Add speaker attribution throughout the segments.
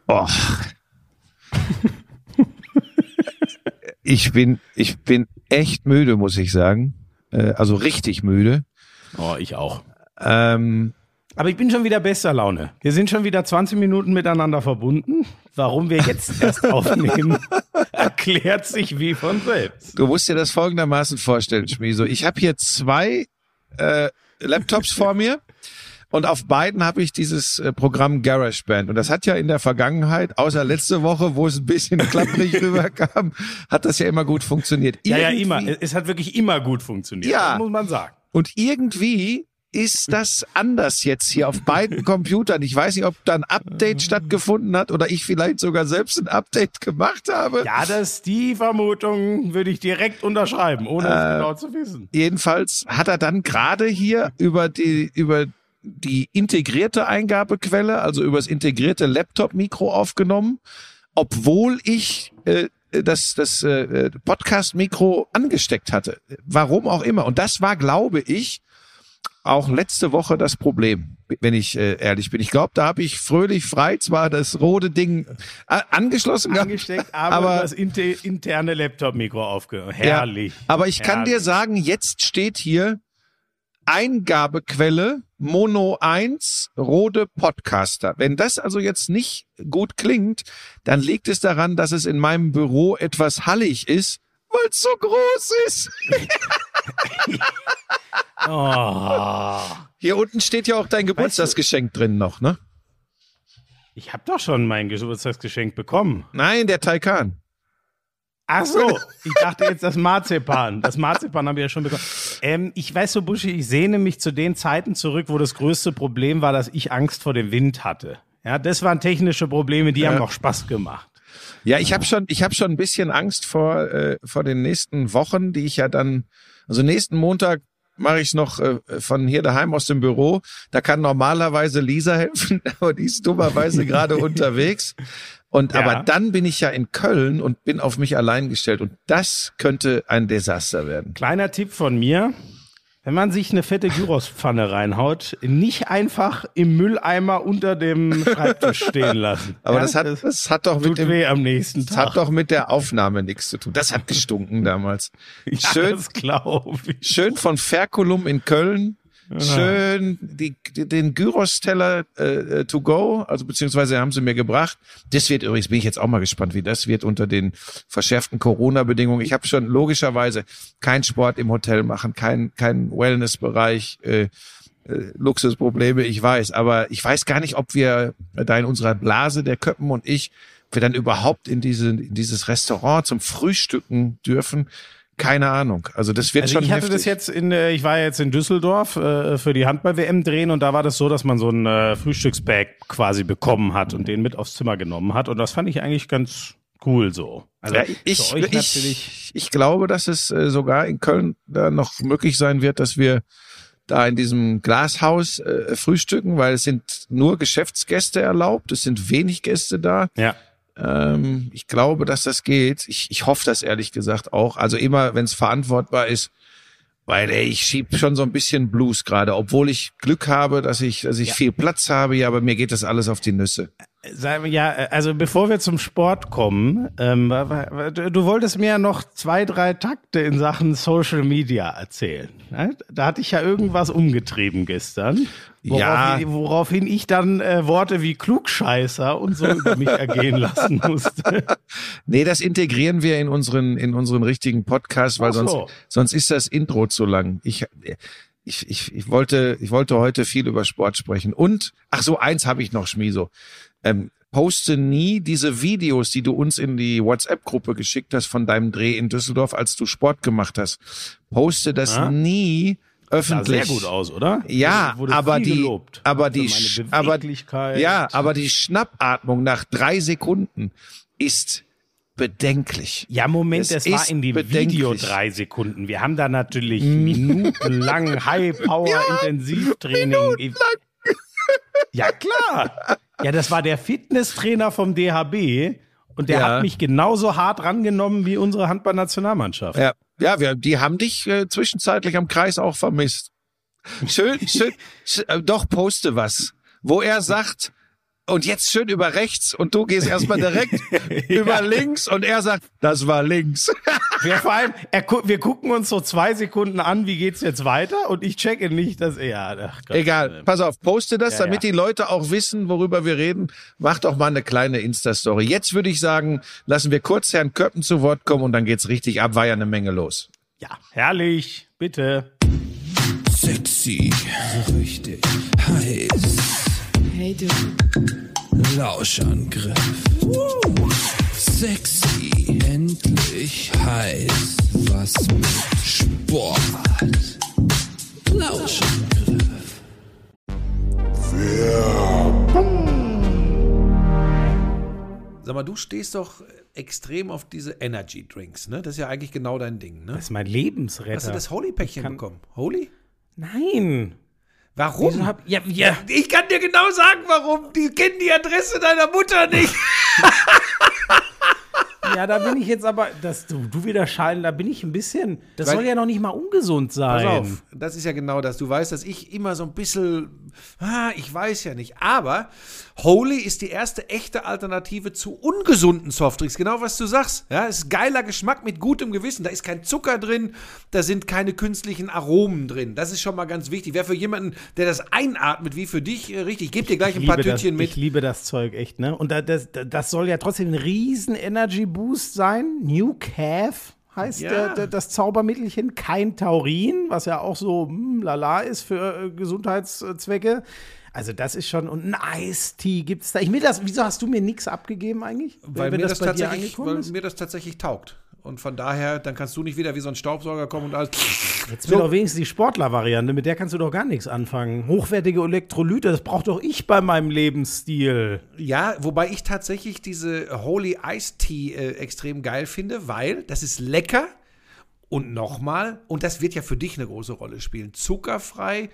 Speaker 1: Oh. Ich bin echt müde, muss ich sagen. Also richtig müde.
Speaker 2: Oh, ich auch. Aber ich bin schon wieder bester Laune. Wir sind schon wieder 20 Minuten miteinander verbunden. Warum wir jetzt erst aufnehmen, erklärt sich wie von selbst.
Speaker 1: Du musst dir das folgendermaßen vorstellen, Schmieso. Ich habe hier 2 Laptops vor mir und auf beiden habe ich dieses Programm GarageBand. Und das hat ja in der Vergangenheit, außer letzte Woche, wo es ein bisschen klapprig rüberkam, hat das ja immer gut funktioniert.
Speaker 2: Ja, immer. Es hat wirklich immer gut funktioniert,
Speaker 1: ja,
Speaker 2: muss man sagen.
Speaker 1: Und irgendwie ist das anders jetzt hier auf beiden Computern. Ich weiß nicht, ob da ein Update stattgefunden hat oder ich vielleicht sogar selbst ein Update gemacht habe.
Speaker 2: Ja, die Vermutung würde ich direkt unterschreiben, ohne es genau zu wissen.
Speaker 1: Jedenfalls hat er dann gerade hier über die integrierte Eingabequelle, also über das integrierte Laptop-Mikro aufgenommen, obwohl ich das Podcast-Mikro angesteckt hatte. Warum auch immer. Und das war, glaube ich, auch letzte Woche das Problem, wenn ich ehrlich bin. Ich glaube, da habe ich fröhlich frei zwar das rote Ding angesteckt,
Speaker 2: aber das interne Laptop-Mikro aufgehört. Herrlich.
Speaker 1: Ja, aber ich kann dir sagen, jetzt steht hier Eingabequelle Mono 1 Rode Podcaster. Wenn das also jetzt nicht gut klingt, dann liegt es daran, dass es in meinem Büro etwas hallig ist, weil es so groß ist.
Speaker 2: Oh.
Speaker 1: Hier unten steht ja auch dein Geburtstagsgeschenk drin noch, ne?
Speaker 2: Ich habe doch schon mein Geburtstagsgeschenk bekommen.
Speaker 1: Nein, der Taycan.
Speaker 2: Ach so, ich dachte jetzt das Marzipan. Das Marzipan habe ich ja schon bekommen. Ich weiß so, Buschi, ich sehne mich zu den Zeiten zurück, wo das größte Problem war, dass ich Angst vor dem Wind hatte. Ja, das waren technische Probleme, die haben noch Spaß gemacht.
Speaker 1: Ja, ich habe schon ein bisschen Angst vor den nächsten Wochen, die ich ja dann, also nächsten Montag mache ich es noch von hier daheim aus dem Büro. Da kann normalerweise Lisa helfen, aber die ist dummerweise gerade unterwegs. Aber dann bin ich ja in Köln und bin auf mich allein gestellt. Und das könnte ein Desaster werden.
Speaker 2: Kleiner Tipp von mir. Wenn man sich eine fette Gyrospfanne reinhaut, nicht einfach im Mülleimer unter dem Schreibtisch stehen lassen.
Speaker 1: Aber das hat doch
Speaker 2: am nächsten Tag.
Speaker 1: Das hat doch mit der Aufnahme nichts zu tun. Das hat gestunken damals.
Speaker 2: Ja,
Speaker 1: schön,
Speaker 2: das glaube ich.
Speaker 1: Schön von Ferkulum in Köln. Schön den Gyros-Teller to go, also beziehungsweise haben sie mir gebracht. Das wird übrigens, bin ich jetzt auch mal gespannt, wie das wird unter den verschärften Corona-Bedingungen. Ich habe schon logischerweise keinen Sport im Hotel machen, kein Wellness-Bereich, Luxusprobleme, ich weiß. Aber ich weiß gar nicht, ob wir da in unserer Blase, der Köppen und ich, wir dann überhaupt in dieses Restaurant zum Frühstücken dürfen. Keine Ahnung. Also das wird schon heftig.
Speaker 2: Ich war jetzt in Düsseldorf für die Handball-WM drehen und da war das so, dass man so ein Frühstücksbag quasi bekommen hat und den mit aufs Zimmer genommen hat und das fand ich eigentlich ganz cool so. Also
Speaker 1: ja, ich glaube, dass es sogar in Köln da noch möglich sein wird, dass wir da in diesem Glashaus frühstücken, weil es sind nur Geschäftsgäste erlaubt, es sind wenig Gäste da.
Speaker 2: Ja.
Speaker 1: Ich glaube, dass das geht. Ich hoffe das ehrlich gesagt auch. Also immer, wenn es verantwortbar ist, weil ich schieb schon so ein bisschen Blues gerade, obwohl ich Glück habe, dass ich viel Platz habe. Ja, aber mir geht das alles auf die Nüsse.
Speaker 2: Ja, also bevor wir zum Sport kommen, du wolltest mir ja noch 2, 3 Takte in Sachen Social Media erzählen. Da hatte ich ja irgendwas umgetrieben gestern, woraufhin ich dann Worte wie Klugscheißer und so über mich ergehen lassen musste.
Speaker 1: Nee, das integrieren wir in unseren richtigen Podcast, weil sonst ist das Intro zu lang. Ich wollte heute viel über Sport sprechen. Und, eins habe ich noch, Schmieso. Poste nie diese Videos, die du uns in die WhatsApp-Gruppe geschickt hast von deinem Dreh in Düsseldorf, als du Sport gemacht hast. Poste das nie öffentlich.
Speaker 2: Sah sehr gut aus, oder?
Speaker 1: Ja, aber die Schnappatmung nach 3 Sekunden ist bedenklich.
Speaker 2: Ja, Moment, es war in dem Video 3 Sekunden. Wir haben da natürlich minutenlang High-Power-Intensivtraining. Ja, klar. Ja, das war der Fitnesstrainer vom DHB und der hat mich genauso hart rangenommen wie unsere Handballnationalmannschaft.
Speaker 1: Ja, die haben dich zwischenzeitlich am Kreis auch vermisst. Schön, doch poste was, wo er sagt, und jetzt schön über rechts und du gehst erstmal direkt über links und er sagt, das war links.
Speaker 2: Ja, vor allem, wir gucken uns so 2 Sekunden an, wie geht's jetzt weiter und ich checke nicht, dass er...
Speaker 1: Egal, pass auf, poste das, damit die Leute auch wissen, worüber wir reden. Mach doch mal eine kleine Insta-Story. Jetzt würde ich sagen, lassen wir kurz Herrn Köppen zu Wort kommen und dann geht's richtig ab, war ja eine Menge los.
Speaker 2: Ja, herrlich, bitte.
Speaker 3: Sexy, so richtig heiß.
Speaker 4: Hey du.
Speaker 3: Lauschangriff. Sexy, endlich heiß. Was mit Sport. Lauschangriff.
Speaker 5: Sag mal, du stehst doch extrem auf diese Energy Drinks, ne? Das ist ja eigentlich genau dein Ding, ne?
Speaker 2: Das ist mein Lebensretter.
Speaker 5: Hast du das Holy-Päckchen bekommen? Holy?
Speaker 2: Nein.
Speaker 5: Warum?
Speaker 2: Ja.
Speaker 5: Ich kann dir genau sagen, warum. Die kennen die Adresse deiner Mutter nicht.
Speaker 2: Ja, da bin ich jetzt aber, du wieder schallen, da bin ich ein bisschen, das soll ja noch nicht mal ungesund sein.
Speaker 5: Pass auf, das ist ja genau das. Du weißt, dass ich immer so ein bisschen, ich weiß ja nicht, aber Holy ist die erste echte Alternative zu ungesunden Softdrinks. Genau, was du sagst. Ja, es ist geiler Geschmack mit gutem Gewissen. Da ist kein Zucker drin, da sind keine künstlichen Aromen drin. Das ist schon mal ganz wichtig. Wäre für jemanden, der das einatmet, wie für dich, richtig. Ich gebe dir gleich ein paar Tütchen mit.
Speaker 2: Ich liebe das Zeug echt, ne? Und das soll ja trotzdem ein riesen Energy-Boost sein. New Calf heißt das Zaubermittelchen. Kein Taurin, was ja auch so lala ist für Gesundheitszwecke. Also das ist schon, und ein Eistee gibt's da. Wieso hast du mir nichts abgegeben eigentlich?
Speaker 5: Weil mir das tatsächlich taugt. Und von daher, dann kannst du nicht wieder wie so ein Staubsauger kommen und alles.
Speaker 2: Jetzt will doch wenigstens die Sportler-Variante, mit der kannst du doch gar nichts anfangen. Hochwertige Elektrolyte, das braucht doch ich bei meinem Lebensstil.
Speaker 5: Ja, wobei ich tatsächlich diese Holy Iced Tea extrem geil finde, weil das ist lecker und nochmal, und das wird ja für dich eine große Rolle spielen, zuckerfrei,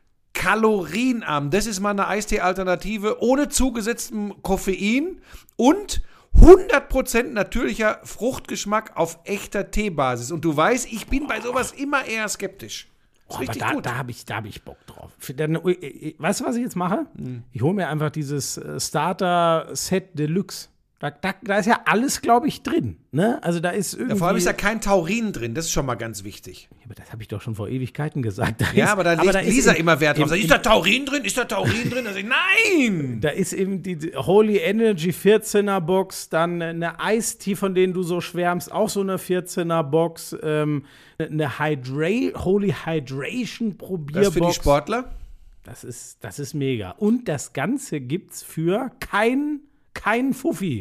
Speaker 5: kalorienarm. Das ist mal eine Eistee-Alternative ohne zugesetztem Koffein und 100% natürlicher Fruchtgeschmack auf echter Teebasis. Und du weißt, ich bin bei sowas immer eher skeptisch.
Speaker 2: Richtig gut. Da hab ich Bock drauf. Weißt du, was ich jetzt mache? Ich hole mir einfach dieses Starter-Set Deluxe. Da ist ja alles, glaube ich, drin. Ne? Also da ist irgendwie.
Speaker 5: Ja, vor allem ist ja kein Taurin drin, das ist schon mal ganz wichtig.
Speaker 2: Ja, aber das habe ich doch schon vor Ewigkeiten gesagt.
Speaker 5: Aber da legt Lisa immer Wert drauf. Ist da Taurin drin? Ist da Taurin drin? Also, nein!
Speaker 2: Da ist eben die Holy Energy 14er Box, dann eine Eistee, von denen du so schwärmst, auch so eine 14er Box, eine Holy Hydration Probierbox.
Speaker 5: Das für die Sportler?
Speaker 2: Das ist mega. Und das Ganze gibt's für kein Fuffi.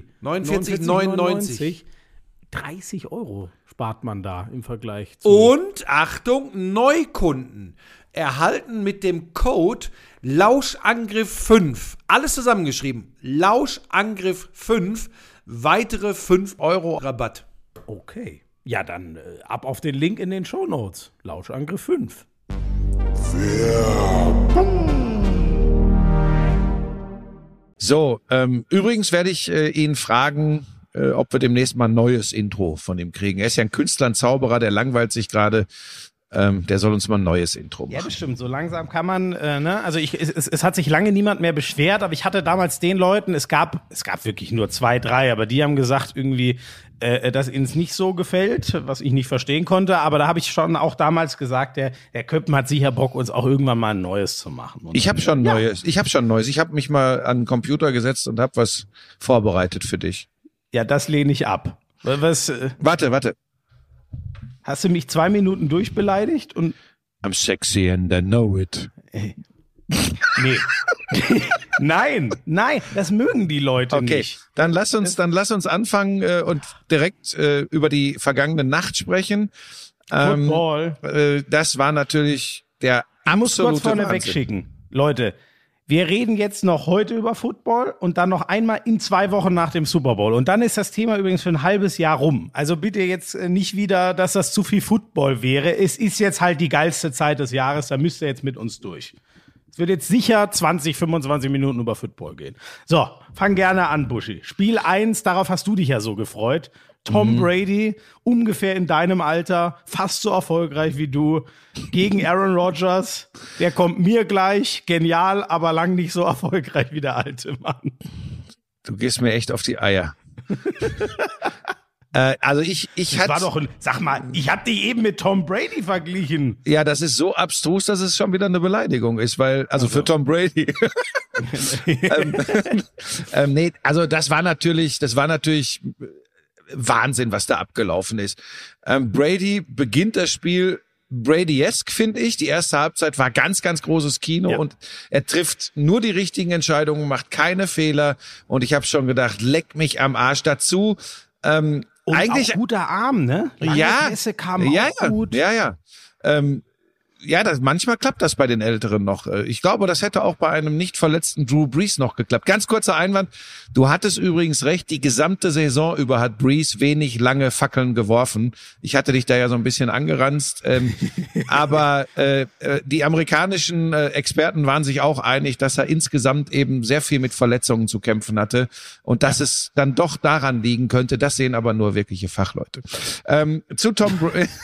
Speaker 5: 49,99.
Speaker 2: 30 € spart man da im Vergleich zu.
Speaker 5: Und Achtung, Neukunden erhalten mit dem Code Lauschangriff5, alles zusammengeschrieben, Lauschangriff5, weitere 5 € Rabatt.
Speaker 2: Okay. Ja, dann ab auf den Link in den Shownotes. Lauschangriff 5.
Speaker 1: So, übrigens werde ich ihn fragen, ob wir demnächst mal ein neues Intro von ihm kriegen. Er ist ja ein Künstler, ein Zauberer, der langweilt sich gerade. Der soll uns mal ein neues Intro machen.
Speaker 2: Ja, das stimmt. So langsam kann man, ne? Also es hat sich lange niemand mehr beschwert, aber ich hatte damals den Leuten, es gab wirklich nur 2, 3, aber die haben gesagt irgendwie, dass ihnen es nicht so gefällt, was ich nicht verstehen konnte. Aber da habe ich schon auch damals gesagt, der Köppen hat sicher Bock, uns auch irgendwann mal ein neues zu machen. Und
Speaker 1: ich habe schon Neues. Ich habe mich mal an den Computer gesetzt und habe was vorbereitet für dich.
Speaker 2: Ja, das lehne ich ab.
Speaker 1: Warte.
Speaker 2: Hast du mich 2 Minuten durchbeleidigt und
Speaker 1: I'm sexy and I know it.
Speaker 2: Nee. Nein, das mögen die Leute nicht.
Speaker 1: Dann lass uns anfangen und direkt über die vergangene Nacht sprechen.
Speaker 2: Football.
Speaker 1: Das war natürlich der absolute
Speaker 2: Ich muss kurz vorne
Speaker 1: Wahnsinn.
Speaker 2: wegschicken. Leute, wir reden jetzt noch heute über Football und dann noch einmal in 2 Wochen nach dem Super Bowl. Und dann ist das Thema übrigens für ein halbes Jahr rum. Also bitte jetzt nicht wieder, dass das zu viel Football wäre. Es ist jetzt halt die geilste Zeit des Jahres, da müsst ihr jetzt mit uns durch. Es wird jetzt sicher 20, 25 Minuten über Football gehen. So, fang gerne an, Buschi. Spiel 1, darauf hast du dich ja so gefreut. Tom Brady, ungefähr in deinem Alter, fast so erfolgreich wie du, gegen Aaron Rodgers. Der kommt mir gleich, genial, aber lang nicht so erfolgreich wie der alte Mann.
Speaker 1: Du gehst mir echt auf die Eier. Also ich
Speaker 2: Das war doch sag mal, ich hab dich eben mit Tom Brady verglichen.
Speaker 1: Ja, das ist so abstrus, dass es schon wieder eine Beleidigung ist, weil, also für Tom Brady. Nee, also das war natürlich Wahnsinn, was da abgelaufen ist. Brady beginnt das Spiel Brady-esque, finde ich. Die erste Halbzeit war ganz, ganz großes Kino und er trifft nur die richtigen Entscheidungen, macht keine Fehler und ich habe schon gedacht, leck mich am Arsch dazu.
Speaker 2: Und
Speaker 1: eigentlich
Speaker 2: auch guter Arm, ne? Lange Pässe kamen auch gut.
Speaker 1: Ja. Manchmal klappt das bei den Älteren noch. Ich glaube, das hätte auch bei einem nicht verletzten Drew Brees noch geklappt. Ganz kurzer Einwand. Du hattest übrigens recht, die gesamte Saison über hat Brees wenig lange Fackeln geworfen. Ich hatte dich da ja so ein bisschen angeranzt. Aber die amerikanischen Experten waren sich auch einig, dass er insgesamt eben sehr viel mit Verletzungen zu kämpfen hatte. Und dass es dann doch daran liegen könnte, das sehen aber nur wirkliche Fachleute. Zu Tom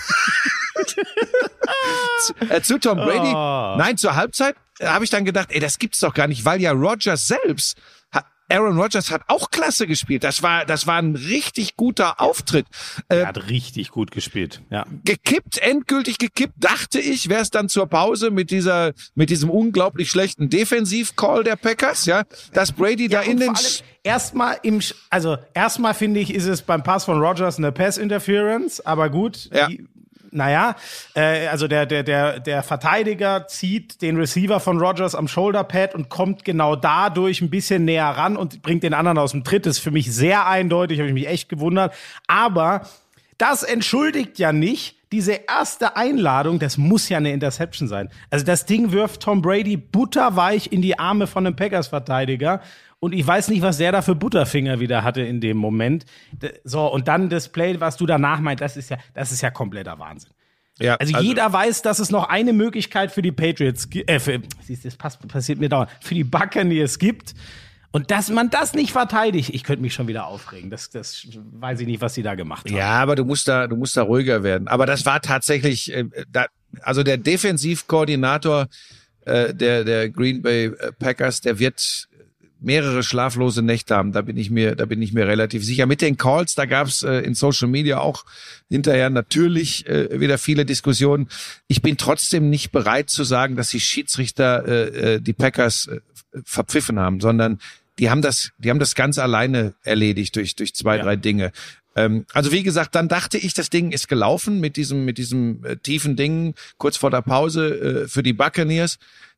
Speaker 1: Brady, nein, zur Halbzeit habe ich dann gedacht, das gibt's doch gar nicht, weil ja Rodgers selbst, Aaron Rodgers hat auch klasse gespielt. Das war ein richtig guter Auftritt.
Speaker 2: Er hat richtig gut gespielt, ja.
Speaker 1: Endgültig gekippt, dachte ich, wäre es dann zur Pause mit diesem unglaublich schlechten Defensiv-Call der Packers, ja, dass Brady da in den...
Speaker 2: Erstmal finde ich, ist es beim Pass von Rodgers eine Pass-Interference, aber gut,
Speaker 1: ja.
Speaker 2: Also der Verteidiger zieht den Receiver von Rodgers am Shoulderpad und kommt genau dadurch ein bisschen näher ran und bringt den anderen aus dem Tritt. Das ist für mich sehr eindeutig, habe ich mich echt gewundert. Aber das entschuldigt ja nicht diese erste Einladung, das muss ja eine Interception sein. Also das Ding wirft Tom Brady butterweich in die Arme von einem Packers-Verteidiger. Und ich weiß nicht, was der da für Butterfinger wieder hatte in dem Moment. So, und dann das Play, was du danach meint, das ist ja kompletter Wahnsinn.
Speaker 1: Ja,
Speaker 2: also jeder weiß, dass es noch eine Möglichkeit für die Patriots, passiert mir dauernd, für die Buccaneers gibt. Und dass man das nicht verteidigt, ich könnte mich schon wieder aufregen. Das weiß ich nicht, was sie da gemacht haben.
Speaker 1: Ja, aber du musst da ruhiger werden. Aber das war tatsächlich, also der Defensivkoordinator der Green Bay Packers, der wird mehrere schlaflose Nächte haben, da bin ich mir relativ sicher. Mit den Calls, da gab's in Social Media auch hinterher natürlich wieder viele Diskussionen. Ich bin trotzdem nicht bereit zu sagen, dass die Schiedsrichter die Packers verpfiffen haben, sondern die haben das ganz alleine erledigt durch zwei, drei Dinge. Also wie gesagt, dann dachte ich, das Ding ist gelaufen mit diesem tiefen Ding kurz vor der Pause für die Buccaneers.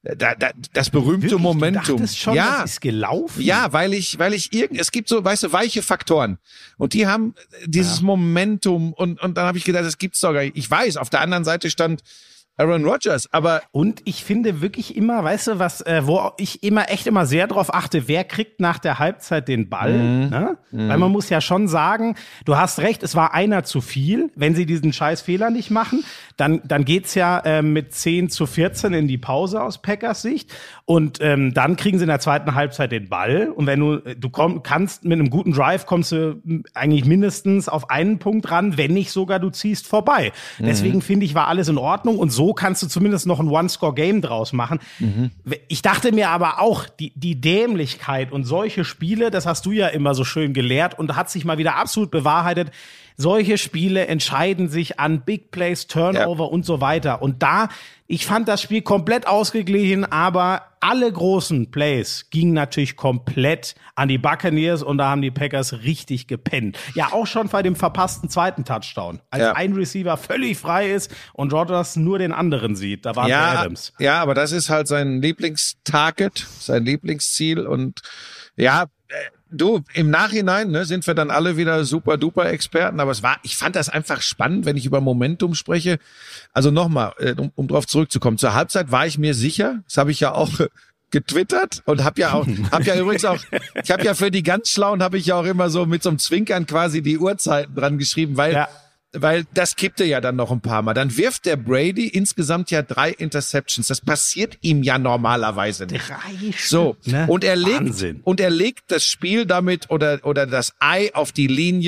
Speaker 1: Das berühmte
Speaker 2: Wirklich?
Speaker 1: Momentum.
Speaker 2: Du dachtest schon,
Speaker 1: ja,
Speaker 2: das ist gelaufen?
Speaker 1: Ja, weil es gibt so, weißt du, weiche Faktoren. Und die haben dieses Momentum und dann habe ich gedacht, das gibt's doch gar nicht. Ich weiß, auf der anderen Seite stand Aaron Rodgers, aber...
Speaker 2: Und ich finde wirklich immer, weißt du, wo ich immer sehr drauf achte, wer kriegt nach der Halbzeit den Ball, ne? Weil man muss ja schon sagen, du hast recht, es war einer zu viel. Wenn sie diesen scheiß Fehler nicht machen, dann geht's ja mit 10-14 in die Pause aus Packers Sicht und dann kriegen sie in der zweiten Halbzeit den Ball und wenn du kannst mit einem guten Drive, kommst du eigentlich mindestens auf einen Punkt ran, wenn nicht sogar du ziehst vorbei. Deswegen finde ich, war alles in Ordnung und so kannst du zumindest noch ein One-Score-Game draus machen. Ich dachte mir aber auch, die Dämlichkeit und solche Spiele, das hast du ja immer so schön gelehrt und hat sich mal wieder absolut bewahrheitet, solche Spiele entscheiden sich an Big Plays, Turnover und so weiter. Und ich fand das Spiel komplett ausgeglichen, aber alle großen Plays gingen natürlich komplett an die Buccaneers und da haben die Packers richtig gepennt. Ja, auch schon bei dem verpassten zweiten Touchdown. Als ein Receiver völlig frei ist und Rodgers nur den anderen sieht. Da war Adams.
Speaker 1: Ja, aber das ist halt sein Lieblingstarget, sein Lieblingsziel und ja, du, im Nachhinein sind wir dann alle wieder super-duper Experten, aber ich fand das einfach spannend, wenn ich über Momentum spreche. Also nochmal, um drauf zurückzukommen, zur Halbzeit war ich mir sicher, das habe ich ja auch getwittert und habe ja übrigens auch, ich habe ja für die ganz Schlauen, habe ich ja auch immer so mit so einem Zwinkern quasi die Uhrzeiten dran geschrieben, weil das kippte ja dann noch ein paar Mal. Dann wirft der Brady insgesamt ja 3 Interceptions. Das passiert ihm ja normalerweise nicht.
Speaker 2: 3 Stück,
Speaker 1: so,
Speaker 2: ne?
Speaker 1: Und er legt das Spiel damit oder das Ei auf die Linie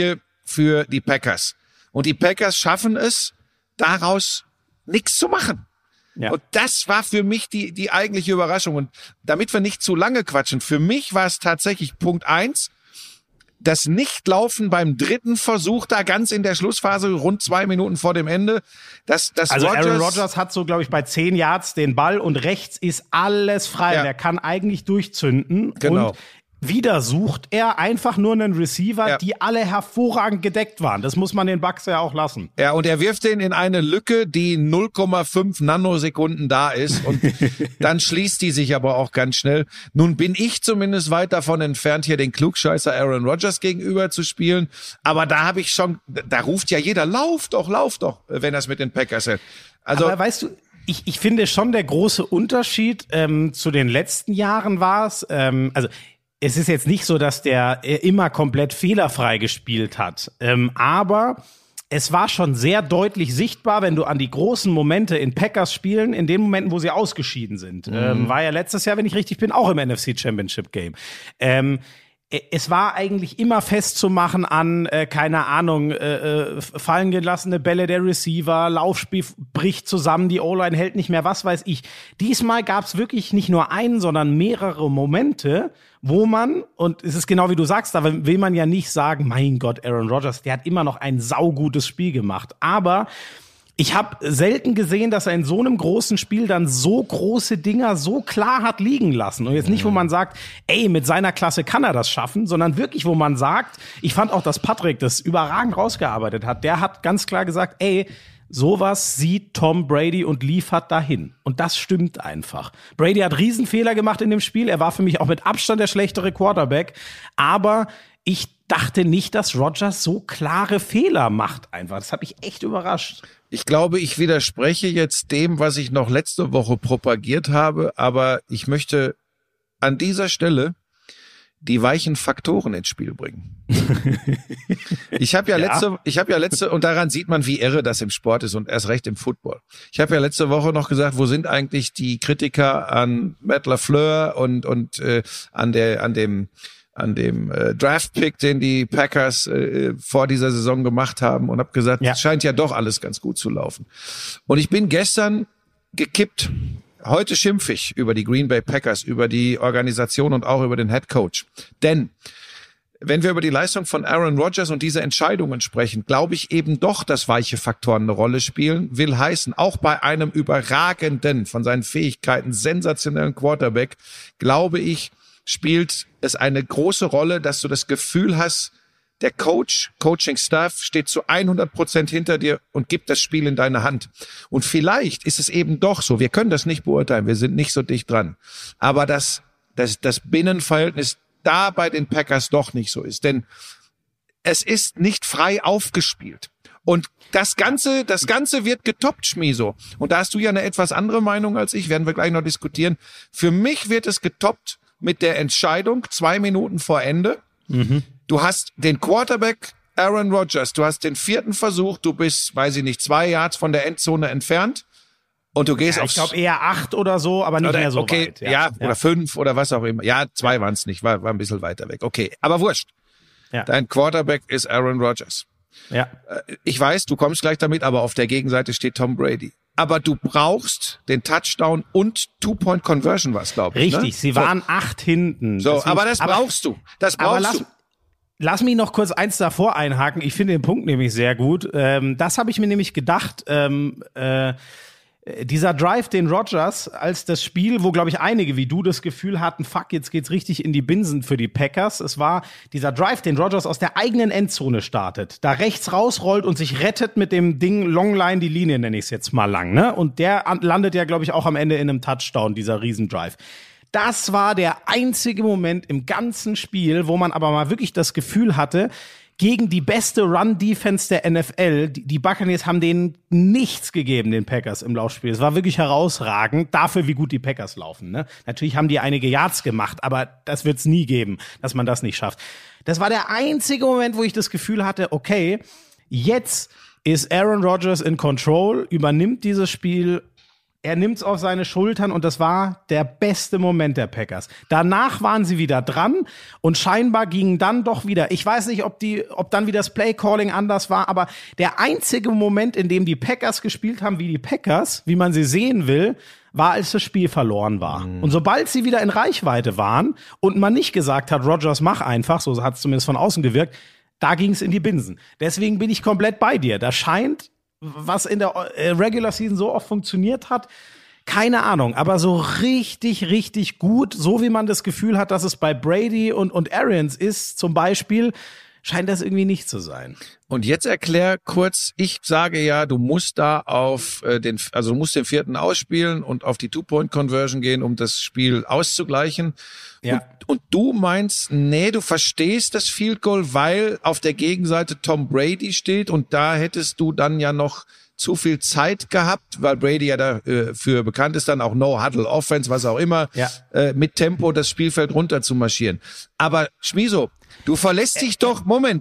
Speaker 1: für die Packers. Und die Packers schaffen es, daraus nichts zu machen.
Speaker 2: Ja.
Speaker 1: Und das war für mich die eigentliche Überraschung. Und damit wir nicht zu lange quatschen, für mich war es tatsächlich Punkt 1, das Nichtlaufen beim dritten Versuch da ganz in der Schlussphase, rund 2 Minuten vor dem Ende.
Speaker 2: Also Aaron Rodgers hat so, glaube ich, bei 10 Yards den Ball und rechts ist alles frei.
Speaker 1: Ja.
Speaker 2: Der kann eigentlich durchzünden.
Speaker 1: Genau.
Speaker 2: Und wieder sucht er einfach nur einen Receiver, die alle hervorragend gedeckt waren. Das muss man den Bucks ja auch lassen.
Speaker 1: Ja, und er wirft den in eine Lücke, die 0,5 Nanosekunden da ist. Und dann schließt die sich aber auch ganz schnell. Nun bin ich zumindest weit davon entfernt, hier den Klugscheißer Aaron Rodgers gegenüber zu spielen. Aber da habe ich schon, da ruft ja jeder, lauf doch, wenn das mit den Packers hält. Also,
Speaker 2: aber weißt du, ich finde schon, der große Unterschied zu den letzten Jahren war es, es ist jetzt nicht so, dass der immer komplett fehlerfrei gespielt hat, aber es war schon sehr deutlich sichtbar, wenn du an die großen Momente in Packers spielen, in den Momenten, wo sie ausgeschieden sind. War ja letztes Jahr, wenn ich richtig bin, auch im NFC Championship Game. Es war eigentlich immer festzumachen an, keine Ahnung, fallen gelassene Bälle der Receiver, Laufspiel bricht zusammen, die O-Line hält nicht mehr, was weiß ich. Diesmal gab es wirklich nicht nur einen, sondern mehrere Momente, wo man, und es ist genau wie du sagst, da will man ja nicht sagen, mein Gott, Aaron Rodgers, der hat immer noch ein saugutes Spiel gemacht. Aber ich habe selten gesehen, dass er in so einem großen Spiel dann so große Dinger so klar hat liegen lassen. Und jetzt nicht, wo man sagt, ey, mit seiner Klasse kann er das schaffen, sondern wirklich, wo man sagt, ich fand auch, dass Patrick das überragend rausgearbeitet hat. Der hat ganz klar gesagt, ey, sowas sieht Tom Brady und liefert dahin. Und das stimmt einfach. Brady hat Riesenfehler gemacht in dem Spiel. Er war für mich auch mit Abstand der schlechtere Quarterback. Aber ich dachte nicht, dass Rodgers so klare Fehler macht einfach. Das hat mich echt überrascht.
Speaker 1: Ich glaube, ich widerspreche jetzt dem, was ich noch letzte Woche propagiert habe, aber ich möchte an dieser Stelle die weichen Faktoren ins Spiel bringen. Ich habe ja letzte, und daran sieht man, wie irre das im Sport ist und erst recht im Football. Ich habe ja letzte Woche noch gesagt, wo sind eigentlich die Kritiker an Matt LaFleur und an dem Draft-Pick, den die Packers vor dieser Saison gemacht haben, und habe gesagt, es scheint ja doch alles ganz gut zu laufen. Und ich bin gestern gekippt. Heute schimpfe ich über die Green Bay Packers, über die Organisation und auch über den Head Coach. Denn wenn wir über die Leistung von Aaron Rodgers und diese Entscheidungen sprechen, glaube ich eben doch, dass weiche Faktoren eine Rolle spielen. Will heißen, auch bei einem überragenden, von seinen Fähigkeiten sensationellen Quarterback, glaube ich, spielt es eine große Rolle, dass du das Gefühl hast, der Coaching-Staff steht zu 100% hinter dir und gibt das Spiel in deine Hand. Und vielleicht ist es eben doch so, wir können das nicht beurteilen, wir sind nicht so dicht dran, aber dass das Binnenverhältnis da bei den Packers doch nicht so ist. Denn es ist nicht frei aufgespielt. Und das Ganze wird getoppt, Schmieso. Und da hast du ja eine etwas andere Meinung als ich, werden wir gleich noch diskutieren. Für mich wird es getoppt mit der Entscheidung 2 Minuten vor Ende. Du hast den Quarterback Aaron Rodgers, du hast den 4. Versuch, du bist, weiß ich nicht, 2 Yards von der Endzone entfernt und du gehst aufs...
Speaker 2: Ich glaube eher 8 oder so, aber nicht mehr so weit.
Speaker 1: Ja, oder 5 oder was auch immer. Ja, 2 waren es nicht, war ein bisschen weiter weg. Okay, aber wurscht.
Speaker 2: Ja.
Speaker 1: Dein Quarterback ist Aaron Rodgers.
Speaker 2: Ja.
Speaker 1: Ich weiß, du kommst gleich damit, aber auf der Gegenseite steht Tom Brady. Aber du brauchst den Touchdown und Two-Point-Conversion, was glaube ich.
Speaker 2: Richtig,
Speaker 1: ne?
Speaker 2: sie waren 8 hinten.
Speaker 1: So, aber das brauchst du. Das brauchst du.
Speaker 2: Lass mich noch kurz eins davor einhaken. Ich finde den Punkt nämlich sehr gut. Das habe ich mir nämlich gedacht. Dieser Drive, den Rodgers, als das Spiel, wo, glaube ich, einige wie du das Gefühl hatten, fuck, jetzt geht's richtig in die Binsen für die Packers. Es war dieser Drive, den Rodgers aus der eigenen Endzone startet, da rechts rausrollt und sich rettet mit dem Ding Longline, die Linie nenne ich es jetzt mal lang, ne? Und der landet ja, glaube ich, auch am Ende in einem Touchdown, dieser Riesendrive. Das war der einzige Moment im ganzen Spiel, wo man aber mal wirklich das Gefühl hatte, gegen die beste Run-Defense der NFL, die Buccaneers haben denen nichts gegeben, den Packers im Laufspiel. Es war wirklich herausragend dafür, wie gut die Packers laufen. Ne? Natürlich haben die einige Yards gemacht, aber das wird's nie geben, dass man das nicht schafft. Das war der einzige Moment, wo ich das Gefühl hatte, okay, jetzt ist Aaron Rodgers in Control, übernimmt dieses Spiel. er nimmt es auf seine Schultern und das war der beste Moment der Packers. Danach waren sie wieder dran und scheinbar gingen dann doch wieder, ich weiß nicht, ob dann wieder das Play-Calling anders war, aber der einzige Moment, in dem die Packers gespielt haben wie die Packers, wie man sie sehen will, war, als das Spiel verloren war. Und sobald sie wieder in Reichweite waren und man nicht gesagt hat, Rodgers, mach einfach, so hat es zumindest von außen gewirkt, da ging es in die Binsen. Deswegen bin ich komplett bei dir. Da scheint, was in der Regular Season so oft funktioniert hat, keine Ahnung, aber so richtig, richtig gut, so wie man das Gefühl hat, dass es bei Brady und Arians ist, zum Beispiel, scheint das irgendwie nicht zu sein.
Speaker 1: Und jetzt erklär kurz, ich sage ja, du musst da auf du musst den 4. ausspielen und auf die Two-Point-Conversion gehen, um das Spiel auszugleichen.
Speaker 2: Ja.
Speaker 1: Und du meinst, nee, du verstehst das Field Goal, weil auf der Gegenseite Tom Brady steht und da hättest du dann ja noch zu viel Zeit gehabt, weil Brady ja dafür bekannt ist, dann auch No-Huddle-Offense, was auch immer, mit Tempo das Spielfeld runter zu marschieren. Aber Schmiso, du verlässt dich doch,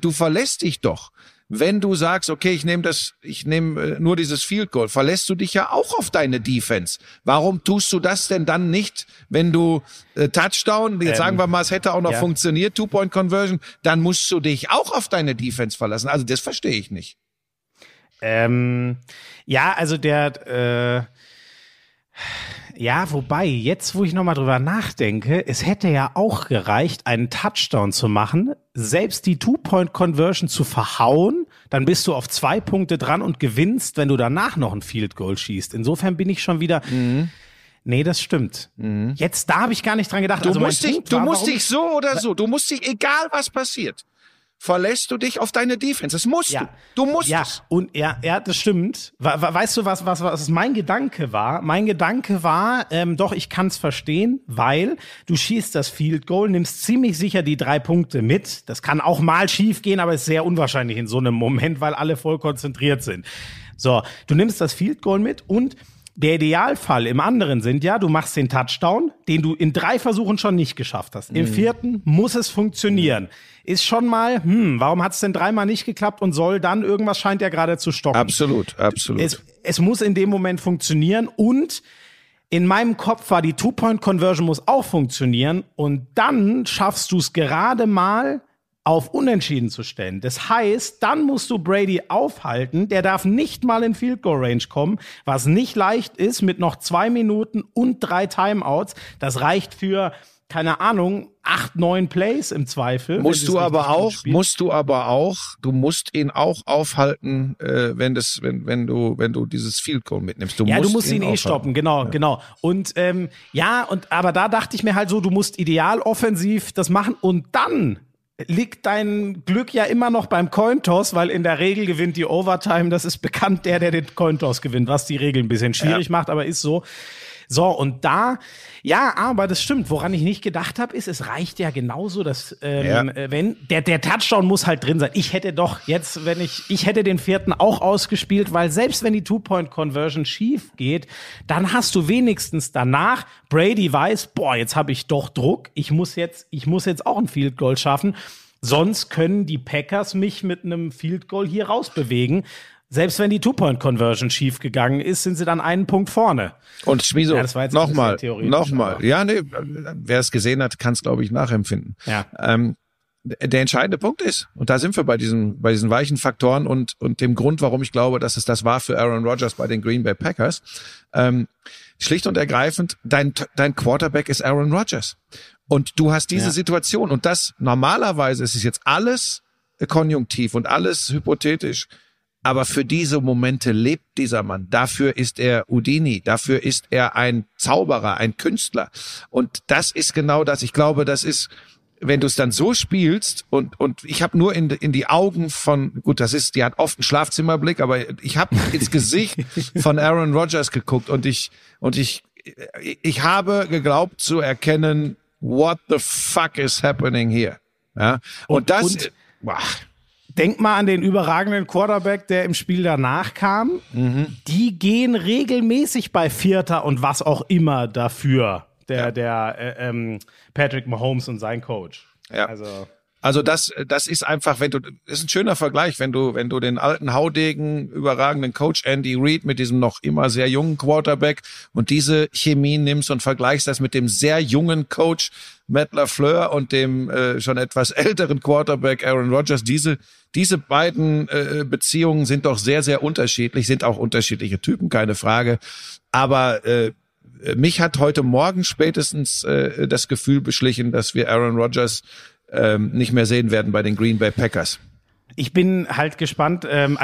Speaker 1: wenn du sagst, okay, ich nehme nur dieses Field Goal, verlässt du dich ja auch auf deine Defense. Warum tust du das denn dann nicht, wenn du Touchdown, jetzt sagen wir mal, es hätte auch noch funktioniert, Two-Point-Conversion, dann musst du dich auch auf deine Defense verlassen. Also das verstehe ich nicht.
Speaker 2: Also wobei, jetzt, wo ich nochmal drüber nachdenke, es hätte ja auch gereicht, einen Touchdown zu machen, selbst die Two-Point-Conversion zu verhauen, dann bist du auf 2 Punkte dran und gewinnst, wenn du danach noch ein Field Goal schießt. Insofern bin ich schon wieder... Nee, das stimmt. Jetzt, da habe ich gar nicht dran gedacht.
Speaker 1: Du musst dich so oder so, egal was passiert, verlässt du dich auf deine Defense. Das musst du. Du musst es.
Speaker 2: Und das stimmt. Weißt du, was mein Gedanke war? Mein Gedanke war, doch, ich kann es verstehen, weil du schießt das Field Goal, nimmst ziemlich sicher die 3 Punkte mit. Das kann auch mal schief gehen, aber ist sehr unwahrscheinlich in so einem Moment, weil alle voll konzentriert sind. So, du nimmst das Field Goal mit und der Idealfall im anderen sind du machst den Touchdown, den du in 3 Versuchen schon nicht geschafft hast. Im 4. muss es funktionieren. Ist schon mal, warum hat es denn 3-mal nicht geklappt und soll dann, irgendwas scheint ja gerade zu stocken.
Speaker 1: Absolut.
Speaker 2: Es muss in dem Moment funktionieren und in meinem Kopf war die Two-Point-Conversion muss auch funktionieren und dann schaffst du es gerade mal, auf Unentschieden zu stellen. Das heißt, dann musst du Brady aufhalten, der darf nicht mal in Field Goal Range kommen, was nicht leicht ist mit noch 2 Minuten und 3 Timeouts. Das reicht für, keine Ahnung, 8, 9 Plays im Zweifel.
Speaker 1: Du musst ihn auch aufhalten, wenn du dieses Field Goal mitnimmst.
Speaker 2: Du musst ihn stoppen, genau. Und aber da dachte ich mir halt so, du musst ideal offensiv das machen und dann liegt dein Glück ja immer noch beim Cointoss, weil in der Regel gewinnt die Overtime. Das ist bekannt, der den Cointoss gewinnt, was die Regel ein bisschen schwierig macht, aber ist so. So, und da, aber das stimmt. Woran ich nicht gedacht habe, ist, es reicht ja genauso, dass wenn der Touchdown muss halt drin sein. Ich hätte doch jetzt, ich hätte den 4. auch ausgespielt, weil selbst wenn die Two-Point-Conversion schief geht, dann hast du wenigstens danach, Brady weiß, jetzt habe ich doch Druck, ich muss jetzt auch ein Field Goal schaffen, sonst können die Packers mich mit einem Field Goal hier rausbewegen. Selbst wenn die Two-Point-Conversion schief gegangen ist, sind sie dann 1 Punkt vorne.
Speaker 1: Und Schmiso, nochmal. Wer es gesehen hat, kann es, glaube ich, nachempfinden.
Speaker 2: Ja.
Speaker 1: Der entscheidende Punkt ist, und da sind wir bei diesen weichen Faktoren und dem Grund, warum ich glaube, dass es das war für Aaron Rodgers bei den Green Bay Packers, schlicht und ergreifend, dein Quarterback ist Aaron Rodgers. Und du hast diese Situation und das normalerweise, es ist jetzt alles konjunktiv und alles hypothetisch, aber für diese Momente lebt dieser Mann. Dafür ist er Houdini. Dafür ist er ein Zauberer, ein Künstler. Und das ist genau das. Ich glaube, das ist, wenn du es dann so spielst und ich habe nur in die Augen von, die hat oft einen Schlafzimmerblick, aber ich habe ins Gesicht von Aaron Rodgers geguckt und ich habe geglaubt zu erkennen, what the fuck is happening here? Ja. Und
Speaker 2: denk mal an den überragenden Quarterback, der im Spiel danach kam. Die gehen regelmäßig bei 4. und was auch immer dafür. Der Patrick Mahomes und sein Coach.
Speaker 1: Ja. Also das ist einfach, ist ein schöner Vergleich, wenn du den alten Haudegen, überragenden Coach Andy Reid mit diesem noch immer sehr jungen Quarterback und diese Chemie nimmst und vergleichst das mit dem sehr jungen Coach Matt LaFleur und dem schon etwas älteren Quarterback Aaron Rodgers. Diese beiden Beziehungen sind doch sehr, sehr unterschiedlich, sind auch unterschiedliche Typen, keine Frage. Aber mich hat heute Morgen spätestens das Gefühl beschlichen, dass wir Aaron Rodgers nicht mehr sehen werden bei den Green Bay Packers.
Speaker 2: Ich bin halt gespannt,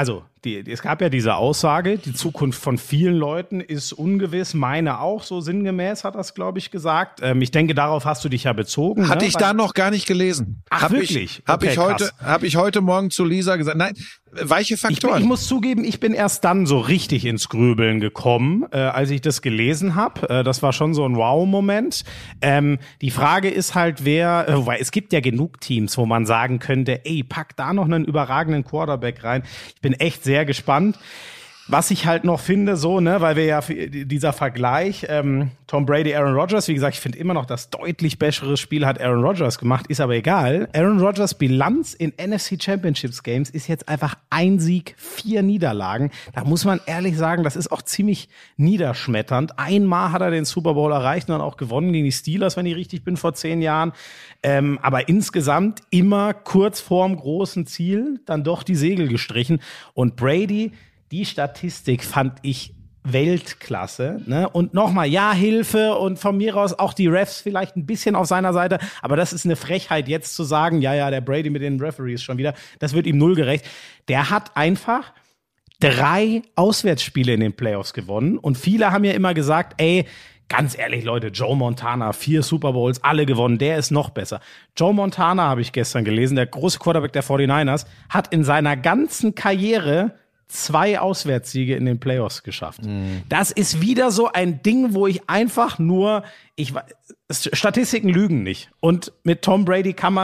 Speaker 2: es gab ja diese Aussage, die Zukunft von vielen Leuten ist ungewiss, meine auch, so sinngemäß hat das, glaube ich, gesagt. Ich denke, darauf hast du dich ja bezogen.
Speaker 1: Hatte ich da noch gar nicht gelesen.
Speaker 2: Ach, wirklich?
Speaker 1: Hab ich heute Morgen zu Lisa gesagt, nein, weiche Faktoren.
Speaker 2: Ich muss zugeben, ich bin erst dann so richtig ins Grübeln gekommen, als ich das gelesen habe. Das war schon so ein Wow-Moment. Die Frage ist halt, weil es gibt ja genug Teams, wo man sagen könnte, ey, pack da noch einen überragenden Quarterback rein. Ich bin echt sehr gespannt. Was ich halt noch finde, so, ne, weil wir ja dieser Vergleich, Tom Brady, Aaron Rodgers, wie gesagt, ich finde immer noch, das deutlich bessere Spiel hat Aaron Rodgers gemacht, ist aber egal. Aaron Rodgers Bilanz in NFC Championships Games ist jetzt einfach 1 Sieg, 4 Niederlagen. Da muss man ehrlich sagen, das ist auch ziemlich niederschmetternd. Einmal hat er den Super Bowl erreicht und dann auch gewonnen gegen die Steelers, wenn ich richtig bin, vor 10 Jahren. Aber insgesamt immer kurz vorm großen Ziel dann doch die Segel gestrichen. Und Brady, die Statistik fand ich Weltklasse, ne? Und nochmal, ja, Hilfe und von mir aus auch die Refs vielleicht ein bisschen auf seiner Seite, aber das ist eine Frechheit, jetzt zu sagen, ja, der Brady mit den Referees schon wieder, das wird ihm null gerecht. Der hat einfach 3 Auswärtsspiele in den Playoffs gewonnen und viele haben ja immer gesagt, ey, ganz ehrlich, Leute, Joe Montana, 4 Super Bowls, alle gewonnen, der ist noch besser. Joe Montana, habe ich gestern gelesen, der große Quarterback der 49ers, hat in seiner ganzen Karriere 2 Auswärtssiege in den Playoffs geschafft. Das ist wieder so ein Ding, wo ich einfach nur, Statistiken lügen nicht. Und gegen Tom Brady kann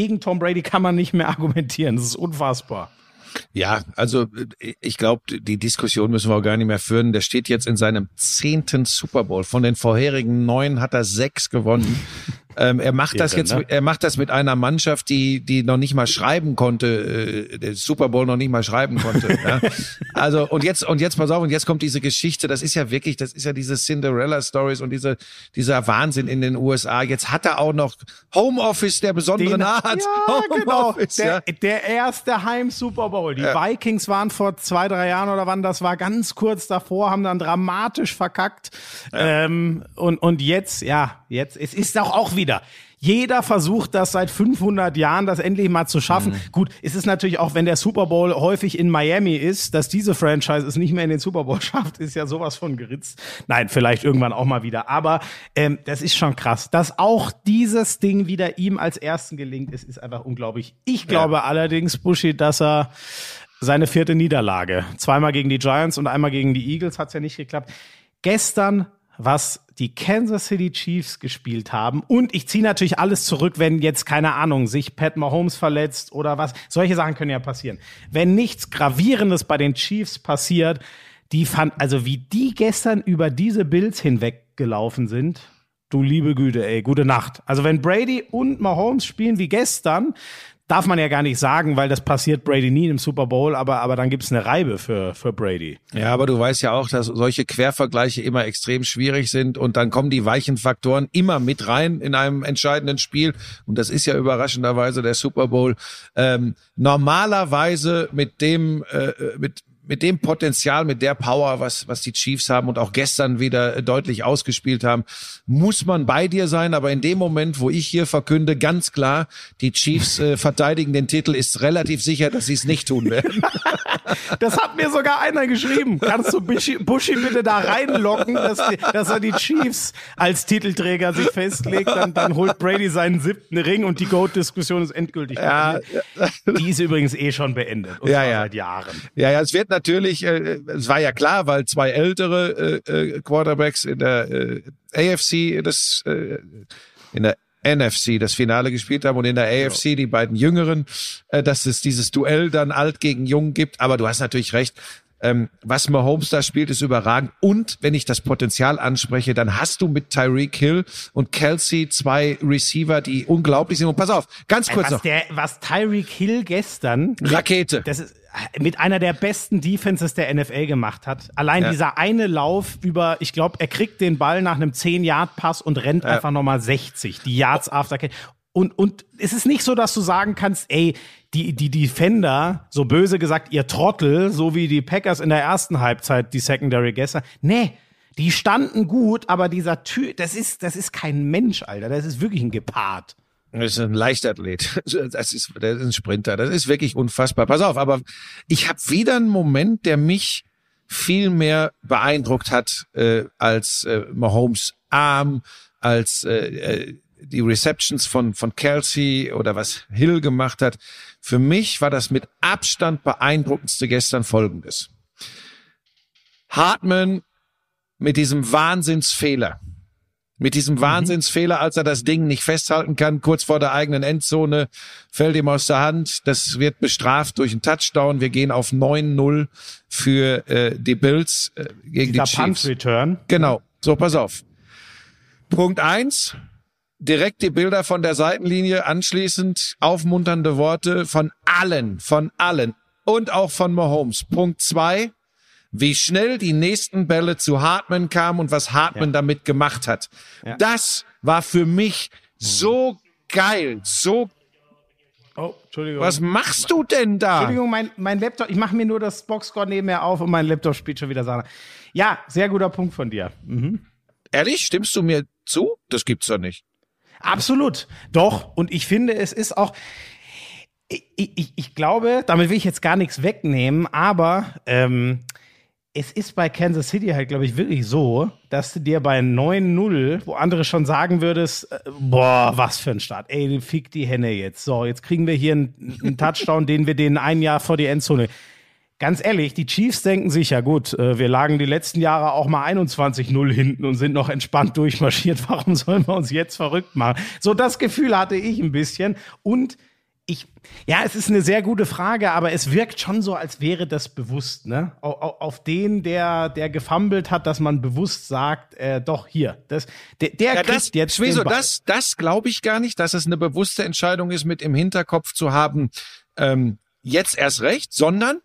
Speaker 2: man nicht mehr argumentieren. Das ist unfassbar.
Speaker 1: Ja, also ich glaube, die Diskussion müssen wir auch gar nicht mehr führen. Der steht jetzt in seinem 10. Super Bowl. Von den vorherigen 9 hat er 6 gewonnen. Er macht das mit einer Mannschaft, die noch nicht mal schreiben konnte, der Super Bowl noch nicht mal schreiben konnte. Ja. Also und jetzt pass auf, und jetzt kommt diese Geschichte. Das ist ja diese Cinderella Stories und dieser Wahnsinn in den USA. Jetzt hat er auch noch Homeoffice der besonderen Art.
Speaker 2: Ja,
Speaker 1: Homeoffice,
Speaker 2: genau. Der erste Heim Super Bowl. Die Vikings waren vor 2-3 Jahren oder wann das war, ganz kurz davor, haben dann dramatisch verkackt. Ja. Und jetzt, es ist auch wieder. Jeder versucht das seit 500 Jahren, das endlich mal zu schaffen. Gut, es ist natürlich auch, wenn der Super Bowl häufig in Miami ist, dass diese Franchise es nicht mehr in den Super Bowl schafft, ist ja sowas von geritzt. Nein, vielleicht irgendwann auch mal wieder. Aber das ist schon krass, dass auch dieses Ding wieder ihm als Ersten gelingt. Es ist einfach unglaublich. Ich glaube allerdings, Buschi, dass er seine 4. Niederlage, 2-mal gegen die Giants und einmal gegen die Eagles, hat's ja nicht geklappt. Gestern, was die Kansas City Chiefs gespielt haben. Und ich ziehe natürlich alles zurück, wenn jetzt, keine Ahnung, sich Pat Mahomes verletzt oder was. Solche Sachen können ja passieren. Wenn nichts Gravierendes bei den Chiefs passiert, wie die gestern über diese Bills hinweggelaufen sind, du liebe Güte, ey, gute Nacht. Also wenn Brady und Mahomes spielen wie gestern, darf man ja gar nicht sagen, weil das passiert Brady nie im Super Bowl, aber dann gibt's eine Reibe für Brady.
Speaker 1: Ja, aber du weißt ja auch, dass solche Quervergleiche immer extrem schwierig sind und dann kommen die weichen Faktoren immer mit rein in einem entscheidenden Spiel und das ist ja überraschenderweise der Super Bowl. Normalerweise mit dem Potenzial, mit der Power, was die Chiefs haben und auch gestern wieder deutlich ausgespielt haben, muss man bei dir sein. Aber in dem Moment, wo ich hier verkünde, ganz klar, die Chiefs verteidigen den Titel, ist relativ sicher, dass sie es nicht tun werden.
Speaker 2: Das hat mir sogar einer geschrieben. Kannst du Buschi bitte da reinlocken, dass er die Chiefs als Titelträger sich festlegt, dann holt Brady seinen 7. Ring und die GOAT-Diskussion ist endgültig beendet. Die ist übrigens schon beendet. Und zwar seit Jahren.
Speaker 1: Ja, es wird natürlich, es war ja klar, weil 2 ältere Quarterbacks in der AFC in der NFC das Finale gespielt haben und in der AFC die beiden Jüngeren, dass es dieses Duell dann alt gegen jung gibt. Aber du hast natürlich recht, Was Mahomes da spielt, ist überragend. Und wenn ich das Potenzial anspreche, dann hast du mit Tyreek Hill und Kelsey 2 Receiver, die unglaublich sind. Und pass auf, ganz kurz noch.
Speaker 2: Was Tyreek Hill gestern
Speaker 1: Rakete.
Speaker 2: Das ist mit einer der besten Defenses der NFL gemacht hat. Allein dieser eine Lauf über, ich glaube, er kriegt den Ball nach einem 10-Yard-Pass und rennt einfach nochmal 60. Die Yards after catch. Und es ist nicht so, dass du sagen kannst, ey, die Defender, so böse gesagt, ihr Trottel, so wie die Packers in der ersten Halbzeit, die Secondary gestern. Nee, die standen gut, aber dieser Typ, das ist kein Mensch, Alter. Das ist wirklich ein Gepard.
Speaker 1: Das ist ein Leichtathlet. Das ist ein Sprinter. Das ist wirklich unfassbar. Pass auf, aber ich habe wieder einen Moment, der mich viel mehr beeindruckt hat als Mahomes Arm, als die Receptions von Kelsey oder was Hill gemacht hat. Für mich war das mit Abstand beeindruckendste gestern Folgendes. Hartman mit diesem Wahnsinnsfehler, als er das Ding nicht festhalten kann, kurz vor der eigenen Endzone, fällt ihm aus der Hand. Das wird bestraft durch einen Touchdown. Wir gehen auf 9-0 für die Bills gegen die Chiefs.
Speaker 2: Dieser Punt-Return.
Speaker 1: Genau. So, pass auf. Punkt 1. Direkt die Bilder von der Seitenlinie, anschließend aufmunternde Worte von allen und auch von Mahomes. Punkt 2, wie schnell die nächsten Bälle zu Hartman kamen und was Hartman damit gemacht hat. Ja. Das war für mich so geil, so.
Speaker 2: Oh, Entschuldigung.
Speaker 1: Was machst du denn da?
Speaker 2: Entschuldigung, mein Laptop, ich mache mir nur das Boxscore nebenher auf und mein Laptop spielt schon wieder Sahne. Ja, sehr guter Punkt von dir. Mhm.
Speaker 1: Ehrlich, stimmst du mir zu? Das gibt's doch nicht.
Speaker 2: Absolut, doch. Und ich finde, es ist auch, ich glaube, damit will ich jetzt gar nichts wegnehmen, aber es ist bei Kansas City halt, glaube ich, wirklich so, dass du dir bei 9-0, wo andere schon sagen würdest, boah, was für ein Start, ey, fick die Henne jetzt. So, jetzt kriegen wir hier einen Touchdown, den wir denen ein Jahr vor die Endzone. Ganz ehrlich, die Chiefs denken sich, ja gut, wir lagen die letzten Jahre auch mal 21-0 hinten und sind noch entspannt durchmarschiert. Warum sollen wir uns jetzt verrückt machen? So, das Gefühl hatte ich ein bisschen. Und es ist eine sehr gute Frage, aber es wirkt schon so, als wäre das bewusst, ne? Auf den, der gefummelt hat, dass man bewusst sagt, doch hier, der kriegt jetzt den Ball.
Speaker 1: Das glaube ich gar nicht, dass es eine bewusste Entscheidung ist, mit im Hinterkopf zu haben, jetzt erst recht, sondern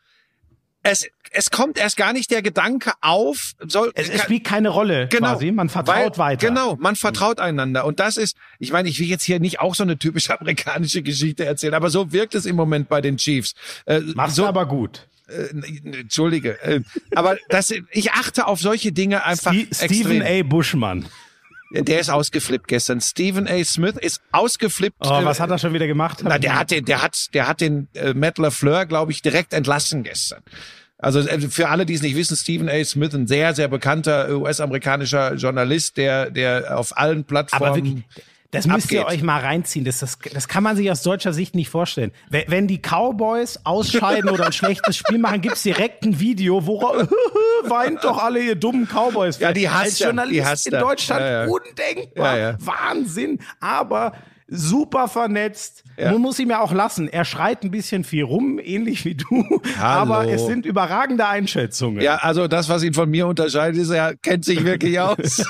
Speaker 1: es kommt erst gar nicht der Gedanke auf.
Speaker 2: Es spielt keine Rolle, quasi. Man vertraut weiter.
Speaker 1: Genau, man vertraut einander. Und das ist, ich meine, ich will jetzt hier nicht auch so eine typische amerikanische Geschichte erzählen, aber so wirkt es im Moment bei den Chiefs.
Speaker 2: Machst du aber gut.
Speaker 1: Entschuldige. Aber ich achte auf solche Dinge einfach extrem.
Speaker 2: Stephen A. Bushman.
Speaker 1: Der ist ausgeflippt gestern. Stephen A. Smith ist ausgeflippt.
Speaker 2: Oh, was hat er schon wieder gemacht?
Speaker 1: Na, der hat den Matt LaFleur, glaube ich, direkt entlassen gestern. Also für alle, die es nicht wissen, Stephen A. Smith, ein sehr, sehr bekannter US-amerikanischer Journalist, der auf allen Plattformen
Speaker 2: aber wirklich, das müsst ihr euch mal reinziehen. Das kann man sich aus deutscher Sicht nicht vorstellen. Wenn die Cowboys ausscheiden oder ein schlechtes Spiel machen, gibt's direkt ein Video, wo weint doch alle ihr dummen Cowboys.
Speaker 1: Ja, die hasst
Speaker 2: als Journalist in Deutschland undenkbar. Ja. Wahnsinn. Aber super vernetzt. Ja. Man muss ihm ja auch lassen. Er schreit ein bisschen viel rum, ähnlich wie du.
Speaker 1: Hallo.
Speaker 2: Aber es sind überragende Einschätzungen.
Speaker 1: Ja, also das, was ihn von mir unterscheidet, ist, er kennt sich wirklich aus.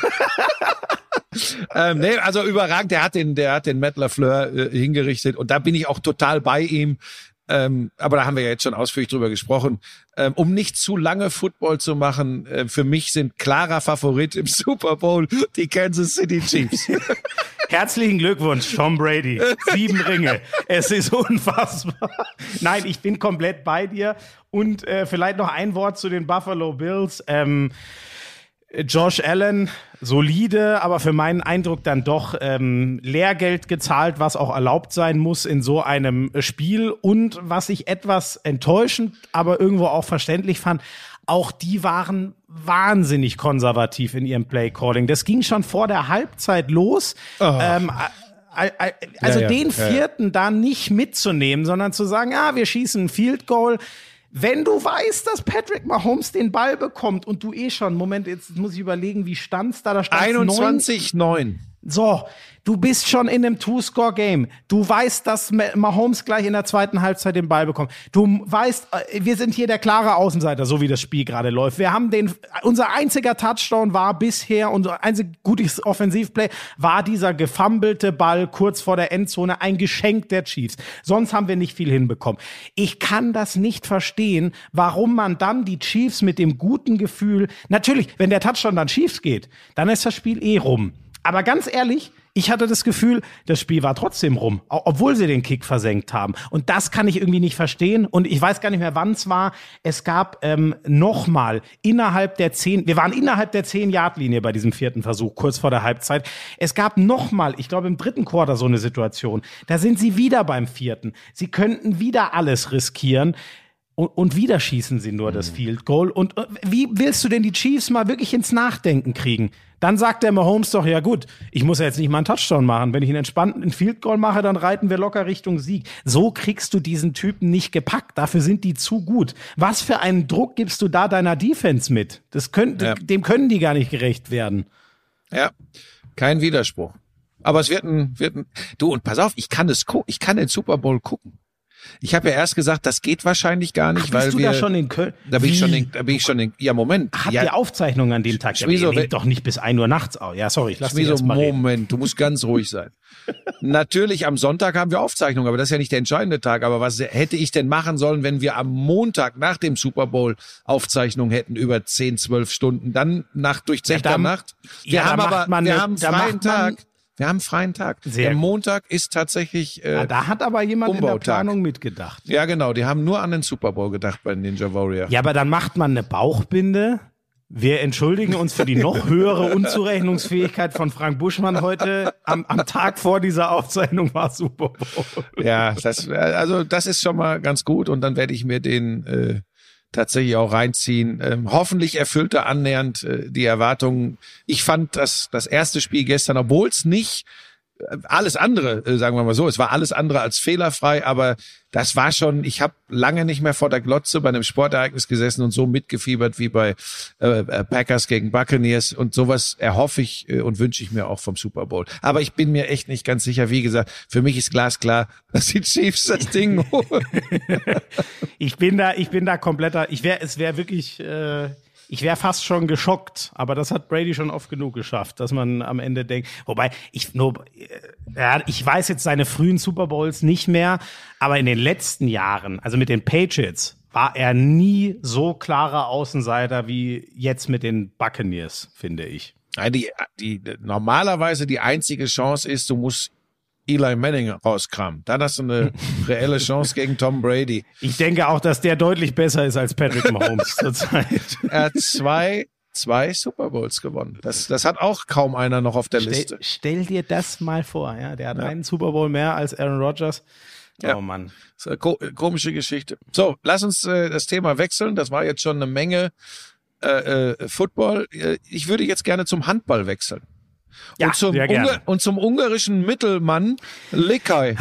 Speaker 1: Nee, also überragend. Der hat den Matt LaFleur hingerichtet und da bin ich auch total bei ihm. Aber da haben wir ja jetzt schon ausführlich drüber gesprochen. Um nicht zu lange Football zu machen, für mich sind klarer Favorit im Super Bowl die Kansas City Chiefs.
Speaker 2: Herzlichen Glückwunsch, Tom Brady. 7 Ringe. Es ist unfassbar. Nein, ich bin komplett bei dir. Und vielleicht noch ein Wort zu den Buffalo Bills. Josh Allen, solide, aber für meinen Eindruck dann doch Lehrgeld gezahlt, was auch erlaubt sein muss in so einem Spiel. Und was ich etwas enttäuschend, aber irgendwo auch verständlich fand, auch die waren wahnsinnig konservativ in ihrem Playcalling. Das ging schon vor der Halbzeit los. Oh. Den vierten da nicht mitzunehmen, sondern zu sagen, wir schießen ein Field Goal. Wenn du weißt, dass Patrick Mahomes den Ball bekommt und du schon, Moment, jetzt muss ich überlegen, wie stand's da? Da stand's
Speaker 1: 21-9.
Speaker 2: So, du bist schon in einem Two-Score-Game. Du weißt, dass Mahomes gleich in der zweiten Halbzeit den Ball bekommt. Du weißt, wir sind hier der klare Außenseiter, so wie das Spiel gerade läuft. Wir haben unser einziger Touchdown war bisher, unser einzig gutes Offensivplay war dieser gefumbelte Ball kurz vor der Endzone, ein Geschenk der Chiefs. Sonst haben wir nicht viel hinbekommen. Ich kann das nicht verstehen, warum man dann die Chiefs mit dem guten Gefühl, natürlich, wenn der Touchdown dann Chiefs geht, dann ist das Spiel rum. Aber ganz ehrlich, ich hatte das Gefühl, das Spiel war trotzdem rum, obwohl sie den Kick versenkt haben. Und das kann ich irgendwie nicht verstehen. Und ich weiß gar nicht mehr, wann es war. Es gab nochmal wir waren innerhalb der 10-Yard-Linie bei diesem vierten Versuch, kurz vor der Halbzeit. Es gab nochmal, ich glaube im dritten Quarter so eine Situation. Da sind sie wieder beim vierten. Sie könnten wieder alles riskieren. Und wieder schießen sie nur das Field Goal. Und wie willst du denn die Chiefs mal wirklich ins Nachdenken kriegen? Dann sagt der Mahomes doch, ja gut, ich muss ja jetzt nicht mal einen Touchdown machen. Wenn ich einen entspannten Field Goal mache, dann reiten wir locker Richtung Sieg. So kriegst du diesen Typen nicht gepackt. Dafür sind die zu gut. Was für einen Druck gibst du da deiner Defense mit? Dem können die gar nicht gerecht werden.
Speaker 1: Ja, kein Widerspruch. Aber es wird du, und pass auf, ich kann den Super Bowl gucken. Ich habe ja erst gesagt, das geht wahrscheinlich gar nicht, weil wir.
Speaker 2: Da schon in Köln?
Speaker 1: Da bin ich schon in. Ja, Moment.
Speaker 2: Habt ihr Aufzeichnungen an dem Tag? Ja, ihr nehmt doch nicht bis 1 Uhr nachts auf. Ja, sorry, ich lass dich erst mal reden.
Speaker 1: Moment, du musst ganz ruhig sein. Natürlich, am Sonntag haben wir Aufzeichnungen, aber das ist ja nicht der entscheidende Tag. Aber was hätte ich denn machen sollen, wenn wir am Montag nach dem Super Bowl Aufzeichnungen hätten über 10, 12 Stunden, dann durchzechter Nacht? Wir haben freien Tag. Wir haben freien Tag. Der Montag ist tatsächlich
Speaker 2: da hat aber jemand in der Planung mitgedacht.
Speaker 1: Ja, genau. Die haben nur an den Super Bowl gedacht bei Ninja Warrior.
Speaker 2: Ja, aber dann macht man eine Bauchbinde. Wir entschuldigen uns für die noch höhere Unzurechnungsfähigkeit von Frank Buschmann heute. Am Tag vor dieser Aufzeichnung war Super Bowl.
Speaker 1: Ja, das ist schon mal ganz gut. Und dann werde ich mir den tatsächlich auch reinziehen. Hoffentlich erfüllt er annähernd die Erwartungen. Ich fand das erste Spiel gestern, obwohl es nicht alles andere, sagen wir mal so, es war alles andere als fehlerfrei, aber das war schon, ich habe lange nicht mehr vor der Glotze bei einem Sportereignis gesessen und so mitgefiebert wie bei Packers gegen Buccaneers, und sowas erhoffe ich und wünsche ich mir auch vom Super Bowl. Aber ich bin mir echt nicht ganz sicher. Wie gesagt, für mich ist glasklar, dass die Chiefs das Ding holen.
Speaker 2: Ich bin da kompletter, ich wäre fast schon geschockt, aber das hat Brady schon oft genug geschafft, dass man am Ende denkt, wobei ich weiß jetzt seine frühen Super Bowls nicht mehr, aber in den letzten Jahren, also mit den Patriots, war er nie so klarer Außenseiter wie jetzt mit den Buccaneers, finde ich.
Speaker 1: Die normalerweise die einzige Chance ist, du musst Eli Manning rauskramen. Dann hast du eine reelle Chance gegen Tom Brady.
Speaker 2: Ich denke auch, dass der deutlich besser ist als Patrick Mahomes zurzeit.
Speaker 1: Er hat zwei Super Bowls gewonnen. Das hat auch kaum einer noch auf der Liste.
Speaker 2: Stell dir das mal vor. Ja, der hat einen Super Bowl mehr als Aaron Rodgers.
Speaker 1: Ja.
Speaker 2: Oh Mann.
Speaker 1: Das ist eine komische Geschichte. So, lass uns das Thema wechseln. Das war jetzt schon eine Menge Football. Ich würde jetzt gerne zum Handball wechseln.
Speaker 2: Ja,
Speaker 1: und zum ungarischen Mittelmann Lekaj.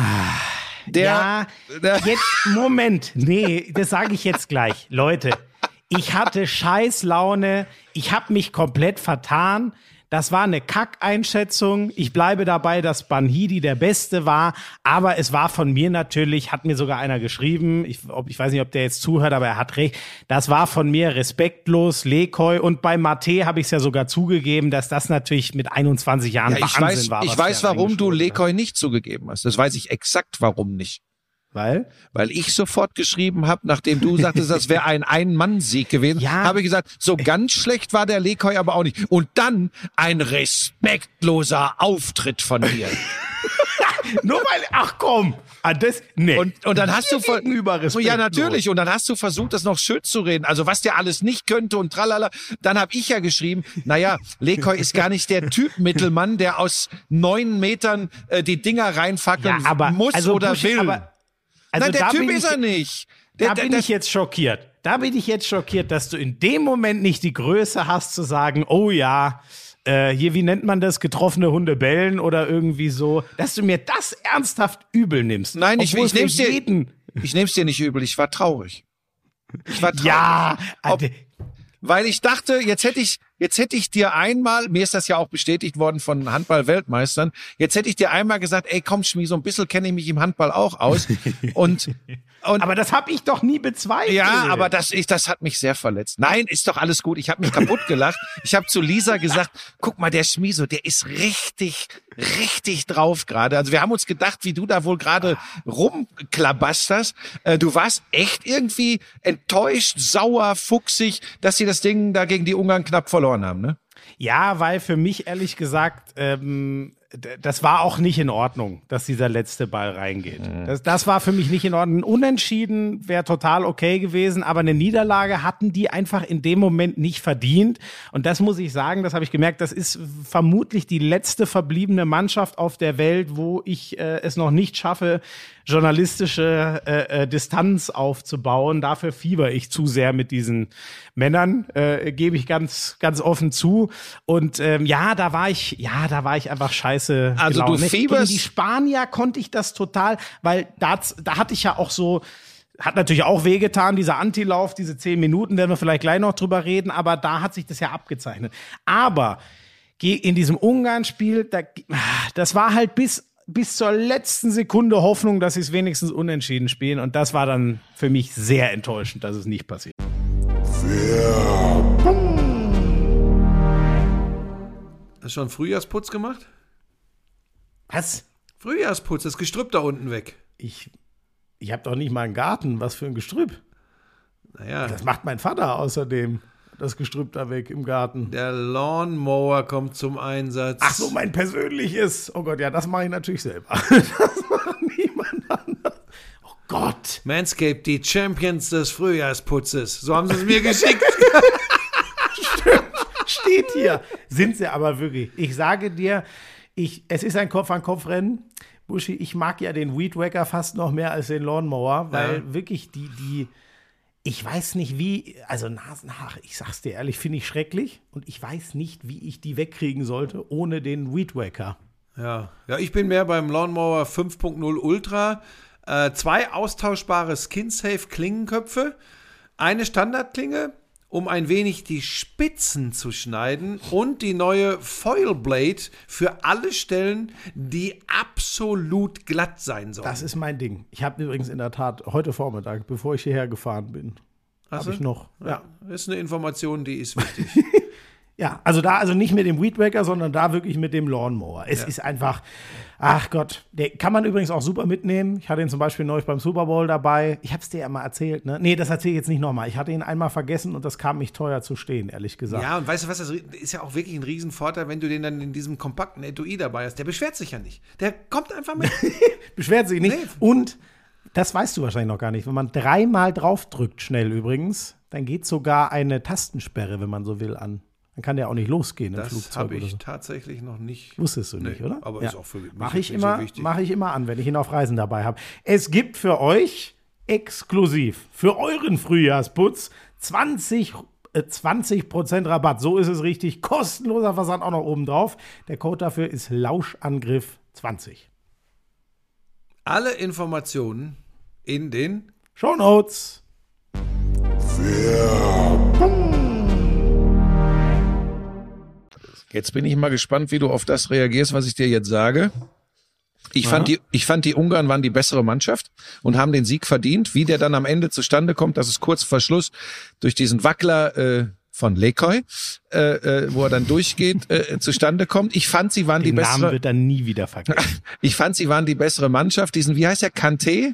Speaker 2: Moment. Nee, das sage ich jetzt gleich. Leute, ich hatte scheiß Laune. Ich habe mich komplett vertan. Das war eine Kackeinschätzung. Ich bleibe dabei, dass Banhidi der Beste war. Aber es war von mir natürlich, hat mir sogar einer geschrieben, ich weiß nicht, ob der jetzt zuhört, aber er hat recht. Das war von mir respektlos, Lekaj. Und bei Mate habe ich es ja sogar zugegeben, dass das natürlich mit 21 Jahren Wahnsinn war.
Speaker 1: Ich weiß, warum du Lekaj nicht zugegeben hast. Das weiß ich exakt, warum nicht.
Speaker 2: Weil
Speaker 1: ich sofort geschrieben habe, nachdem du sagtest, das wäre ein Ein-Mann-Sieg gewesen, habe ich gesagt, so ganz schlecht war der Lekaj aber auch nicht. Und dann ein respektloser Auftritt von dir.
Speaker 2: Nur weil, ach komm.
Speaker 1: Nee. Und dann hast du
Speaker 2: ja,
Speaker 1: natürlich. Und dann hast du versucht, das noch schön zu reden. Also was der alles nicht könnte und tralala. Dann habe ich ja geschrieben, naja, Lekaj ist gar nicht der Typ Mittelmann, der aus 9 Metern die Dinger reinfackeln muss oder will. Nein, der Typ ist er nicht.
Speaker 2: Da bin ich jetzt schockiert. Dass du in dem Moment nicht die Größe hast zu sagen, oh ja, hier, wie nennt man das, getroffene Hunde bellen oder irgendwie so, dass du mir das ernsthaft übel nimmst.
Speaker 1: Nein, ich nehm's dir nicht übel, ich war traurig.
Speaker 2: Ja,
Speaker 1: weil ich dachte, jetzt hätte ich jetzt hätte ich dir einmal, mir ist das ja auch bestätigt worden von Handball-Weltmeistern, jetzt hätte ich dir einmal gesagt, ey komm Schmi, so ein bisschen kenne ich mich im Handball auch aus. Und
Speaker 2: aber das habe ich doch nie bezweifelt.
Speaker 1: ja, aber das hat mich sehr verletzt. Nein, ist doch alles gut. Ich habe mich kaputt gelacht. Ich habe zu Lisa gesagt, guck mal, der Schmiso, der ist richtig drauf gerade. Also wir haben uns gedacht, wie du da wohl gerade rumklabasterst. Du warst echt irgendwie enttäuscht, sauer, fuchsig, dass sie das Ding da gegen die Ungarn knapp verloren haben, ne?
Speaker 2: Ja, weil für mich ehrlich gesagt, das war auch nicht in Ordnung, dass dieser letzte Ball reingeht. Das war für mich nicht in Ordnung. Unentschieden wäre total okay gewesen, aber eine Niederlage hatten die einfach in dem Moment nicht verdient. Und das muss ich sagen, das habe ich gemerkt, das ist vermutlich die letzte verbliebene Mannschaft auf der Welt, wo ich es noch nicht schaffe, journalistische Distanz aufzubauen. Dafür fieber ich zu sehr mit diesen Männern, gebe ich ganz offen zu. Und da war ich einfach scheiße.
Speaker 1: Also du fieberst.
Speaker 2: Gegen die Spanier konnte ich das total, weil da hatte ich ja auch so, hat natürlich auch wehgetan, dieser Antilauf, diese 10 Minuten, werden wir vielleicht gleich noch drüber reden, aber da hat sich das ja abgezeichnet. Aber in diesem Ungarn-Spiel, das war halt bis zur letzten Sekunde Hoffnung, dass sie es wenigstens unentschieden spielen. Und das war dann für mich sehr enttäuschend, dass es nicht passiert.
Speaker 5: Hast du schon Frühjahrsputz gemacht?
Speaker 2: Was?
Speaker 5: Frühjahrsputz, das Gestrüpp da unten weg.
Speaker 2: Ich habe doch nicht mal einen Garten. Was für ein Gestrüpp?
Speaker 5: Naja.
Speaker 2: Das macht mein Vater außerdem. Das Gestrüpp da weg im Garten.
Speaker 5: Der Lawnmower kommt zum Einsatz.
Speaker 2: Ach so, mein persönliches. Oh Gott, ja, das mache ich natürlich selber. Das macht niemand anders. Oh Gott.
Speaker 5: Manscaped, die Champions des Frühjahrsputzes. So haben sie es mir geschickt.
Speaker 2: Steht hier. Sind sie aber wirklich. Ich sage dir, es ist ein Kopf-an-Kopf-Rennen. Buschi, ich mag ja den Weed Wacker fast noch mehr als den Lawnmower, weil wirklich ich weiß nicht wie, also Nasenhaare, ich sag's dir ehrlich, finde ich schrecklich und ich weiß nicht, wie ich die wegkriegen sollte ohne den Weed Wacker.
Speaker 5: Ja, ich bin mehr beim Lawnmower 5.0 Ultra. 2 austauschbare Skin-Safe Klingenköpfe, eine Standardklinge, um ein wenig die Spitzen zu schneiden und die neue Foil Blade für alle Stellen, die absolut glatt sein sollen.
Speaker 2: Das ist mein Ding. Ich habe übrigens in der Tat heute Vormittag, bevor ich hierher gefahren bin, habe ich noch.
Speaker 5: Ja, ist eine Information, die ist wichtig.
Speaker 2: Ja, also nicht mit dem Weed Wacker, sondern da wirklich mit dem Lawnmower. Es ist einfach, ach Gott, der kann man übrigens auch super mitnehmen. Ich hatte ihn zum Beispiel neulich beim Super Bowl dabei. Ich habe es dir ja mal erzählt, ne? Nee, das erzähle ich jetzt nicht nochmal. Ich hatte ihn einmal vergessen und das kam mich teuer zu stehen, ehrlich gesagt.
Speaker 5: Ja, und weißt du was, das ist ja auch wirklich ein Riesenvorteil, wenn du den dann in diesem kompakten Etui dabei hast. Der beschwert sich ja nicht. Der kommt einfach mit.
Speaker 2: Beschwert sich nicht.
Speaker 5: Nee.
Speaker 2: Und, das weißt du wahrscheinlich noch gar nicht, wenn man 3-mal draufdrückt, schnell übrigens, dann geht sogar eine Tastensperre, wenn man so will, an. Dann kann der auch nicht losgehen im Flugzeug.
Speaker 5: Das habe ich
Speaker 2: oder so.
Speaker 5: tatsächlich noch nicht.
Speaker 2: Wusstest du nicht, oder?
Speaker 5: Aber ist auch für mich
Speaker 2: Mache ich
Speaker 5: nicht so wichtig.
Speaker 2: Mache ich immer an, wenn ich ihn auf Reisen dabei habe. Es gibt für euch exklusiv für euren Frühjahrsputz 20% Rabatt. So ist es richtig. Kostenloser Versand auch noch oben drauf. Der Code dafür ist Lauschangriff20.
Speaker 5: Alle Informationen in den
Speaker 2: Shownotes.
Speaker 1: Jetzt bin ich mal gespannt, wie du auf das reagierst, was ich dir jetzt sage. Ich fand die Ungarn waren die bessere Mannschaft und haben den Sieg verdient. Wie der dann am Ende zustande kommt, das ist kurz vor Schluss durch diesen Wackler von Lekoi, wo er dann durchgeht, zustande kommt. Ich fand, sie waren die bessere.
Speaker 2: Den Namen wird dann nie wieder vergessen.
Speaker 1: Ich fand, sie waren die bessere Mannschaft. Wie heißt der? Kanté?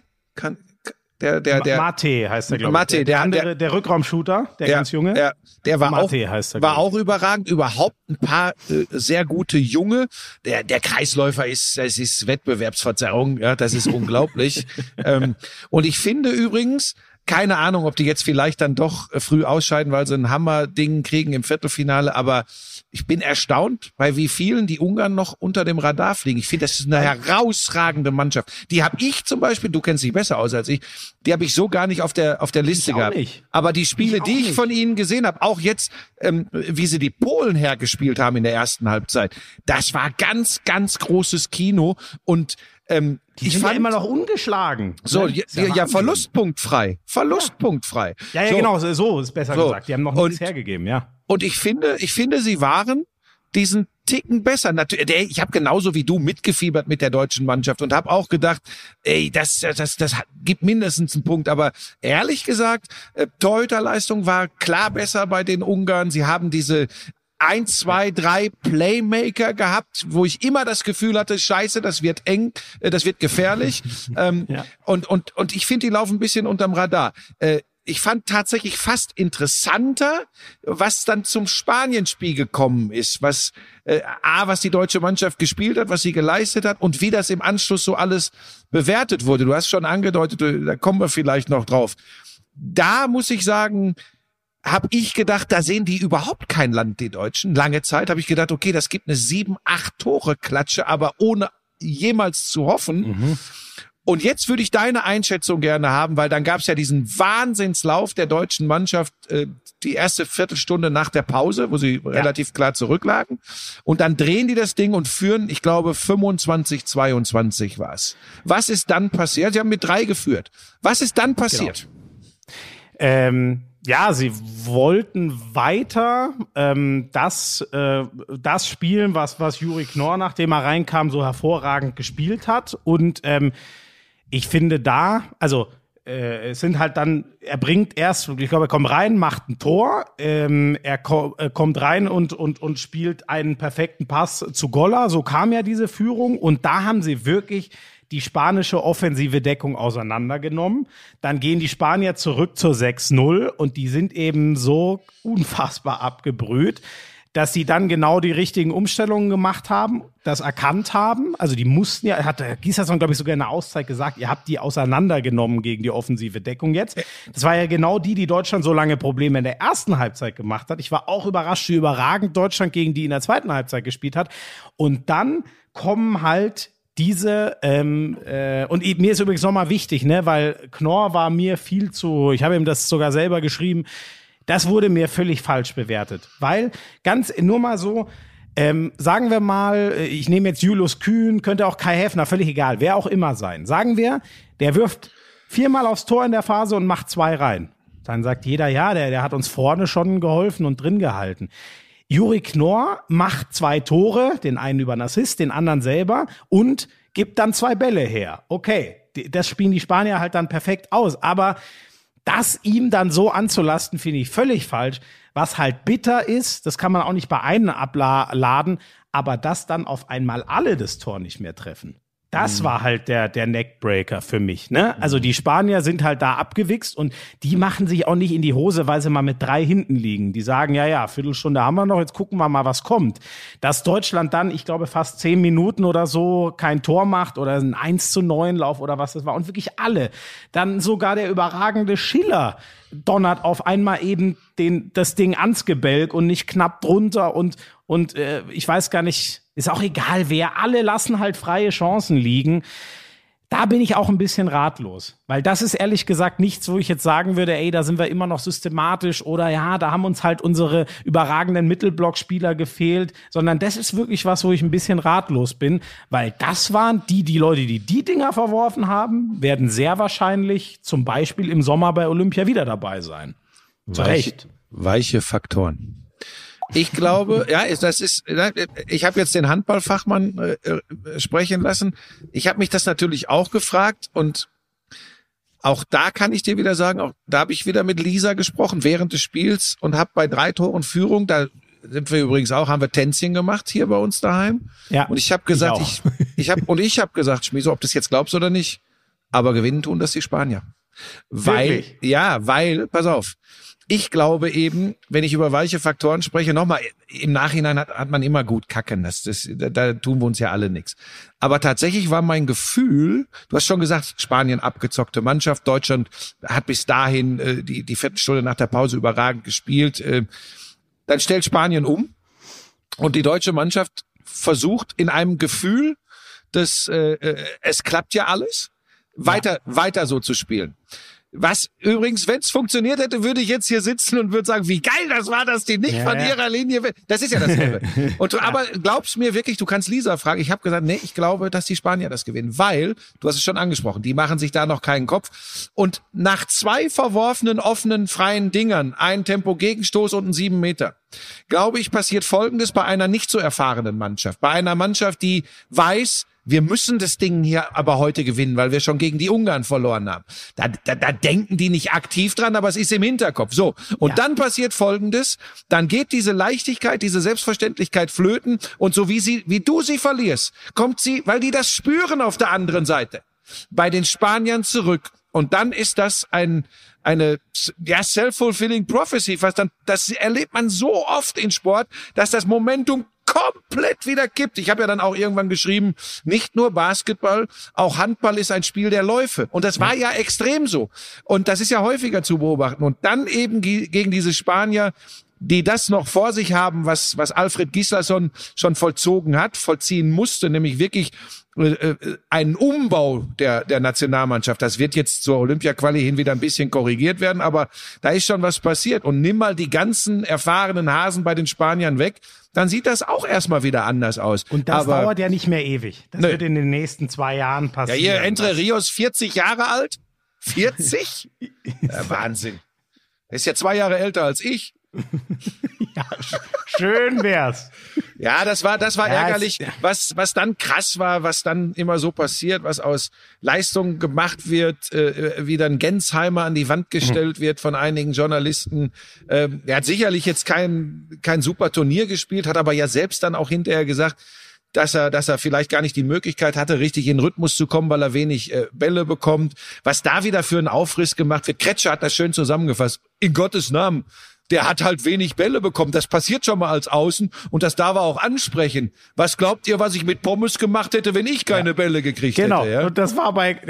Speaker 2: Mate heißt der, glaube ich.
Speaker 1: Mate,
Speaker 2: der andere, der Rückraumshooter, der ganz junge.
Speaker 1: Der war
Speaker 2: Mate
Speaker 1: auch,
Speaker 2: heißt der,
Speaker 1: war auch überragend. Überhaupt ein paar sehr gute Junge. Der Kreisläufer das ist Wettbewerbsverzerrung. Ja, das ist unglaublich. Und ich finde übrigens, keine Ahnung, ob die jetzt vielleicht dann doch früh ausscheiden, weil sie ein Hammer-Ding kriegen im Viertelfinale, aber ich bin erstaunt, bei wie vielen die Ungarn noch unter dem Radar fliegen. Ich finde, das ist eine herausragende Mannschaft. Die habe ich zum Beispiel, du kennst dich besser aus als ich, die habe ich so gar nicht auf der Liste gehabt.
Speaker 2: Nicht.
Speaker 1: Aber die Spiele, die ich von ihnen gesehen habe, auch jetzt, wie sie die Polen hergespielt haben in der ersten Halbzeit, das war ganz, ganz großes Kino und
Speaker 2: Die sind ja immer noch ungeschlagen.
Speaker 1: So,
Speaker 2: ne?
Speaker 1: ja, verlustpunktfrei. Verlustpunktfrei.
Speaker 2: Ja,
Speaker 1: so.
Speaker 2: Genau, so ist besser gesagt. Die haben noch nichts hergegeben, ja.
Speaker 1: Und ich finde, sie waren diesen Ticken besser. Natürlich, ich habe genauso wie du mitgefiebert mit der deutschen Mannschaft und habe auch gedacht, ey, das gibt mindestens einen Punkt. Aber ehrlich gesagt, Torhüterleistung war klar besser bei den Ungarn. Sie haben diese 1, 2, 3 Playmaker gehabt, wo ich immer das Gefühl hatte, scheiße, das wird eng, das wird gefährlich. Und ich finde, die laufen ein bisschen unterm Radar. Ich fand tatsächlich fast interessanter, was dann zum Spanienspiel gekommen ist, was die deutsche Mannschaft gespielt hat, was sie geleistet hat und wie das im Anschluss so alles bewertet wurde. Du hast schon angedeutet, da kommen wir vielleicht noch drauf. Da muss ich sagen, habe ich gedacht, da sehen die überhaupt kein Land, die Deutschen. Lange Zeit habe ich gedacht, okay, das gibt eine 7-8 Tore Klatsche, aber ohne jemals zu hoffen. Und jetzt würde ich deine Einschätzung gerne haben, weil dann gab es ja diesen Wahnsinnslauf der deutschen Mannschaft, die erste Viertelstunde nach der Pause, wo sie relativ klar zurücklagen. Und dann drehen die das Ding und führen, ich glaube, 25-22 war es. Was ist dann passiert? Sie haben mit 3 geführt. Was ist dann passiert?
Speaker 2: Genau. Ja, sie wollten weiter das spielen, was Juri Knorr, nachdem er reinkam, so hervorragend gespielt hat. Und ich finde es sind halt dann, er bringt erst, ich glaube, er kommt rein, macht ein Tor, er kommt rein und spielt einen perfekten Pass zu Goller. So kam ja diese Führung. Und da haben sie wirklich die spanische offensive Deckung auseinandergenommen. Dann gehen die Spanier zurück zur 6-0 und die sind eben so unfassbar abgebrüht, dass sie dann genau die richtigen Umstellungen gemacht haben, das erkannt haben. Also die mussten ja, hat der Gislason, glaube ich, sogar in der Auszeit gesagt, ihr habt die auseinandergenommen gegen die offensive Deckung jetzt. Das war ja genau die Deutschland so lange Probleme in der ersten Halbzeit gemacht hat. Ich war auch überrascht, wie überragend Deutschland gegen die in der zweiten Halbzeit gespielt hat. Und dann kommen halt diese, und mir ist übrigens nochmal wichtig, ne, weil Knorr war mir viel zu, ich habe ihm das sogar selber geschrieben, das wurde mir völlig falsch bewertet. Weil, nur mal so, sagen wir mal, ich nehme jetzt Julius Kühn, könnte auch Kai Häfner, völlig egal, wer auch immer sein. Sagen wir, der wirft 4-mal aufs Tor in der Phase und macht 2 rein. Dann sagt jeder, ja, der hat uns vorne schon geholfen und drin gehalten. Juri Knorr macht 2 Tore, den einen über einen Assist, den anderen selber und gibt dann 2 Bälle her. Okay, das spielen die Spanier halt dann perfekt aus. Aber das ihm dann so anzulasten, finde ich völlig falsch. Was halt bitter ist, das kann man auch nicht bei einem abladen, aber dass dann auf einmal alle das Tor nicht mehr treffen. Das war halt der Neckbreaker für mich, ne? Also die Spanier sind halt da abgewichst und die machen sich auch nicht in die Hose, weil sie mal mit 3 hinten liegen. Die sagen, ja, Viertelstunde haben wir noch, jetzt gucken wir mal, was kommt. Dass Deutschland dann, ich glaube, fast 10 Minuten oder so kein Tor macht oder ein 1-9 Lauf oder was das war und wirklich alle. Dann sogar der überragende Schiller donnert auf einmal eben das Ding ans Gebälk und nicht knapp drunter und ich weiß gar nicht, ist auch egal wer, alle lassen halt freie Chancen liegen. Da bin ich auch ein bisschen ratlos, weil das ist ehrlich gesagt nichts, wo ich jetzt sagen würde, ey, da sind wir immer noch systematisch oder ja, da haben uns halt unsere überragenden Mittelblockspieler gefehlt, sondern das ist wirklich was, wo ich ein bisschen ratlos bin, weil das waren die Leute, die Dinger verworfen haben, werden sehr wahrscheinlich zum Beispiel im Sommer bei Olympia wieder dabei sein. Zu Recht.
Speaker 1: Weiche Faktoren. Ich glaube, ich habe jetzt den Handballfachmann sprechen lassen. Ich habe mich das natürlich auch gefragt und auch da kann ich dir wieder sagen, auch da habe ich wieder mit Lisa gesprochen während des Spiels und habe bei 3 Toren Führung, da sind wir übrigens auch, haben wir Tänzchen gemacht hier bei uns daheim. Ja, und ich habe gesagt, ich habe gesagt, Schmieso, ob du das jetzt glaubst oder nicht, aber gewinnen tun das die Spanier. Weil, pass auf, ich glaube eben, wenn ich über weiche Faktoren spreche, nochmal, im Nachhinein hat man immer gut kacken. Da tun wir uns ja alle nichts. Aber tatsächlich war mein Gefühl, du hast schon gesagt, Spanien abgezockte Mannschaft, Deutschland hat bis dahin die Viertelstunde nach der Pause überragend gespielt. Dann stellt Spanien um und die deutsche Mannschaft versucht in einem Gefühl, dass es klappt ja alles, weiter so zu spielen. Was übrigens, wenn es funktioniert hätte, würde ich jetzt hier sitzen und würde sagen, wie geil das war, dass die nicht von ihrer Linie... Das ist ja dasselbe. Aber glaubst mir wirklich, du kannst Lisa fragen, ich habe gesagt, nee, ich glaube, dass die Spanier das gewinnen, weil, du hast es schon angesprochen, die machen sich da noch keinen Kopf. Und nach 2 verworfenen, offenen, freien Dingern, ein Tempo-Gegenstoß und ein 7 Meter, glaube ich, passiert Folgendes bei einer nicht so erfahrenen Mannschaft. Bei einer Mannschaft, die weiß, wir müssen das Ding hier aber heute gewinnen, weil wir schon gegen die Ungarn verloren haben. Da denken die nicht aktiv dran, aber es ist im Hinterkopf. So. Und dann passiert Folgendes. Dann geht diese Leichtigkeit, diese Selbstverständlichkeit flöten. Und so wie du sie verlierst, kommt sie, weil die das spüren auf der anderen Seite, bei den Spaniern zurück. Und dann ist das eine self-fulfilling prophecy. Das erlebt man so oft in Sport, dass das Momentum komplett wieder kippt. Ich habe ja dann auch irgendwann geschrieben, nicht nur Basketball, auch Handball ist ein Spiel der Läufe. Und das war ja extrem so. Und das ist ja häufiger zu beobachten. Und dann eben gegen diese Spanier, die das noch vor sich haben, was Alfred Gislason schon vollziehen musste, nämlich wirklich einen Umbau der Nationalmannschaft. Das wird jetzt zur Olympia-Quali hin wieder ein bisschen korrigiert werden, aber da ist schon was passiert. Und nimm mal die ganzen erfahrenen Hasen bei den Spaniern weg, dann sieht das auch erstmal wieder anders aus.
Speaker 2: Und das dauert ja nicht mehr ewig. Das wird in den nächsten 2 Jahren passieren.
Speaker 1: Ja, hier Entre Rios 40 Jahre alt. 40? Wahnsinn. Er ist ja 2 Jahre älter als ich.
Speaker 2: Ja, schön wär's.
Speaker 1: Ja, das war ärgerlich. Was dann krass war, was dann immer so passiert, was aus Leistung gemacht wird, wie dann Gensheimer an die Wand gestellt wird von einigen Journalisten. Er hat sicherlich jetzt kein super Turnier gespielt, hat aber ja selbst dann auch hinterher gesagt, dass er vielleicht gar nicht die Möglichkeit hatte, richtig in den Rhythmus zu kommen, weil er wenig Bälle bekommt. Was da wieder für einen Aufriss gemacht wird. Kretscher hat das schön zusammengefasst. In Gottes Namen. Der hat halt wenig Bälle bekommen. Das passiert schon mal als Außen und das darf er auch ansprechen. Was glaubt ihr, was ich mit Pommes gemacht hätte, wenn ich keine Bälle gekriegt hätte?
Speaker 2: Genau.
Speaker 1: Ja?
Speaker 2: Und das war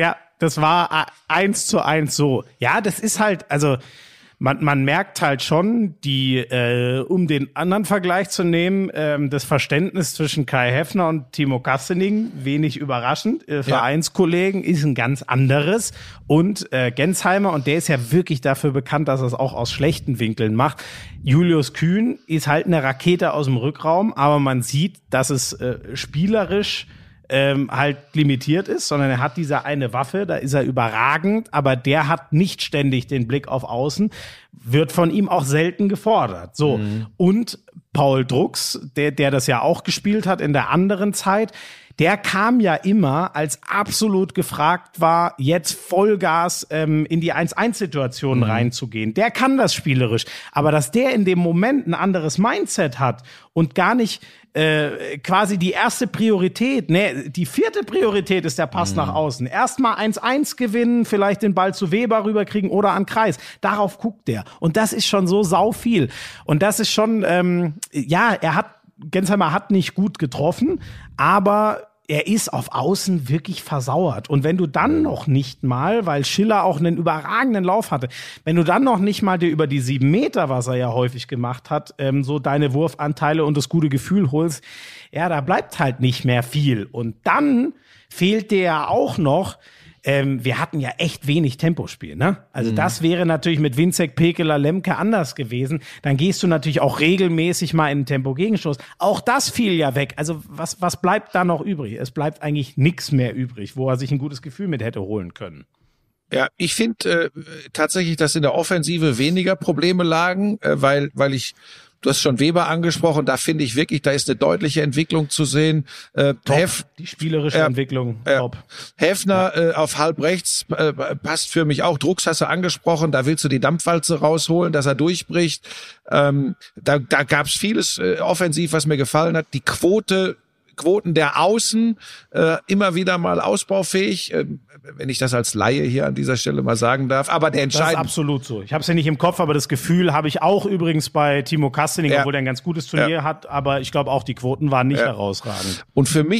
Speaker 2: 1:1 so. Ja, das ist halt, also man merkt halt schon, um den anderen Vergleich zu nehmen, das Verständnis zwischen Kai Heffner und Timo Kastening, wenig überraschend. Vereinskollegen ist ein ganz anderes. Und Gensheimer, und der ist ja wirklich dafür bekannt, dass er es auch aus schlechten Winkeln macht. Julius Kühn ist halt eine Rakete aus dem Rückraum, aber man sieht, dass es spielerisch halt limitiert ist, sondern er hat diese eine Waffe, da ist er überragend, aber der hat nicht ständig den Blick auf Außen, wird von ihm auch selten gefordert. So. Und Paul Drucks, der das ja auch gespielt hat in der anderen Zeit, der kam ja immer, als absolut gefragt war, jetzt Vollgas in die 1-1-Situationen reinzugehen. Der kann das spielerisch. Aber dass der in dem Moment ein anderes Mindset hat und gar nicht quasi die erste Priorität, die 4. Priorität ist der Pass nach außen. Erstmal 1-1 gewinnen, vielleicht den Ball zu Weber rüberkriegen oder an Kreis. Darauf guckt der. Und das ist schon so sau viel. Und das ist schon, Gensheimer hat nicht gut getroffen, aber er ist auf Außen wirklich versauert. Und wenn du dann noch nicht mal, weil Schiller auch einen überragenden Lauf hatte, wenn du dann noch nicht mal dir über die 7 Meter, was er ja häufig gemacht hat, so deine Wurfanteile und das gute Gefühl holst, ja, da bleibt halt nicht mehr viel. Und dann fehlt dir ja auch noch, wir hatten ja echt wenig Tempospiel, ne? Also das wäre natürlich mit Winzek, Pekeler, Lemke anders gewesen. Dann gehst du natürlich auch regelmäßig mal in den Tempo-Gegenstoß. Auch das fiel ja weg. Also was bleibt da noch übrig? Es bleibt eigentlich nichts mehr übrig, wo er sich ein gutes Gefühl mit hätte holen können.
Speaker 1: Ja, ich finde tatsächlich, dass in der Offensive weniger Probleme lagen, weil du hast schon Weber angesprochen, da finde ich wirklich, da ist eine deutliche Entwicklung zu sehen.
Speaker 2: Die spielerische Entwicklung, top.
Speaker 1: Heffner auf halb rechts passt für mich auch. Drucks hast du angesprochen, da willst du die Dampfwalze rausholen, dass er durchbricht. Da gab's vieles offensiv, was mir gefallen hat. Die Quoten der Außen immer wieder mal ausbaufähig, wenn ich das als Laie hier an dieser Stelle mal sagen darf. Aber der entscheidende...
Speaker 2: Das ist absolut so. Ich habe es ja nicht im Kopf, aber das Gefühl habe ich auch übrigens bei Timo Kastening, obwohl der ein ganz gutes Turnier hat. Aber ich glaube auch, die Quoten waren nicht herausragend.
Speaker 1: Und für mich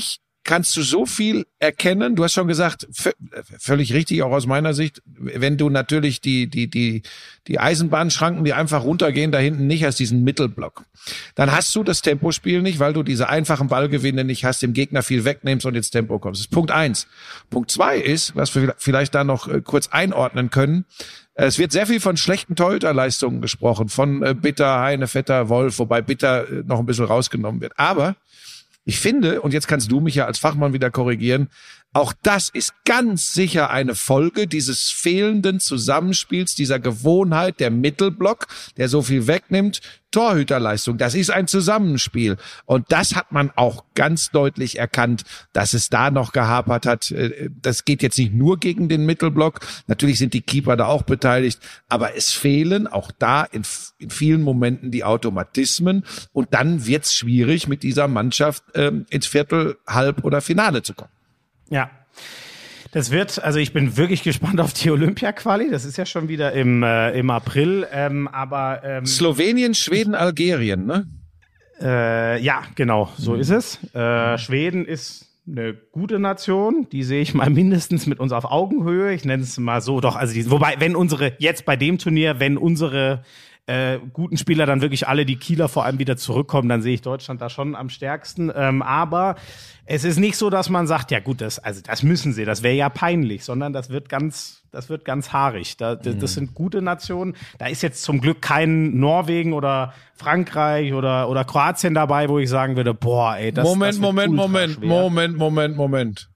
Speaker 1: kannst du so viel erkennen. Du hast schon gesagt, völlig richtig, auch aus meiner Sicht, wenn du natürlich die Eisenbahnschranken, die einfach runtergehen, da hinten nicht hast, diesen Mittelblock. Dann hast du das Tempospiel nicht, weil du diese einfachen Ballgewinne nicht hast, dem Gegner viel wegnimmst und ins Tempo kommst. Das ist Punkt 1. Punkt 2 ist, was wir vielleicht da noch kurz einordnen können, es wird sehr viel von schlechten Torhüterleistungen gesprochen, von Bitter, Heine, Vetter, Wolf, wobei Bitter noch ein bisschen rausgenommen wird. Aber ich finde, und jetzt kannst du mich ja als Fachmann wieder korrigieren, auch das ist ganz sicher eine Folge dieses fehlenden Zusammenspiels, dieser Gewohnheit, der Mittelblock, der so viel wegnimmt, Torhüterleistung. Das ist ein Zusammenspiel. Und das hat man auch ganz deutlich erkannt, dass es da noch gehapert hat. Das geht jetzt nicht nur gegen den Mittelblock. Natürlich sind die Keeper da auch beteiligt. Aber es fehlen auch da in vielen Momenten die Automatismen. Und dann wird's schwierig, mit dieser Mannschaft ins Viertel, Halb oder Finale zu kommen.
Speaker 2: Ja, das wird, also ich bin wirklich gespannt auf die Olympia-Quali. Das ist ja schon wieder im April, aber
Speaker 1: Slowenien, Schweden, Algerien, ne?
Speaker 2: Ja, genau, so ist es. Schweden ist eine gute Nation, die sehe ich mal mindestens mit uns auf Augenhöhe. Ich nenne es mal so, doch, also wobei, wenn unsere guten Spieler dann wirklich alle, die Kieler vor allem wieder zurückkommen, dann sehe ich Deutschland da schon am stärksten. Aber es ist nicht so, dass man sagt, ja gut, das müssen sie, das wäre ja peinlich, sondern das wird ganz haarig. Das sind gute Nationen. Da ist jetzt zum Glück kein Norwegen oder Frankreich oder Kroatien dabei, wo ich sagen würde, boah, ey, das wird
Speaker 1: Moment.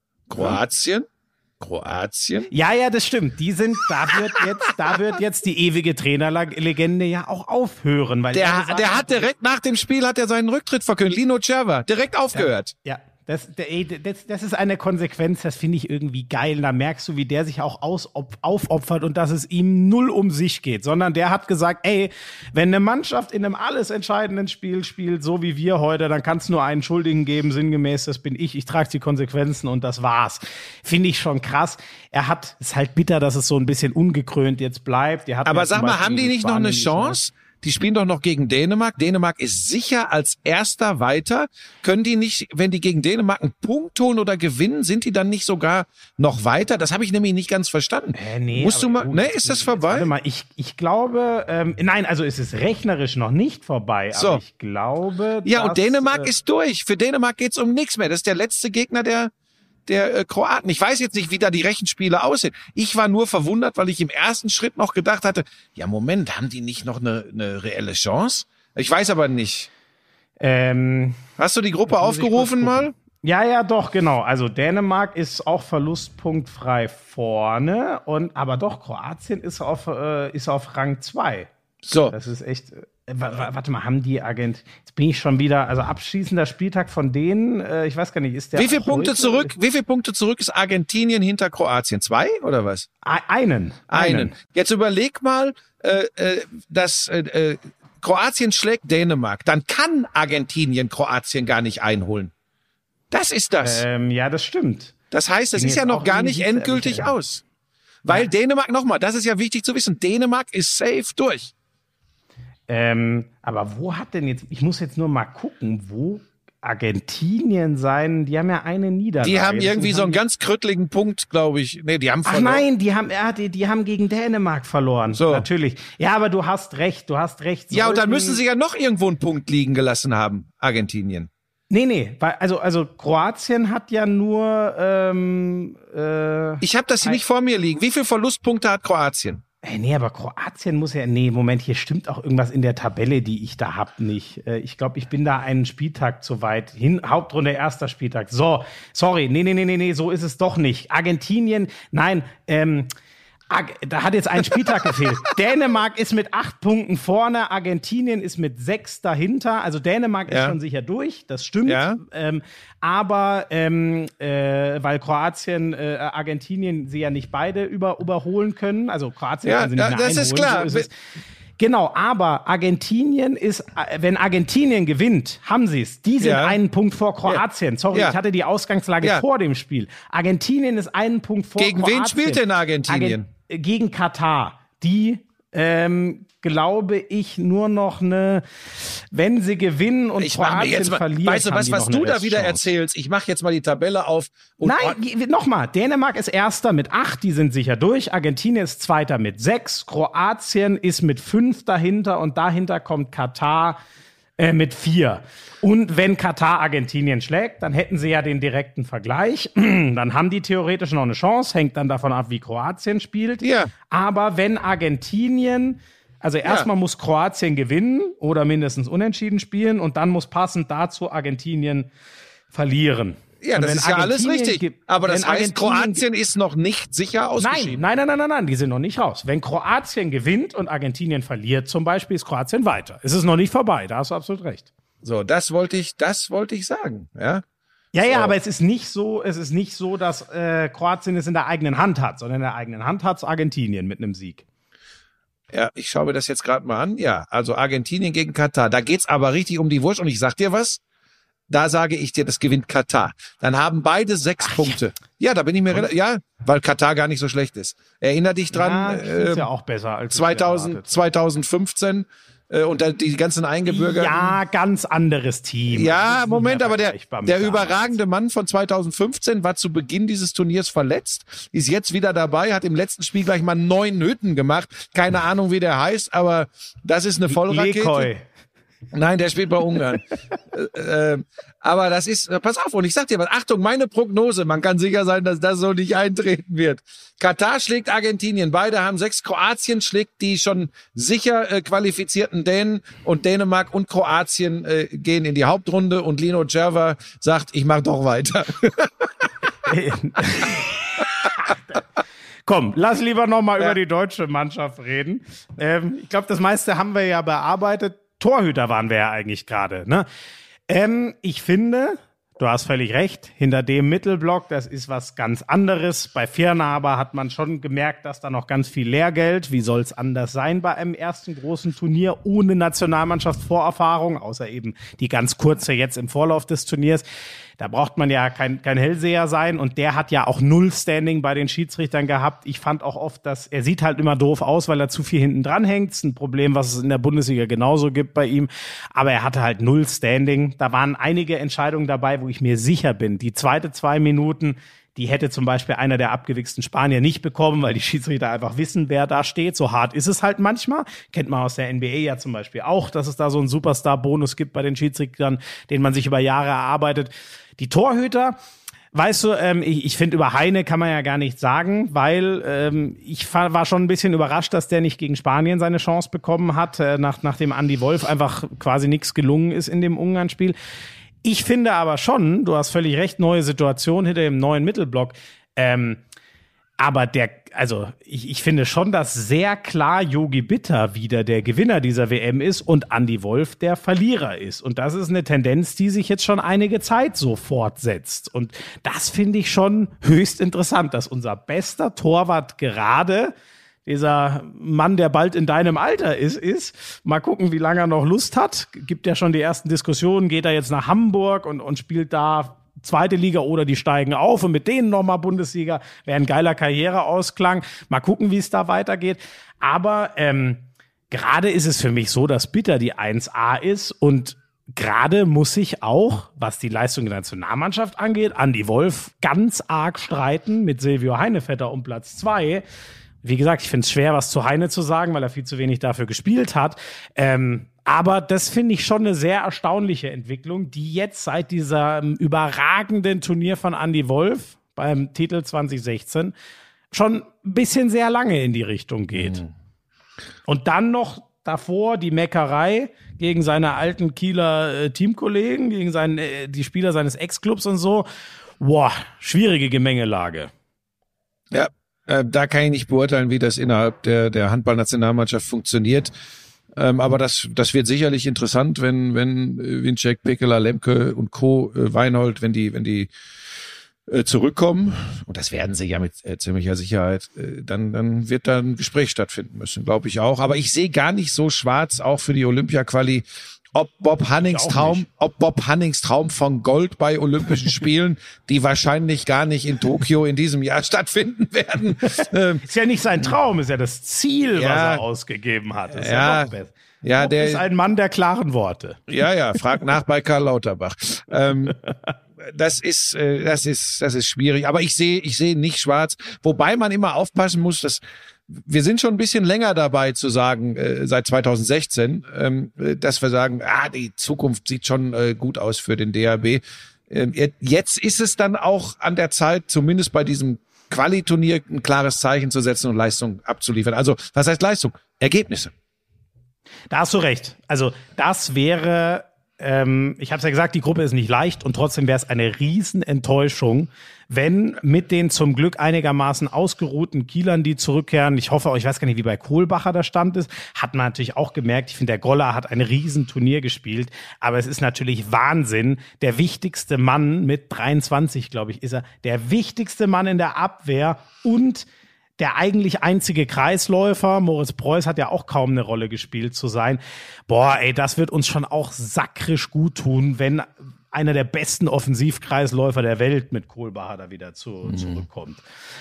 Speaker 1: Kroatien?
Speaker 2: Ja, das stimmt. Da wird jetzt die ewige Trainerlegende ja auch aufhören, weil
Speaker 1: der hat direkt nach dem Spiel seinen Rücktritt verkündet. Lino Cerva, direkt aufgehört.
Speaker 2: Ja. Das ist eine Konsequenz, das finde ich irgendwie geil. Da merkst du, wie der sich auch aufopfert und dass es ihm null um sich geht, sondern der hat gesagt, ey, wenn eine Mannschaft in einem alles entscheidenden Spiel spielt, so wie wir heute, dann kann es nur einen Schuldigen geben, sinngemäß, das bin ich trage die Konsequenzen und das war's. Finde ich schon krass. Ist halt bitter, dass es so ein bisschen ungekrönt jetzt bleibt.
Speaker 1: Aber sag mal, haben die nicht noch eine Chance? Die spielen doch noch gegen Dänemark. Dänemark ist sicher als Erster weiter. Können die nicht, wenn die gegen Dänemark einen Punkt holen oder gewinnen, sind die dann nicht sogar noch weiter? Das habe ich nämlich nicht ganz verstanden. Ist das vorbei?
Speaker 2: Warte mal, ich glaube, nein, also es ist rechnerisch noch nicht vorbei,
Speaker 1: so.
Speaker 2: Aber ich glaube,
Speaker 1: ja, und Dänemark ist durch. Für Dänemark geht's um nichts mehr. Das ist der letzte Gegner der Kroaten. Ich weiß jetzt nicht, wie da die Rechenspiele aussehen. Ich war nur verwundert, weil ich im ersten Schritt noch gedacht hatte, ja Moment, haben die nicht noch eine reelle Chance? Ich weiß aber nicht. Hast du die Gruppe aufgerufen mal?
Speaker 2: Ja, doch, genau. Also Dänemark ist auch verlustpunktfrei vorne, aber doch, Kroatien ist auf Rang 2.
Speaker 1: So.
Speaker 2: Das ist echt. Warte mal, haben die Jetzt bin ich schon wieder, also abschließender Spieltag von denen, ich weiß gar nicht, ist der.
Speaker 1: Wie viele Punkte zurück ist Argentinien hinter Kroatien? 2 oder was?
Speaker 2: Einen.
Speaker 1: Jetzt überleg mal, dass Kroatien schlägt Dänemark, dann kann Argentinien Kroatien gar nicht einholen. Das ist das.
Speaker 2: Ja, das stimmt.
Speaker 1: Das heißt, es ist ja noch gar nicht endgültig aus. Weil Dänemark, nochmal, das ist ja wichtig zu wissen, Dänemark ist safe durch.
Speaker 2: Aber wo hat denn jetzt, ich muss jetzt nur mal gucken, wo Argentinien sein, die haben ja eine Niederlage.
Speaker 1: Die haben irgendwie so einen ganz krütteligen Punkt, glaube ich. Nee, die haben verloren.
Speaker 2: Ach nein, die haben gegen Dänemark verloren. So. Natürlich. Ja, aber du hast recht.
Speaker 1: Ja, und dann müssen sie ja noch irgendwo einen Punkt liegen gelassen haben, Argentinien.
Speaker 2: Nee, also Kroatien hat ja nur
Speaker 1: ich habe das hier nicht vor mir liegen. Wie viele Verlustpunkte hat Kroatien?
Speaker 2: Nee, aber Kroatien muss ja. Nee, Moment, hier stimmt auch irgendwas in der Tabelle, die ich da hab, nicht. Ich glaube, ich bin da einen Spieltag zu weit hin. Hauptrunde, erster Spieltag. So, sorry. Nee, so ist es doch nicht. Argentinien, nein, da hat jetzt ein Spieltag gefehlt. Dänemark ist mit 8 Punkten vorne, Argentinien ist mit 6 dahinter. Also Dänemark ist schon sicher durch, das stimmt. Ja. Aber weil Kroatien, Argentinien sie ja nicht beide überholen können. Also Kroatien kann sie nicht mehr einholen.
Speaker 1: Das ist klar.
Speaker 2: So ist genau, aber Argentinien ist, wenn Argentinien gewinnt, haben sie es. Die sind einen Punkt vor Kroatien. Sorry, ich hatte die Ausgangslage vor dem Spiel. Argentinien ist einen Punkt vor
Speaker 1: Kroatien. Gegen wen spielt denn Argentinien?
Speaker 2: Gegen Katar. Die glaube ich, nur noch wenn sie gewinnen und Kroatien verlieren.
Speaker 1: Weißt du, was du da wieder
Speaker 2: Restchance.
Speaker 1: erzählst? Ich mache jetzt mal die Tabelle auf. Und
Speaker 2: Nein, nochmal. Dänemark ist Erster mit 8, die sind sicher durch. Argentinien ist Zweiter mit 6. Kroatien ist mit 5 dahinter und dahinter kommt Katar mit 4. Und wenn Katar Argentinien schlägt, dann hätten sie ja den direkten Vergleich. Dann haben die theoretisch noch eine Chance, hängt dann davon ab, wie Kroatien spielt.
Speaker 1: Ja.
Speaker 2: Aber wenn Argentinien, also erstmal muss Kroatien gewinnen oder mindestens unentschieden spielen und dann muss passend dazu Argentinien verlieren.
Speaker 1: Ja,
Speaker 2: und
Speaker 1: das ist ja alles
Speaker 2: Argentinien
Speaker 1: richtig. Aber das
Speaker 2: wenn
Speaker 1: heißt, Kroatien ist noch nicht sicher ausgeschieden.
Speaker 2: Nein, die sind noch nicht raus. Wenn Kroatien gewinnt und Argentinien verliert zum Beispiel, ist Kroatien weiter. Es ist noch nicht vorbei, da hast du absolut recht.
Speaker 1: So, das wollte ich sagen, ja.
Speaker 2: Ja, aber es ist nicht so, dass Kroatien es in der eigenen Hand hat, sondern in der eigenen Hand hat es Argentinien mit einem Sieg.
Speaker 1: Ja, ich schaue mir das jetzt gerade mal an. Ja, also Argentinien gegen Katar. Da geht's aber richtig um die Wurst. Und ich sag dir was, da sage ich dir, das gewinnt Katar. Dann haben beide 6 Punkte. Ja, da bin ich mir weil Katar gar nicht so schlecht ist. Erinner dich dran,
Speaker 2: ist ja auch besser als
Speaker 1: 2015 und die ganzen Eingebürgerten.
Speaker 2: Ja, ganz anderes Team.
Speaker 1: Ja, Moment, aber der
Speaker 2: der
Speaker 1: überragende Mann von 2015 war zu Beginn dieses Turniers verletzt, ist jetzt wieder dabei, hat im letzten Spiel gleich mal 9 Hütten gemacht. Keine Ahnung, wie der heißt, aber das ist eine Vollrakete.
Speaker 2: Lekoi.
Speaker 1: Nein, der spielt bei Ungarn. Aber das ist, pass auf, und ich sag dir was, Achtung, meine Prognose, man kann sicher sein, dass das so nicht eintreten wird. Katar schlägt Argentinien, beide haben 6, Kroatien schlägt die schon sicher qualifizierten Dänen und Dänemark und Kroatien gehen in die Hauptrunde und Lino Cerva sagt, ich mach doch weiter.
Speaker 2: Komm, lass lieber noch mal über die deutsche Mannschaft reden. Ich glaube, das meiste haben wir ja bearbeitet. Torhüter waren wir ja eigentlich gerade, ne? Ich finde, du hast völlig recht, hinter dem Mittelblock, das ist was ganz anderes. Bei Firnaber hat man schon gemerkt, dass da noch ganz viel Lehrgeld, wie soll es anders sein bei einem ersten großen Turnier ohne Nationalmannschaftsvorerfahrung, außer eben die ganz kurze jetzt im Vorlauf des Turniers. Da braucht man ja kein Hellseher sein und der hat ja auch 0 Standing bei den Schiedsrichtern gehabt. Ich fand auch oft, dass er sieht halt immer doof aus, weil er zu viel hinten dran hängt. Das ist ein Problem, was es in der Bundesliga genauso gibt bei ihm. Aber er hatte halt 0 Standing. Da waren einige Entscheidungen dabei, wo ich mir sicher bin, die zweite 2 Minuten, die hätte zum Beispiel einer der abgewichsten Spanier nicht bekommen, weil die Schiedsrichter einfach wissen, wer da steht. So hart ist es halt manchmal. Kennt man aus der NBA ja zum Beispiel auch, dass es da so einen Superstar-Bonus gibt bei den Schiedsrichtern, den man sich über Jahre erarbeitet. Die Torhüter, weißt du, ich finde, über Heine kann man ja gar nichts sagen, weil ich war schon ein bisschen überrascht, dass der nicht gegen Spanien seine Chance bekommen hat, nachdem Andy Wolf einfach quasi nichts gelungen ist in dem Ungarn-Spiel. Ich finde aber schon, du hast völlig recht, neue Situation hinter dem neuen Mittelblock. Aber ich finde schon, dass sehr klar Yogi Bitter wieder der Gewinner dieser WM ist und Andy Wolf der Verlierer ist. Und das ist eine Tendenz, die sich jetzt schon einige Zeit so fortsetzt. Und das finde ich schon höchst interessant, dass unser bester Torwart gerade dieser Mann, der bald in deinem Alter ist. Mal gucken, wie lange er noch Lust hat. Gibt ja schon die ersten Diskussionen. Geht er jetzt nach Hamburg und spielt da zweite Liga oder die steigen auf und mit denen nochmal Bundesliga. Wäre ein geiler Karriereausklang. Mal gucken, wie es da weitergeht. Aber gerade ist es für mich so, dass Bitter die 1A ist und gerade muss sich auch, was die Leistung der Nationalmannschaft angeht, Andy Wolf ganz arg streiten mit Silvio Heinevetter um Platz 2. Wie gesagt, ich finde es schwer, was zu Heine zu sagen, weil er viel zu wenig dafür gespielt hat. Aber das finde ich schon eine sehr erstaunliche Entwicklung, die jetzt seit diesem überragenden Turnier von Andy Wolf beim Titel 2016 schon ein bisschen sehr lange in die Richtung geht. Und dann noch davor die Meckerei gegen seine alten Kieler Teamkollegen, gegen die Spieler seines Ex-Clubs und so. Boah, schwierige Gemengelage.
Speaker 1: Ja. Da kann ich nicht beurteilen, wie das innerhalb der Handballnationalmannschaft funktioniert. Aber das wird sicherlich interessant, wenn Winczek, Pekela, Lemke und Co. Weinhold, wenn die zurückkommen. Und das werden sie ja mit ziemlicher Sicherheit. Dann wird da ein Gespräch stattfinden müssen, glaube ich auch. Aber ich sehe gar nicht so schwarz, auch für die Olympia-Quali ob Bob Hannings Traum von Gold bei Olympischen Spielen, die wahrscheinlich gar nicht in Tokio in diesem Jahr stattfinden werden.
Speaker 2: Ist ja nicht sein Traum, ist ja das Ziel, was er ausgegeben hat. Ist ja noch besser.
Speaker 1: Ja,
Speaker 2: Bob ist ein Mann der klaren Worte.
Speaker 1: Ja, frag nach bei Karl Lauterbach. Das ist schwierig, aber ich sehe nicht schwarz, wobei man immer aufpassen muss, dass wir sind schon ein bisschen länger dabei zu sagen, seit 2016, dass wir sagen, die Zukunft sieht schon gut aus für den DHB. Jetzt ist es dann auch an der Zeit, zumindest bei diesem Quali-Turnier ein klares Zeichen zu setzen und Leistung abzuliefern. Also, was heißt Leistung? Ergebnisse.
Speaker 2: Da hast du recht. Also, das wäre, ich habe es ja gesagt, die Gruppe ist nicht leicht und trotzdem wäre es eine Riesenenttäuschung, wenn mit den zum Glück einigermaßen ausgeruhten Kielern, die zurückkehren, ich hoffe, ich weiß gar nicht, wie bei Kohlbacher der Stand ist, hat man natürlich auch gemerkt, ich finde, der Goller hat ein Riesenturnier gespielt, aber es ist natürlich Wahnsinn, der wichtigste Mann mit 23, glaube ich, ist er, der wichtigste Mann in der Abwehr und der eigentlich einzige Kreisläufer, Moritz Preuß, hat ja auch kaum eine Rolle gespielt zu sein. Das wird uns schon auch sakrisch gut tun, wenn einer der besten Offensivkreisläufer der Welt mit Kohlbacher da wieder zurückkommt.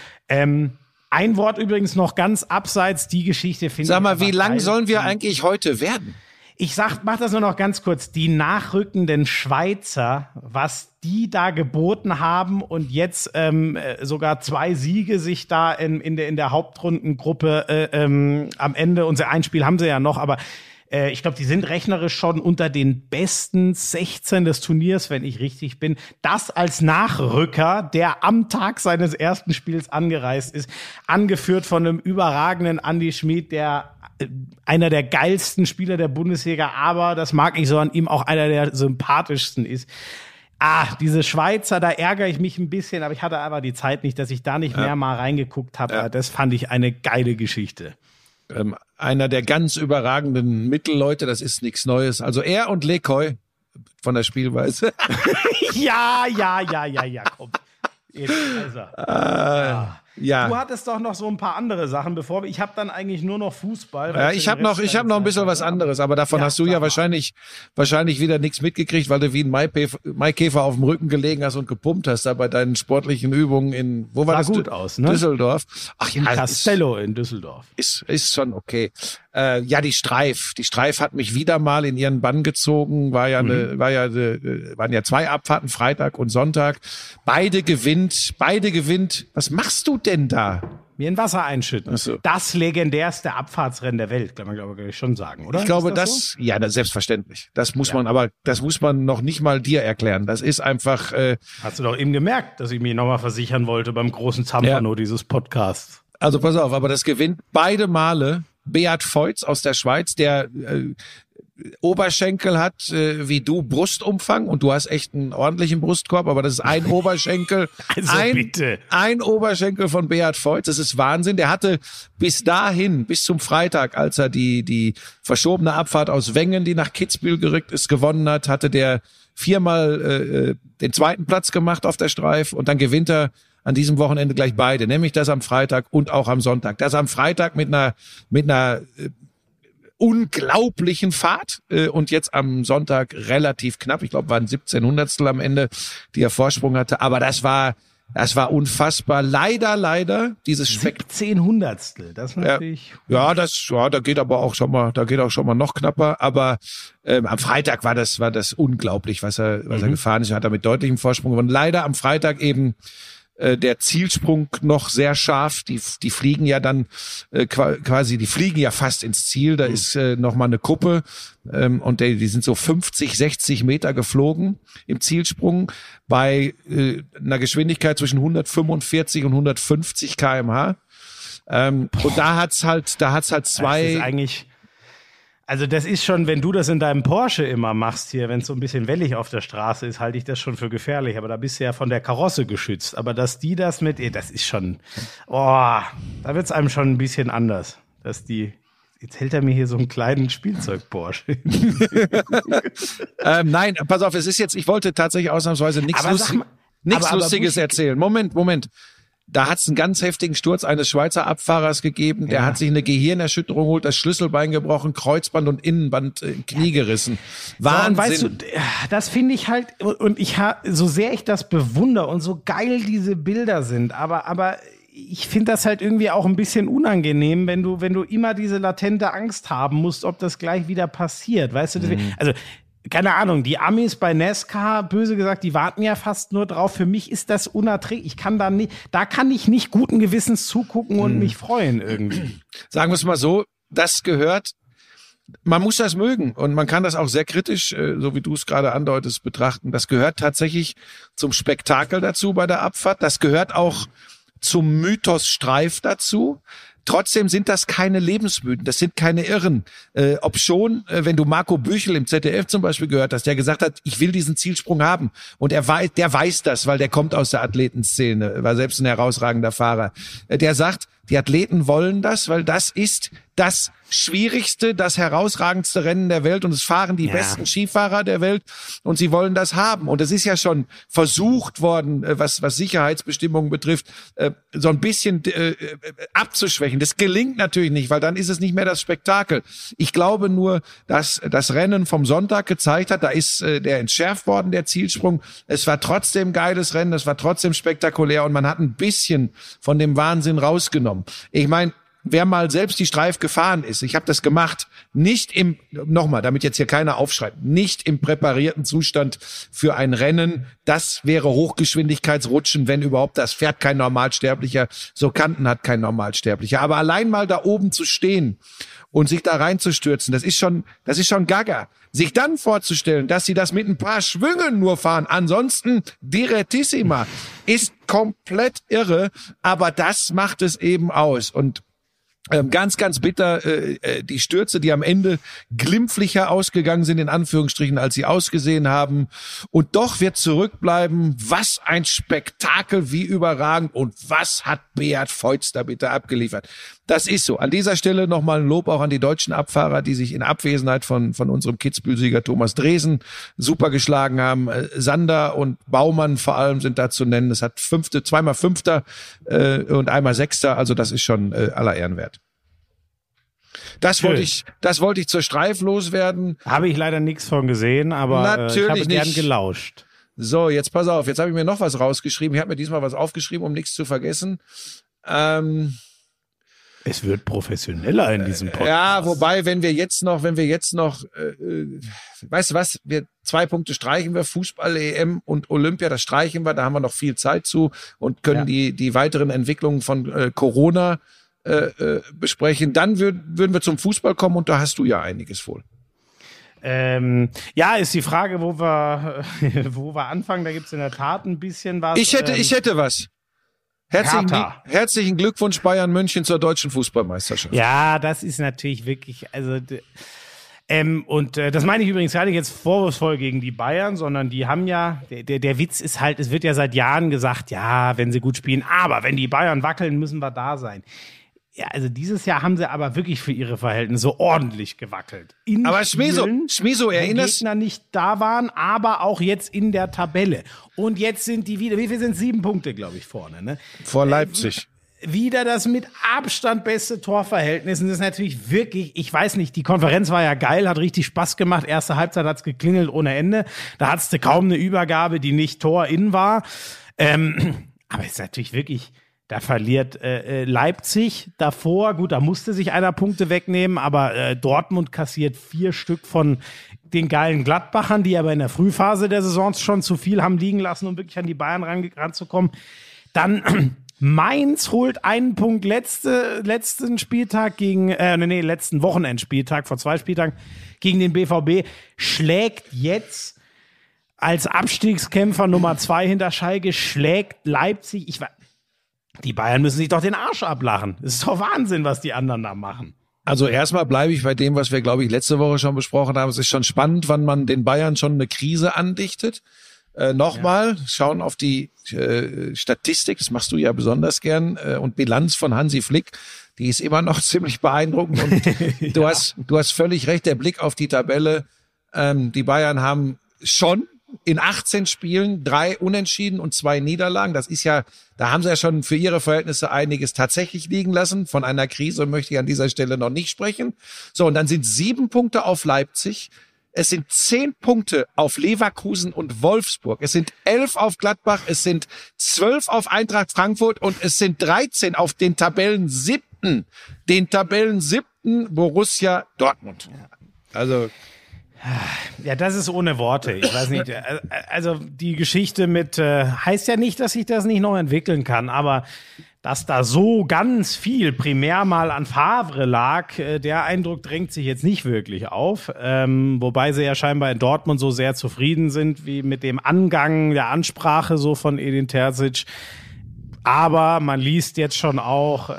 Speaker 2: Ein Wort übrigens noch ganz abseits, die Geschichte finde ich.
Speaker 1: Sag mal, wie lang sollen wir eigentlich heute werden?
Speaker 2: Mach das nur noch ganz kurz. Die nachrückenden Schweizer, was die da geboten haben und jetzt sogar 2 Siege sich da in der Hauptrundengruppe am Ende, unser Einspiel haben sie ja noch, aber ich glaube, die sind rechnerisch schon unter den besten 16 des Turniers, wenn ich richtig bin. Das als Nachrücker, der am Tag seines ersten Spiels angereist ist, angeführt von einem überragenden Andy Schmid, der einer der geilsten Spieler der Bundesliga, aber das mag ich so an ihm auch einer der sympathischsten ist. Diese Schweizer, da ärgere ich mich ein bisschen, aber ich hatte aber die Zeit nicht, dass ich da nicht mehr mal reingeguckt habe. Ja. Das fand ich eine geile Geschichte.
Speaker 1: Einer der ganz überragenden Mittelleute, das ist nichts Neues. Also er und Lekoy von der Spielweise.
Speaker 2: Ja, komm. Ja. Du hattest doch noch so ein paar andere Sachen, ich habe dann eigentlich nur noch Fußball.
Speaker 1: Ja, ich habe noch ein bisschen was anderes, aber davon hast du ja wahrscheinlich wieder nichts mitgekriegt, weil du wie ein Maikäfer auf dem Rücken gelegen hast und gepumpt hast da bei deinen sportlichen Übungen wo war das?
Speaker 2: Sah gut aus, ne?
Speaker 1: Düsseldorf.
Speaker 2: In Castello in Düsseldorf.
Speaker 1: Ist schon okay. Die Streif hat mich wieder mal in ihren Bann gezogen, waren ja 2 Abfahrten, Freitag und Sonntag. Beide gewinnt. Was machst du denn da?
Speaker 2: Mir in Wasser einschütten. So. Das legendärste Abfahrtsrennen der Welt, kann man glaube ich schon sagen, oder?
Speaker 1: Ich glaube, das selbstverständlich. Das muss man noch nicht mal dir erklären. Das ist einfach.
Speaker 2: Hast du doch eben gemerkt, dass ich mich nochmal versichern wollte beim großen Zampano dieses Podcasts.
Speaker 1: Also pass auf, aber das gewinnt beide Male Beat Feutz aus der Schweiz, der Oberschenkel hat wie du Brustumfang und du hast echt einen ordentlichen Brustkorb, aber das ist ein Oberschenkel. Ein Oberschenkel von Beat Feutz, das ist Wahnsinn. Der hatte bis zum Freitag, als er die verschobene Abfahrt aus Wengen, die nach Kitzbühel gerückt ist, gewonnen hat, hatte der 4-mal den 2. Platz gemacht auf der Streif und dann gewinnt er an diesem Wochenende gleich beide, nämlich das am Freitag und auch am Sonntag. Das am Freitag mit einer unglaublichen Fahrt und jetzt am Sonntag relativ knapp. Ich glaube, waren 17 Hundertstel am Ende, die er Vorsprung hatte. Aber das war unfassbar. Leider dieses
Speaker 2: 17 Hundertstel, das ist natürlich.
Speaker 1: Da geht auch schon mal noch knapper. Aber am Freitag war das unglaublich, was er gefahren ist. Hat er mit deutlichem Vorsprung gewonnen. Leider am Freitag eben der Zielsprung noch sehr scharf. Die fliegen ja dann die fliegen ja fast ins Ziel. Da ist noch mal eine Kuppe und die sind so 50, 60 Meter geflogen im Zielsprung bei einer Geschwindigkeit zwischen 145 und 150 km/h. Und da hat's halt 2.
Speaker 2: Das ist eigentlich. Also das ist schon, wenn du das in deinem Porsche immer machst hier, wenn es so ein bisschen wellig auf der Straße ist, halte ich das schon für gefährlich. Aber da bist du ja von der Karosse geschützt. Aber dass die das das ist schon, da wird's einem schon ein bisschen anders. Jetzt hält er mir hier so einen kleinen Spielzeug-Porsche.
Speaker 1: Nein, pass auf, ich wollte tatsächlich ausnahmsweise nichts Lustiges erzählen. Moment. Da hat es einen ganz heftigen Sturz eines Schweizer Abfahrers gegeben. Der hat sich eine Gehirnerschütterung geholt, das Schlüsselbein gebrochen, Kreuzband und Innenband Knie gerissen. Wahnsinn.
Speaker 2: Und weißt du, das finde ich halt, und so sehr ich das bewundere und so geil diese Bilder sind, aber ich finde das halt irgendwie auch ein bisschen unangenehm, wenn du immer diese latente Angst haben musst, ob das gleich wieder passiert. Weißt du, deswegen, also keine Ahnung, die Amis bei NASCAR, böse gesagt, die warten ja fast nur drauf. Für mich ist das unerträglich. Da kann ich nicht guten Gewissens zugucken und mich freuen irgendwie.
Speaker 1: Sagen wir es mal so, das gehört, man muss das mögen und man kann das auch sehr kritisch, so wie du es gerade andeutest, betrachten. Das gehört tatsächlich zum Spektakel dazu bei der Abfahrt. Das gehört auch zum Mythos Streif dazu. Trotzdem sind das keine Lebensmüden, das sind keine Irren. Obschon, wenn du Marco Büchel im ZDF zum Beispiel gehört hast, der gesagt hat, ich will diesen Zielsprung haben. Und der weiß das, weil der kommt aus der Athletenszene, war selbst ein herausragender Fahrer. Der sagt, die Athleten wollen das, weil das ist das schwierigste, das herausragendste Rennen der Welt und es fahren die besten Skifahrer der Welt und sie wollen das haben. Und es ist ja schon versucht worden, was Sicherheitsbestimmungen betrifft, so ein bisschen abzuschwächen. Das gelingt natürlich nicht, weil dann ist es nicht mehr das Spektakel. Ich glaube nur, dass das Rennen vom Sonntag gezeigt hat, da ist der entschärft worden, der Zielsprung. Es war trotzdem geiles Rennen, es war trotzdem spektakulär und man hat ein bisschen von dem Wahnsinn rausgenommen. Ich meine, wer mal selbst die Streif gefahren ist, ich habe das gemacht, nochmal, damit jetzt hier keiner aufschreit, nicht im präparierten Zustand für ein Rennen, das wäre Hochgeschwindigkeitsrutschen, wenn überhaupt, das fährt kein Normalsterblicher, so Kanten hat kein Normalsterblicher, aber allein mal da oben zu stehen und sich da reinzustürzen, das ist schon gaga. Sich dann vorzustellen, dass sie das mit ein paar Schwüngen nur fahren, ansonsten direttissima, ist komplett irre, aber das macht es eben aus und ganz, ganz bitter, die Stürze, die am Ende glimpflicher ausgegangen sind, in Anführungsstrichen, als sie ausgesehen haben. Und doch wird zurückbleiben, was ein Spektakel, wie überragend und was hat Beat Feuz da bitte abgeliefert. Das ist so. An dieser Stelle nochmal ein Lob auch an die deutschen Abfahrer, die sich in Abwesenheit von unserem Kitzbühel-Sieger Thomas Dresen super geschlagen haben. Sander und Baumann vor allem sind da zu nennen. Es hat zweimal Fünfter und einmal Sechster. Also das ist schon aller Ehren wert. Das wollte ich zur Streif loswerden.
Speaker 2: Habe ich leider nichts von gesehen, aber
Speaker 1: natürlich
Speaker 2: ich habe gern
Speaker 1: nicht.
Speaker 2: gelauscht.
Speaker 1: So, jetzt pass auf. Jetzt habe ich mir noch was rausgeschrieben. Ich habe mir diesmal was aufgeschrieben, um nichts zu vergessen.
Speaker 2: Es wird professioneller in diesem Podcast.
Speaker 1: Ja, wobei, wenn wir jetzt noch, weißt du was, 2 Punkte streichen wir, Fußball, EM und Olympia, das streichen wir, da haben wir noch viel Zeit zu und können die weiteren Entwicklungen von Corona besprechen. Dann würden wir zum Fußball kommen und da hast du ja einiges wohl.
Speaker 2: Ja, ist die Frage, wo wir anfangen. Da gibt's in der Tat ein bisschen was.
Speaker 1: Ich hätte was. Herzlichen Glückwunsch Bayern München zur deutschen Fußballmeisterschaft.
Speaker 2: Ja, das ist natürlich wirklich, also das meine ich übrigens gar nicht jetzt vorwurfsvoll gegen die Bayern, sondern die haben ja, der Witz ist halt, es wird ja seit Jahren gesagt, ja, wenn sie gut spielen, aber wenn die Bayern wackeln, müssen wir da sein. Ja, also dieses Jahr haben sie aber wirklich für ihre Verhältnisse ordentlich gewackelt. Aber
Speaker 1: Schmieso, erinnerst du?
Speaker 2: Gegner nicht da waren, aber auch jetzt in der Tabelle. Und jetzt sind die wieder, wie viel sind 7 Punkte, glaube ich, vorne, ne?
Speaker 1: Vor Leipzig.
Speaker 2: Wieder das mit Abstand beste Torverhältnis. Und das ist natürlich wirklich, ich weiß nicht, die Konferenz war ja geil, hat richtig Spaß gemacht. Erste Halbzeit hat's geklingelt ohne Ende. Da hattest du kaum eine Übergabe, die nicht Tor-in war. Aber es ist natürlich wirklich, da verliert Leipzig davor. Gut, da musste sich einer Punkte wegnehmen, aber Dortmund kassiert 4 Stück von den geilen Gladbachern, die aber in der Frühphase der Saison schon zu viel haben liegen lassen, um wirklich an die Bayern ranzukommen. Dann Mainz holt einen Punkt letzten Spieltag letzten Wochenendspieltag, vor 2 Spieltagen gegen den BVB, schlägt jetzt als Abstiegskämpfer Nummer 2 hinter Schalke, schlägt Leipzig. Die Bayern müssen sich doch den Arsch ablachen. Es ist doch Wahnsinn, was die anderen da machen.
Speaker 1: Also erstmal bleibe ich bei dem, was wir, glaube ich, letzte Woche schon besprochen haben. Es ist schon spannend, wann man den Bayern schon eine Krise andichtet. Schauen auf die Statistik, das machst du ja besonders gern, und Bilanz von Hansi Flick, die ist immer noch ziemlich beeindruckend. Und du hast völlig recht, der Blick auf die Tabelle. Die Bayern haben schon in 18 Spielen, 3 Unentschieden und 2 Niederlagen. Das ist ja, da haben sie ja schon für ihre Verhältnisse einiges tatsächlich liegen lassen. Von einer Krise möchte ich an dieser Stelle noch nicht sprechen. So, und dann sind 7 Punkte auf Leipzig. Es sind 10 Punkte auf Leverkusen und Wolfsburg. Es sind 11 auf Gladbach. Es sind 12 auf Eintracht Frankfurt und es sind 13 auf den Tabellen-7. Borussia Dortmund. Also,
Speaker 2: ja, das ist ohne Worte. Ich weiß nicht. Also die Geschichte mit heißt ja nicht, dass sich das nicht noch entwickeln kann, aber dass da so ganz viel primär mal an Favre lag, der Eindruck drängt sich jetzt nicht wirklich auf. Wobei sie ja scheinbar in Dortmund so sehr zufrieden sind, wie mit dem Angang der Ansprache so von Edin Terzic. Aber man liest jetzt schon auch,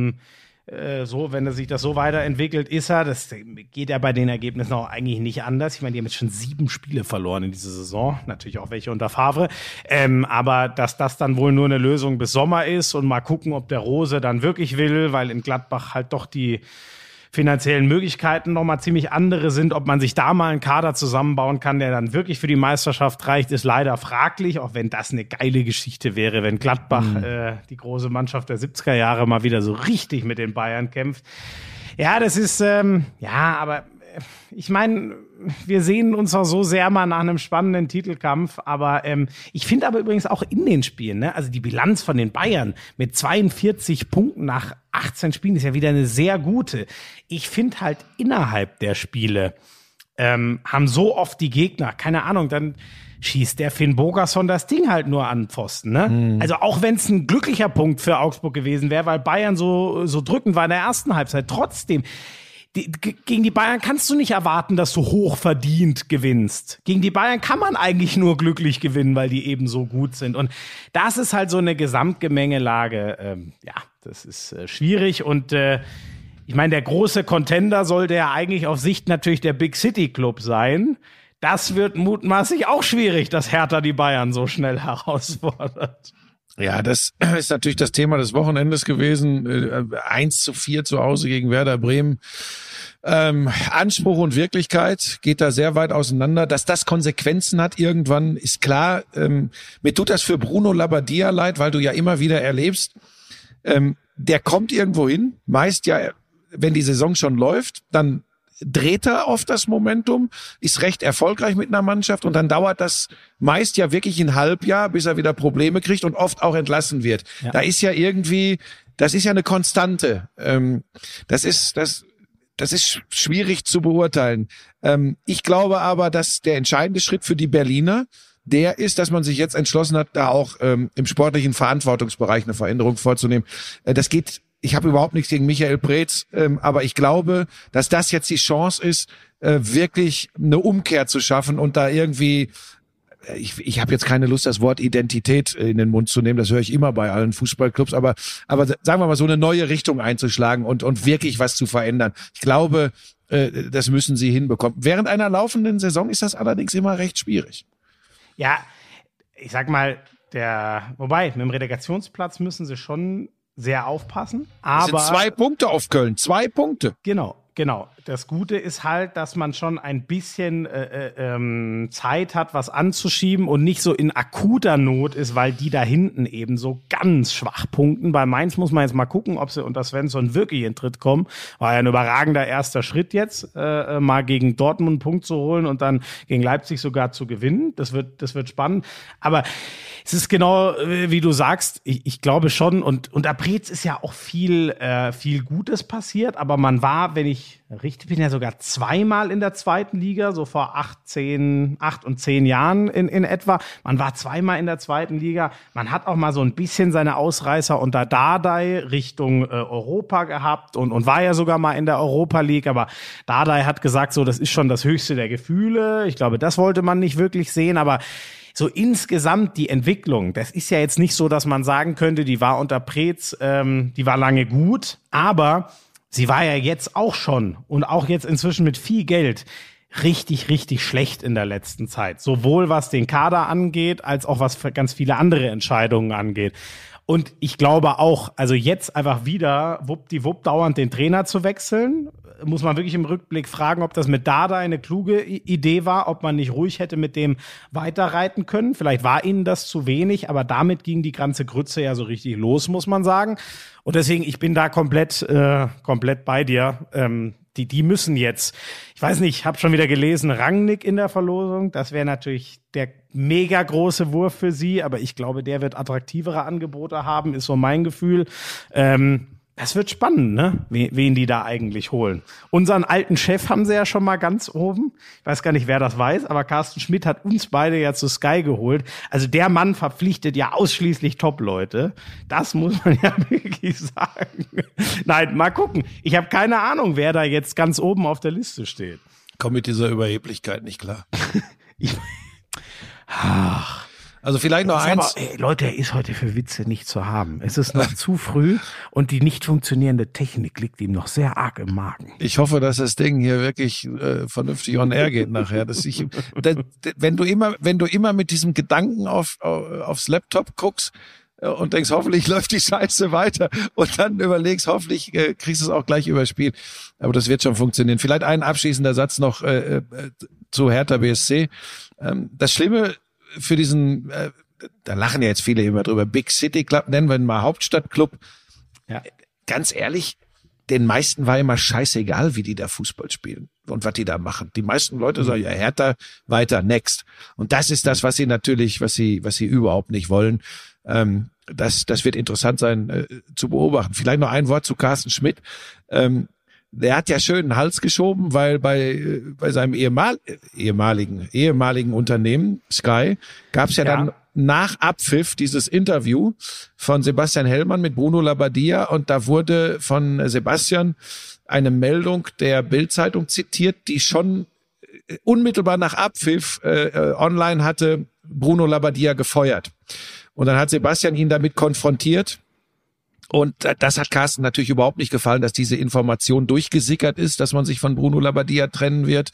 Speaker 2: so, wenn sich das so weiterentwickelt, das geht ja bei den Ergebnissen auch eigentlich nicht anders. Ich meine, die haben jetzt schon 7 Spiele verloren in dieser Saison, natürlich auch welche unter Favre, aber dass das dann wohl nur eine Lösung bis Sommer ist und mal gucken, ob der Rose dann wirklich will, weil in Gladbach halt doch die finanziellen Möglichkeiten nochmal ziemlich andere sind. Ob man sich da mal einen Kader zusammenbauen kann, der dann wirklich für die Meisterschaft reicht, ist leider fraglich, auch wenn das eine geile Geschichte wäre, wenn Gladbach, die große Mannschaft der 70er Jahre, mal wieder so richtig mit den Bayern kämpft. Ja, das ist, aber ich meine, wir sehen uns auch so sehr mal nach einem spannenden Titelkampf, aber ich finde aber übrigens auch in den Spielen, ne, also die Bilanz von den Bayern mit 42 Punkten nach 18 Spielen ist ja wieder eine sehr gute. Ich finde halt innerhalb der Spiele haben so oft die Gegner, keine Ahnung, dann schießt der Finn Bogason das Ding halt nur an den Pfosten, ne? Also auch wenn es ein glücklicher Punkt für Augsburg gewesen wäre, weil Bayern so drückend war in der ersten Halbzeit, trotzdem gegen die Bayern kannst du nicht erwarten, dass du hoch verdient gewinnst. Gegen die Bayern kann man eigentlich nur glücklich gewinnen, weil die eben so gut sind. Und das ist halt so eine Gesamtgemengelage. Das ist schwierig. Und ich meine, der große Contender sollte ja eigentlich auf Sicht natürlich der Big City Club sein. Das wird mutmaßlich auch schwierig, dass Hertha die Bayern so schnell herausfordert.
Speaker 1: Ja, das ist natürlich das Thema des Wochenendes gewesen. 1:4 zu Hause gegen Werder Bremen. Anspruch und Wirklichkeit geht da sehr weit auseinander. Dass das Konsequenzen hat irgendwann, ist klar. Mir tut das für Bruno Labbadia leid, weil du ja immer wieder erlebst, der kommt irgendwo hin, meist ja, wenn die Saison schon läuft, dann dreht er oft das Momentum, ist recht erfolgreich mit einer Mannschaft und dann dauert das meist ja wirklich ein Halbjahr, bis er wieder Probleme kriegt und oft auch entlassen wird. Ja. Da ist ja irgendwie, das ist ja eine Konstante. Das ist schwierig zu beurteilen. Ich glaube aber, dass der entscheidende Schritt für die Berliner der ist, dass man sich jetzt entschlossen hat, da auch im sportlichen Verantwortungsbereich eine Veränderung vorzunehmen. Das geht. Ich habe überhaupt nichts gegen Michael Preetz, aber ich glaube, dass das jetzt die Chance ist, wirklich eine Umkehr zu schaffen und da irgendwie, ich habe jetzt keine Lust, das Wort Identität in den Mund zu nehmen, das höre ich immer bei allen Fußballclubs, aber sagen wir mal, so eine neue Richtung einzuschlagen und wirklich was zu verändern. Ich glaube, das müssen sie hinbekommen. Während einer laufenden Saison ist das allerdings immer recht schwierig.
Speaker 2: Ja, ich sag mal, wobei, mit dem Relegationsplatz müssen sie schon sehr aufpassen. Aber
Speaker 1: es sind 2 Punkte auf Köln, 2 Punkte.
Speaker 2: Genau. Das Gute ist halt, dass man schon ein bisschen Zeit hat, was anzuschieben und nicht so in akuter Not ist, weil die da hinten eben so ganz schwach punkten. Bei Mainz muss man jetzt mal gucken, ob sie unter Svensson wirklich in Tritt kommen. War ja ein überragender erster Schritt jetzt, mal gegen Dortmund einen Punkt zu holen und dann gegen Leipzig sogar zu gewinnen. Das wird spannend. Aber es ist genau, wie du sagst, ich glaube schon. Und unter Preetz ist ja auch viel Gutes passiert, aber man war, wenn ich richtig bin, ja sogar 2-mal in der zweiten Liga, so vor 8 und 10 Jahren in etwa. Man war 2-mal in der zweiten Liga. Man hat auch mal so ein bisschen seine Ausreißer unter Dardai Richtung Europa gehabt und war ja sogar mal in der Europa League. Aber Dardai hat gesagt, so, das ist schon das höchste der Gefühle. Ich glaube, das wollte man nicht wirklich sehen, aber so insgesamt die Entwicklung, das ist ja jetzt nicht so, dass man sagen könnte, die war unter Preetz, die war lange gut, aber sie war ja jetzt auch schon und auch jetzt inzwischen mit viel Geld richtig, richtig schlecht in der letzten Zeit. Sowohl was den Kader angeht, als auch was für ganz viele andere Entscheidungen angeht. Und ich glaube auch, also jetzt einfach wieder wuppdiwupp dauernd den Trainer zu wechseln, muss man wirklich im Rückblick fragen, ob das mit Dardai eine kluge Idee war, ob man nicht ruhig hätte mit dem weiterreiten können. Vielleicht war ihnen das zu wenig, aber damit ging die ganze Grütze ja so richtig los, muss man sagen. Und deswegen, ich bin da komplett bei dir. Die müssen jetzt, ich weiß nicht, ich habe schon wieder gelesen, Rangnick in der Verlosung. Das wäre natürlich der mega große Wurf für sie, aber ich glaube, der wird attraktivere Angebote haben, ist so mein Gefühl. Das wird spannend, ne? Wen die da eigentlich holen. Unseren alten Chef haben sie ja schon mal ganz oben. Ich weiß gar nicht, wer das weiß, aber Carsten Schmidt hat uns beide ja zu Sky geholt. Also der Mann verpflichtet ja ausschließlich Top-Leute. Das muss man ja wirklich sagen. Nein, mal gucken. Ich habe keine Ahnung, wer da jetzt ganz oben auf der Liste steht.
Speaker 1: Komm mit dieser Überheblichkeit nicht klar.
Speaker 2: Ach.
Speaker 1: Also vielleicht noch eins.
Speaker 2: Aber, Leute, er ist heute für Witze nicht zu haben. Es ist noch zu früh und die nicht funktionierende Technik liegt ihm noch sehr arg im Magen.
Speaker 1: Ich hoffe, dass das Ding hier wirklich vernünftig on air geht nachher. Wenn du immer mit diesem Gedanken aufs Laptop guckst und denkst, hoffentlich läuft die Scheiße weiter und dann überlegst, hoffentlich kriegst du es auch gleich überspielt. Aber das wird schon funktionieren. Vielleicht ein abschließender Satz noch zu Hertha BSC. Das Schlimme für diesen, da lachen ja jetzt viele immer drüber, Big City Club, nennen wir ihn mal Hauptstadtclub. Ja. Ganz ehrlich, den meisten war immer scheißegal, wie die da Fußball spielen und was die da machen. Die meisten Leute sagen, ja, Hertha, weiter, next. Und das ist das, was sie natürlich, was sie überhaupt nicht wollen. Das wird interessant sein zu beobachten. Vielleicht noch ein Wort zu Carsten Schmidt. Der hat ja schön den Hals geschoben, weil bei seinem ehemaligen Unternehmen Sky gab es ja dann nach Abpfiff dieses Interview von Sebastian Hellmann mit Bruno Labbadia und da wurde von Sebastian eine Meldung der Bild-Zeitung zitiert, die schon unmittelbar nach Abpfiff online hatte Bruno Labbadia gefeuert. Und dann hat Sebastian ihn damit konfrontiert. Und das hat Carsten natürlich überhaupt nicht gefallen, dass diese Information durchgesickert ist, dass man sich von Bruno Labbadia trennen wird.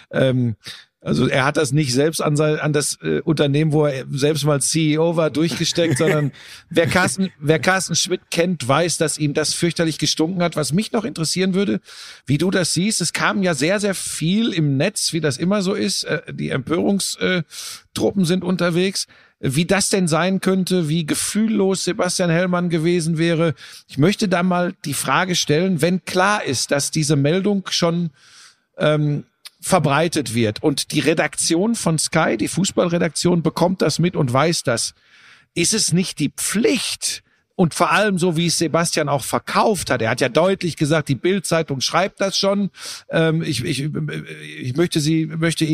Speaker 1: Also er hat das nicht selbst an das Unternehmen, wo er selbst mal CEO war, durchgesteckt, sondern wer Carsten Schmidt kennt, weiß, dass ihm das fürchterlich gestunken hat. Was mich noch interessieren würde, wie du das siehst, es kam ja sehr, sehr viel im Netz, wie das immer so ist. Die Empörungstruppen sind unterwegs. Wie das denn sein könnte, wie gefühllos Sebastian Hellmann gewesen wäre. Ich möchte da mal die Frage stellen, wenn klar ist, dass diese Meldung schon verbreitet wird und die Redaktion von Sky, die Fußballredaktion, bekommt das mit und weiß das. Ist es nicht die Pflicht, und vor allem so, wie es Sebastian auch verkauft hat, er hat ja deutlich gesagt, die Bild-Zeitung schreibt das schon, ich möchte Sie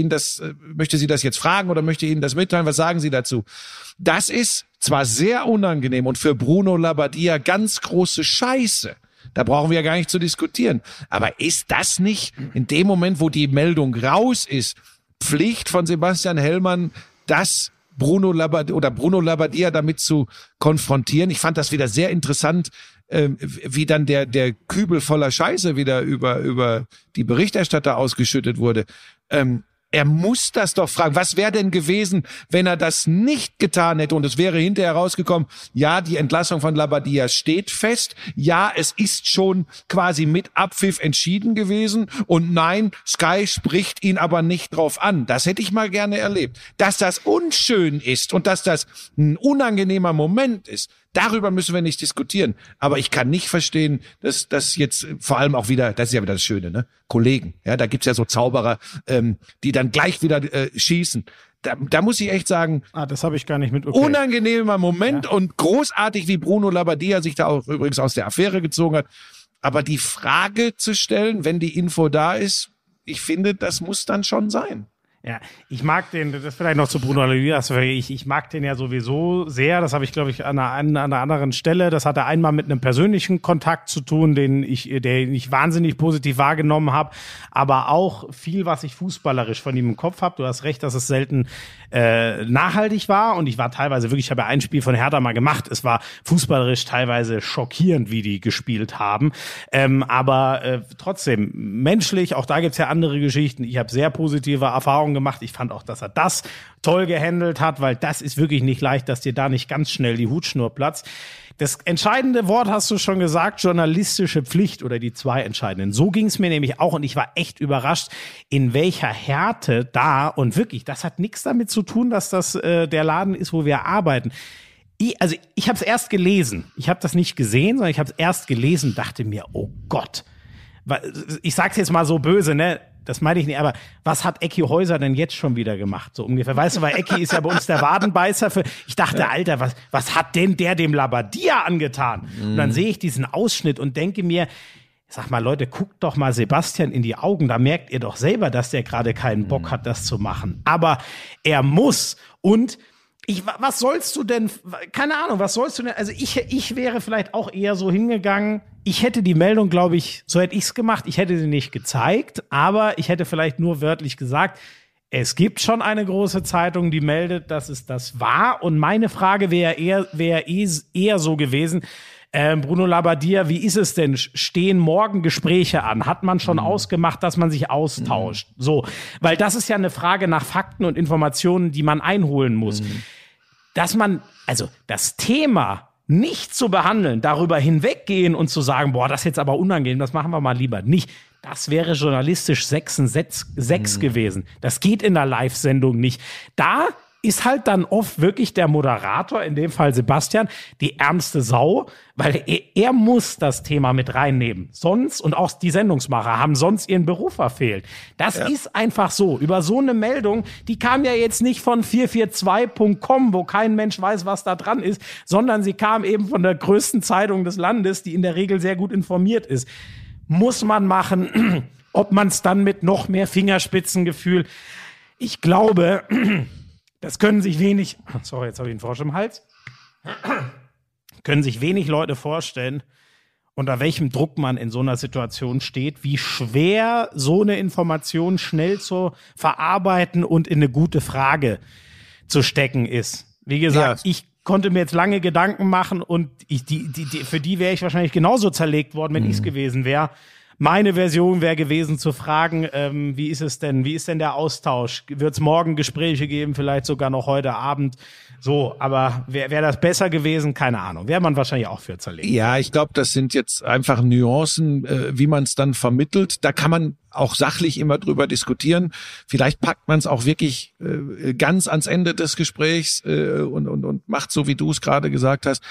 Speaker 1: das jetzt fragen oder möchte Ihnen das mitteilen, was sagen Sie dazu? Das ist zwar sehr unangenehm und für Bruno Labbadia ganz große Scheiße. Da brauchen wir ja gar nicht zu diskutieren. Aber ist das nicht in dem Moment, wo die Meldung raus ist, Pflicht von Sebastian Hellmann, das Bruno Labbadia damit zu konfrontieren? Ich fand das wieder sehr interessant, wie dann der Kübel voller Scheiße wieder über die Berichterstatter ausgeschüttet wurde. Er muss das doch fragen. Was wäre denn gewesen, wenn er das nicht getan hätte? Und es wäre hinterher rausgekommen, ja, die Entlassung von Labbadia steht fest. Ja, es ist schon quasi mit Abpfiff entschieden gewesen. Und nein, Sky spricht ihn aber nicht drauf an. Das hätte ich mal gerne erlebt. Dass das unschön ist und dass das ein unangenehmer Moment ist, darüber müssen wir nicht diskutieren. Aber ich kann nicht verstehen, dass das jetzt vor allem auch wieder, das ist ja wieder das Schöne, ne? Kollegen, ja, da gibt's ja so Zauberer, die dann gleich wieder schießen. Da muss ich echt sagen,
Speaker 2: das habe ich gar nicht mitbekommen.
Speaker 1: Unangenehmer Moment und großartig, wie Bruno Labbadia sich da auch übrigens aus der Affäre gezogen hat. Aber die Frage zu stellen, wenn die Info da ist, ich finde, das muss dann schon sein.
Speaker 2: Ja, ich mag den, das vielleicht noch zu Bruno Labbadia, ich mag den ja sowieso sehr, das habe ich, glaube ich, an einer anderen Stelle, das hatte einmal mit einem persönlichen Kontakt zu tun, den ich wahnsinnig positiv wahrgenommen habe, aber auch viel, was ich fußballerisch von ihm im Kopf habe. Du hast recht, dass es selten nachhaltig war und ich war teilweise wirklich, ich habe ja ein Spiel von Hertha mal gemacht, es war fußballerisch teilweise schockierend, wie die gespielt haben, aber trotzdem menschlich, auch da gibt's ja andere Geschichten, ich habe sehr positive Erfahrungen Saison gemacht. Ich fand auch, dass er das toll gehandelt hat, weil das ist wirklich nicht leicht, dass dir da nicht ganz schnell die Hutschnur platzt. Das entscheidende Wort hast du schon gesagt, journalistische Pflicht oder die 2 entscheidenden. So ging es mir nämlich auch und ich war echt überrascht, in welcher Härte da und wirklich, das hat nichts damit zu tun, dass das der Laden ist, wo wir arbeiten. Ich habe es erst gelesen. Ich habe das nicht gesehen, sondern ich habe es erst gelesen, dachte mir, oh Gott. Ich sag's jetzt mal so böse, ne? Das meine ich nicht, aber was hat Ecki Häuser denn jetzt schon wieder gemacht? So ungefähr. Weißt du, weil Ecki ist ja bei uns der Wadenbeißer für. Ich dachte, Alter, was hat denn der dem Labadia angetan? Und dann sehe ich diesen Ausschnitt und denke mir, sag mal, Leute, guckt doch mal Sebastian in die Augen. Da merkt ihr doch selber, dass der gerade keinen Bock hat, das zu machen. Aber er muss. Und was sollst du denn, keine Ahnung, was sollst du denn, also ich wäre vielleicht auch eher so hingegangen, ich hätte die Meldung, glaube ich, so hätte ich es gemacht, ich hätte sie nicht gezeigt, aber ich hätte vielleicht nur wörtlich gesagt, es gibt schon eine große Zeitung, die meldet, dass es das war und meine Frage wäre eher so gewesen, Bruno Labbadia, wie ist es denn? Stehen morgen Gespräche an? Hat man schon ausgemacht, dass man sich austauscht? So, weil das ist ja eine Frage nach Fakten und Informationen, die man einholen muss. Dass man, also das Thema nicht zu behandeln, darüber hinweggehen und zu sagen, boah, das ist jetzt aber unangenehm, das machen wir mal lieber nicht. Das wäre journalistisch 6 gewesen. Das geht in der Live-Sendung nicht. Da ist halt dann oft wirklich der Moderator, in dem Fall Sebastian, die ärmste Sau, weil er muss das Thema mit reinnehmen. Sonst, und auch die Sendungsmacher haben sonst ihren Beruf verfehlt. Das ist einfach so. Über so eine Meldung, die kam ja jetzt nicht von 442.com, wo kein Mensch weiß, was da dran ist, sondern sie kam eben von der größten Zeitung des Landes, die in der Regel sehr gut informiert ist. Muss man machen, ob man es dann mit noch mehr Fingerspitzengefühl, ich glaube, das können sich wenig, sorry, jetzt habe ich einen Frosch im Hals, können sich wenig Leute vorstellen, unter welchem Druck man in so einer Situation steht, wie schwer so eine Information schnell zu verarbeiten und in eine gute Frage zu stecken ist. Wie gesagt, ich konnte mir jetzt lange Gedanken machen und für die wäre ich wahrscheinlich genauso zerlegt worden, wenn ich es gewesen wäre. Meine Version wäre gewesen zu fragen, wie ist denn der Austausch? Wird es morgen Gespräche geben, vielleicht sogar noch heute Abend? So, aber wäre das besser gewesen? Keine Ahnung. Wäre man wahrscheinlich auch für zerlegt.
Speaker 1: Ja, ich glaube, das sind jetzt einfach Nuancen, wie man es dann vermittelt. Da kann man auch sachlich immer drüber diskutieren. Vielleicht packt man es auch wirklich ganz ans Ende des Gesprächs und macht so, wie du es gerade gesagt hast.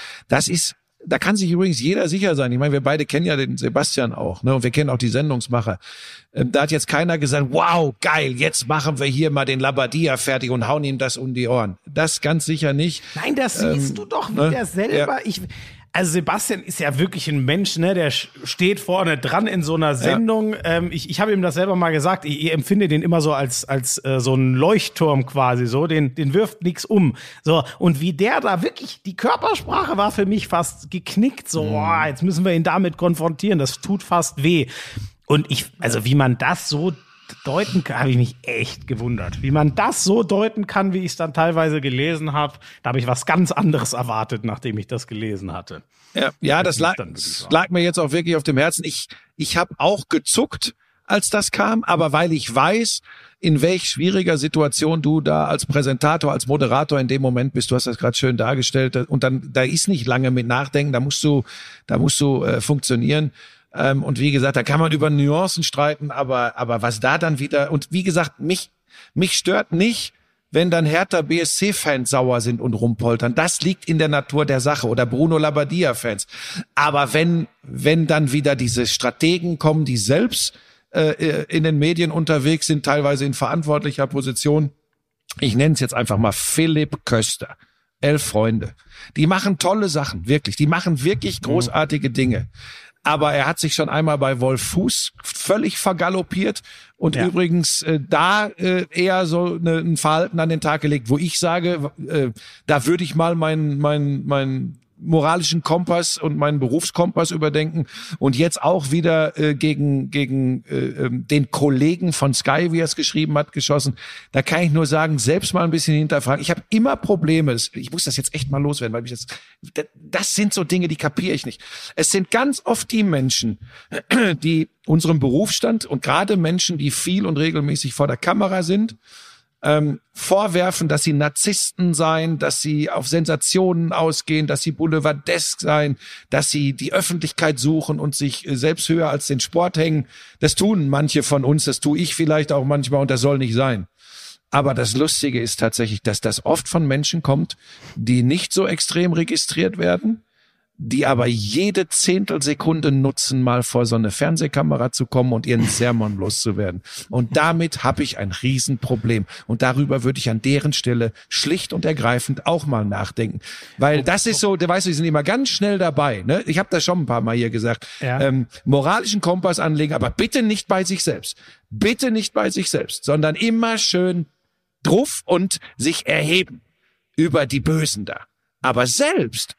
Speaker 1: Da kann sich übrigens jeder sicher sein. Ich meine, wir beide kennen ja den Sebastian auch, ne? Und wir kennen auch die Sendungsmacher. Da hat jetzt keiner gesagt, wow, geil, jetzt machen wir hier mal den Labbadia fertig und hauen ihm das um die Ohren. Das ganz sicher nicht.
Speaker 2: Nein, das siehst du doch wieder selber. Ja. Also Sebastian ist ja wirklich ein Mensch, ne? Der steht vorne dran in so einer Sendung. Ja. Ich habe ihm das selber mal gesagt. Ich empfinde den immer so als so ein Leuchtturm quasi so. Den wirft nichts um. So, und wie der da wirklich, die Körpersprache war für mich fast geknickt. So, jetzt müssen wir ihn damit konfrontieren. Das tut fast weh. Und wie man das so deuten kann, habe ich mich echt gewundert. Wie man das so deuten kann, wie ich es dann teilweise gelesen habe, da habe ich was ganz anderes erwartet, nachdem ich das gelesen hatte.
Speaker 1: Ja, das lag mir jetzt auch wirklich auf dem Herzen. Ich habe auch gezuckt, als das kam, aber weil ich weiß, in welch schwieriger Situation du da als Präsentator, als Moderator in dem Moment bist, du hast das gerade schön dargestellt, und dann, da ist nicht lange mit Nachdenken, da musst du funktionieren. Und wie gesagt, da kann man über Nuancen streiten, aber was da dann wieder, und wie gesagt, mich stört nicht, wenn dann Hertha BSC-Fans sauer sind und rumpoltern. Das liegt in der Natur der Sache, oder Bruno Labbadia-Fans. Aber wenn dann wieder diese Strategen kommen, die selbst in den Medien unterwegs sind, teilweise in verantwortlicher Position, ich nenne es jetzt einfach mal Philipp Köster, 11 Freunde, die machen tolle Sachen, wirklich, die machen wirklich großartige Dinge. Aber er hat sich schon einmal bei Wolf Fuß völlig vergaloppiert und übrigens eher so ein Verhalten an den Tag gelegt, wo ich sage, da würde ich mal meinen moralischen Kompass und meinen Berufskompass überdenken und jetzt auch wieder gegen den Kollegen von Sky, wie er es geschrieben hat, geschossen. Da kann ich nur sagen, selbst mal ein bisschen hinterfragen. Ich habe immer Probleme. Ich muss das jetzt echt mal loswerden, weil das sind so Dinge, die kapiere ich nicht. Es sind ganz oft die Menschen, die unserem Berufsstand und gerade Menschen, die viel und regelmäßig vor der Kamera sind, vorwerfen, dass sie Narzissten seien, dass sie auf Sensationen ausgehen, dass sie boulevardesk seien, dass sie die Öffentlichkeit suchen und sich selbst höher als den Sport hängen. Das tun manche von uns, das tue ich vielleicht auch manchmal und das soll nicht sein. Aber das Lustige ist tatsächlich, dass das oft von Menschen kommt, die nicht so extrem registriert werden, die aber jede Zehntelsekunde nutzen, mal vor so eine Fernsehkamera zu kommen und ihren Sermon loszuwerden. Und damit habe ich ein Riesenproblem. Und darüber würde ich an deren Stelle schlicht und ergreifend auch mal nachdenken. Weil das ist so, weißt du, die sind immer ganz schnell dabei. Ne? Ich habe das schon ein paar Mal hier gesagt. Ja. Moralischen Kompass anlegen, aber bitte nicht bei sich selbst. Bitte nicht bei sich selbst, sondern immer schön drauf und sich erheben über die Bösen da. Aber selbst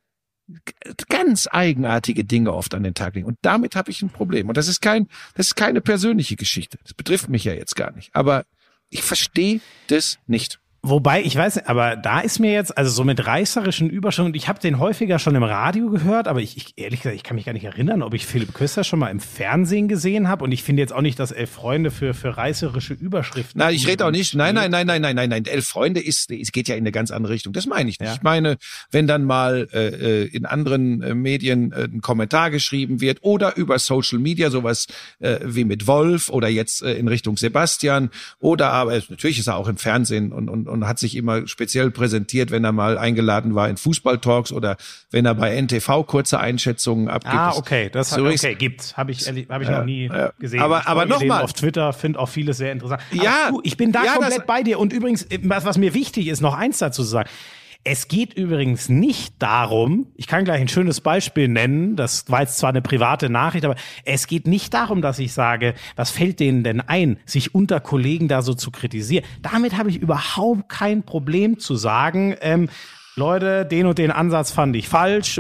Speaker 1: ganz eigenartige Dinge oft an den Tag legen. Und damit habe ich ein Problem. Und das ist keine persönliche Geschichte. Das betrifft mich ja jetzt gar nicht. Aber ich verstehe das nicht.
Speaker 2: Wobei, ich weiß nicht, aber da ist mir jetzt, also so mit reißerischen Überschriften, ich habe den häufiger schon im Radio gehört, aber ich ehrlich gesagt, ich kann mich gar nicht erinnern, ob ich Philipp Köster schon mal im Fernsehen gesehen habe. Und ich finde jetzt auch nicht, dass 11 Freunde für reißerische Überschriften.
Speaker 1: Nein, ich rede auch nicht. Nein. 11 Freunde es geht ja in eine ganz andere Richtung. Das meine ich nicht. Ja. Ich meine, wenn dann mal in anderen Medien ein Kommentar geschrieben wird oder über Social Media, sowas wie mit Wolf oder jetzt in Richtung Sebastian oder aber natürlich ist er auch im Fernsehen und hat sich immer speziell präsentiert, wenn er mal eingeladen war in Fußballtalks oder wenn er bei NTV kurze Einschätzungen abgibt.
Speaker 2: Okay, gibt's. Habe ich noch nie gesehen.
Speaker 1: Aber nochmal.
Speaker 2: Auf Twitter finde auch vieles sehr interessant. Aber ich bin da komplett bei dir. Und übrigens, was mir wichtig ist, noch eins dazu zu sagen. Es geht übrigens nicht darum, ich kann gleich ein schönes Beispiel nennen, das war jetzt zwar eine private Nachricht, aber es geht nicht darum, dass ich sage, was fällt denen denn ein, sich unter Kollegen da so zu kritisieren. Damit habe ich überhaupt kein Problem zu sagen, Leute, den und den Ansatz fand ich falsch,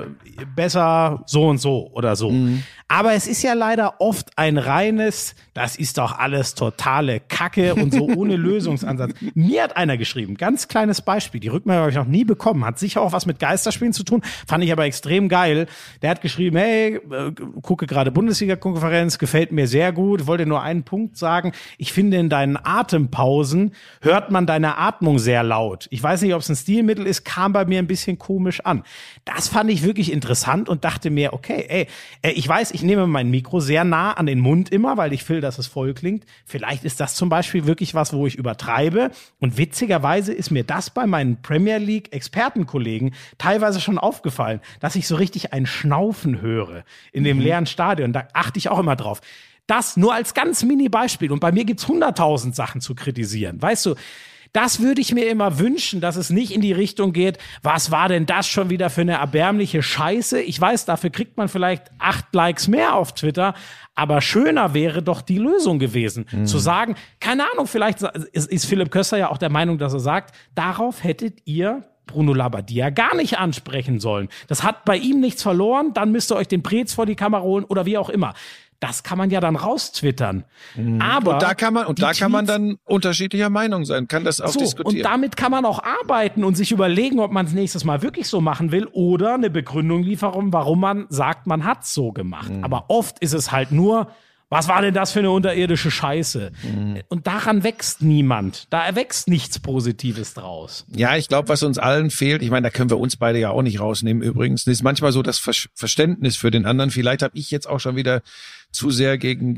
Speaker 2: besser so und so oder so. Mhm. Aber es ist ja leider oft ein reines, das ist doch alles totale Kacke und so ohne Lösungsansatz. Mir hat einer geschrieben, ganz kleines Beispiel, die Rückmeldung habe ich noch nie bekommen, hat sicher auch was mit Geisterspielen zu tun, fand ich aber extrem geil. Der hat geschrieben, hey, gucke gerade Bundesliga-Konferenz, gefällt mir sehr gut, wollte nur einen Punkt sagen, ich finde in deinen Atempausen hört man deine Atmung sehr laut. Ich weiß nicht, ob es ein Stilmittel ist, kam bei mir ein bisschen komisch an. Das fand ich wirklich interessant und dachte mir, okay, ich weiß, ich nehme mein Mikro sehr nah an den Mund immer, weil ich will, dass es voll klingt. Vielleicht ist das zum Beispiel wirklich was, wo ich übertreibe. Und witzigerweise ist mir das bei meinen Premier League Expertenkollegen teilweise schon aufgefallen, dass ich so richtig ein Schnaufen höre in dem leeren Stadion. Da achte ich auch immer drauf. Das nur als ganz Mini-Beispiel. Und bei mir gibt's 100.000 Sachen zu kritisieren. Weißt du, das würde ich mir immer wünschen, dass es nicht in die Richtung geht, was war denn das schon wieder für eine erbärmliche Scheiße? Ich weiß, dafür kriegt man vielleicht 8 Likes mehr auf Twitter, aber schöner wäre doch die Lösung gewesen, zu sagen, keine Ahnung, vielleicht ist Philipp Köster ja auch der Meinung, dass er sagt, darauf hättet ihr Bruno Labbadia gar nicht ansprechen sollen. Das hat bei ihm nichts verloren, dann müsst ihr euch den Preetz vor die Kamera holen oder wie auch immer. Das kann man ja dann raustwittern. Aber
Speaker 1: und da kann man dann unterschiedlicher Meinung sein, kann das auch diskutieren.
Speaker 2: Und damit kann man auch arbeiten und sich überlegen, ob man es nächstes Mal wirklich so machen will oder eine Begründung liefern, warum man sagt, man hat es so gemacht. Aber oft ist es halt nur, was war denn das für eine unterirdische Scheiße? Und daran wächst niemand. Da erwächst nichts Positives draus.
Speaker 1: Ja, ich glaube, was uns allen fehlt, ich meine, da können wir uns beide ja auch nicht rausnehmen übrigens, ist manchmal so das Verständnis für den anderen. Vielleicht habe ich jetzt auch schon wieder zu sehr gegen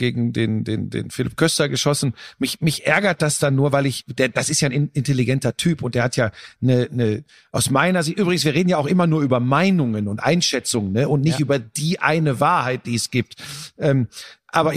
Speaker 1: den Philipp Köster geschossen. Mich ärgert das dann nur, weil das ist ja ein intelligenter Typ und der hat ja eine aus meiner Sicht, übrigens, wir reden ja auch immer nur über Meinungen und Einschätzungen, ne, und nicht über die eine Wahrheit, die es gibt. Aber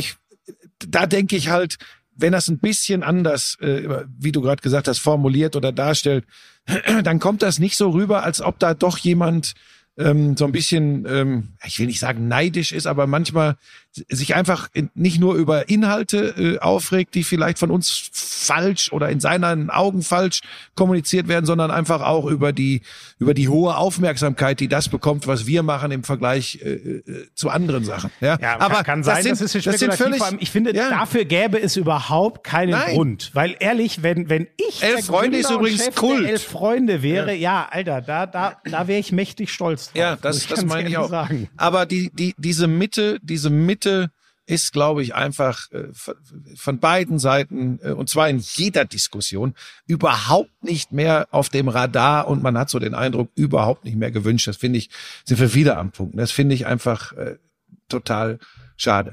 Speaker 1: da denke ich halt, wenn das ein bisschen anders, wie du gerade gesagt hast, formuliert oder darstellt, dann kommt das nicht so rüber, als ob da doch jemand so ein bisschen, ich will nicht sagen neidisch ist, aber manchmal sich einfach nicht nur über Inhalte aufregt, die vielleicht von uns falsch oder in seinen Augen falsch kommuniziert werden, sondern einfach auch über die hohe Aufmerksamkeit, die das bekommt, was wir machen im Vergleich zu anderen Sachen. Ja,
Speaker 2: aber kann sein, das ist spekulativ. Vor allem, ich finde, dafür gäbe es überhaupt keinen Grund. Weil ehrlich, wenn ich
Speaker 1: 11 Freunde ist übrigens Kult.
Speaker 2: 11 Freunde wäre, Alter, da wäre ich mächtig stolz drauf.
Speaker 1: Ja, das meine ich auch. Sagen. Aber diese Mitte ist, glaube ich, einfach von beiden Seiten, und zwar in jeder Diskussion, überhaupt nicht mehr auf dem Radar und man hat so den Eindruck, überhaupt nicht mehr gewünscht. Das finde ich, sind wir wieder am Punkt. Das finde ich einfach total schade.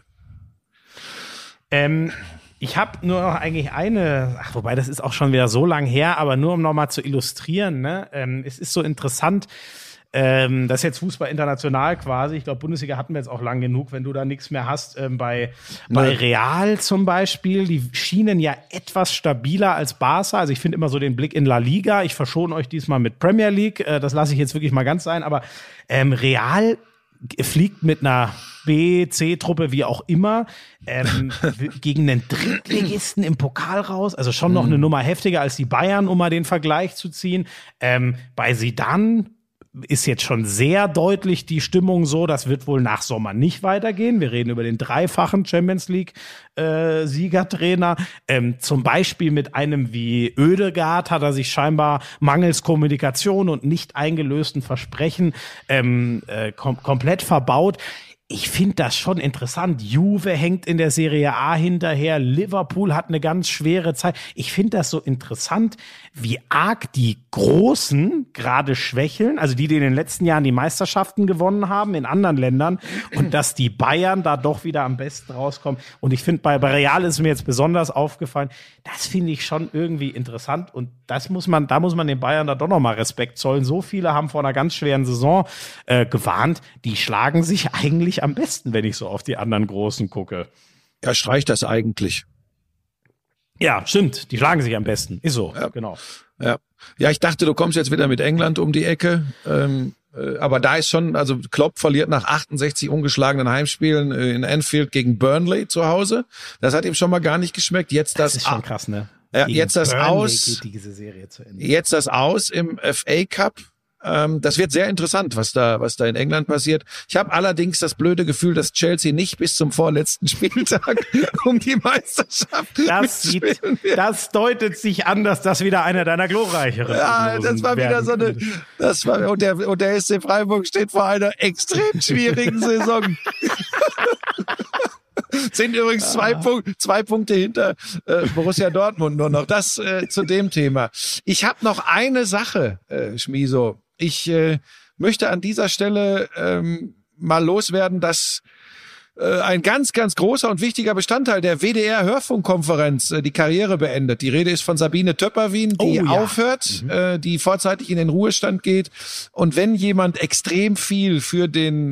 Speaker 2: Ich habe nur noch eigentlich wobei das ist auch schon wieder so lang her, aber nur um nochmal zu illustrieren, ne? Es ist so interessant, das ist jetzt Fußball international quasi. Ich glaube, Bundesliga hatten wir jetzt auch lang genug, wenn du da nichts mehr hast. Bei Real zum Beispiel, die schienen ja etwas stabiler als Barca. Also ich finde immer so den Blick in La Liga. Ich verschone euch diesmal mit Premier League. Das lasse ich jetzt wirklich mal ganz sein. Aber Real fliegt mit einer B, C-Truppe, wie auch immer, gegen einen Drittligisten im Pokal raus. Also schon noch eine Nummer heftiger als die Bayern, um mal den Vergleich zu ziehen. Bei Zidane ist jetzt schon sehr deutlich die Stimmung so, das wird wohl nach Sommer nicht weitergehen. Wir reden über den dreifachen Champions League Siegertrainer. Zum Beispiel mit einem wie Ødegaard hat er sich scheinbar mangels Kommunikation und nicht eingelösten Versprechen komplett verbaut. Ich finde das schon interessant. Juve hängt in der Serie A hinterher. Liverpool hat eine ganz schwere Zeit. Ich finde das so interessant, wie arg die Großen gerade schwächeln. Also die in den letzten Jahren die Meisterschaften gewonnen haben in anderen Ländern. Und dass die Bayern da doch wieder am besten rauskommen. Und ich finde, bei Real ist mir jetzt besonders aufgefallen. Das finde ich schon irgendwie interessant. Und da muss man den Bayern da doch nochmal Respekt zollen. So viele haben vor einer ganz schweren Saison gewarnt. Die schlagen sich eigentlich am besten, wenn ich so auf die anderen Großen gucke.
Speaker 1: Ja, streicht das eigentlich.
Speaker 2: Ja, stimmt. Die schlagen sich am besten. Ist so,
Speaker 1: ja.
Speaker 2: Genau.
Speaker 1: Ja, ich dachte, du kommst jetzt wieder mit England um die Ecke. Aber da ist schon, also Klopp verliert nach 68 ungeschlagenen Heimspielen in Anfield gegen Burnley zu Hause. Das hat ihm schon mal gar nicht geschmeckt. Jetzt das
Speaker 2: ist schon krass, ne?
Speaker 1: Ja, jetzt das
Speaker 2: Burnley
Speaker 1: Aus.
Speaker 2: geht diese Serie zu Ende.
Speaker 1: Jetzt das Aus im FA Cup. Das wird sehr interessant, was da in England passiert. Ich habe allerdings das blöde Gefühl, dass Chelsea nicht bis zum vorletzten Spieltag um die Meisterschaft mitspielen wird.
Speaker 2: Das deutet sich an, dass das wieder einer deiner glorreicheren
Speaker 1: das war wieder so eine, und der SC Freiburg steht vor einer extrem schwierigen Saison. Sind übrigens zwei Punkte hinter Borussia Dortmund nur noch. Das zu dem Thema. Ich habe noch eine Sache, Schmiso. Ich möchte an dieser Stelle mal loswerden, dass ein ganz, ganz großer und wichtiger Bestandteil der WDR-Hörfunkkonferenz die Karriere beendet. Die Rede ist von Sabine Töpperwien, die aufhört, die vorzeitig in den Ruhestand geht. Und wenn jemand extrem viel für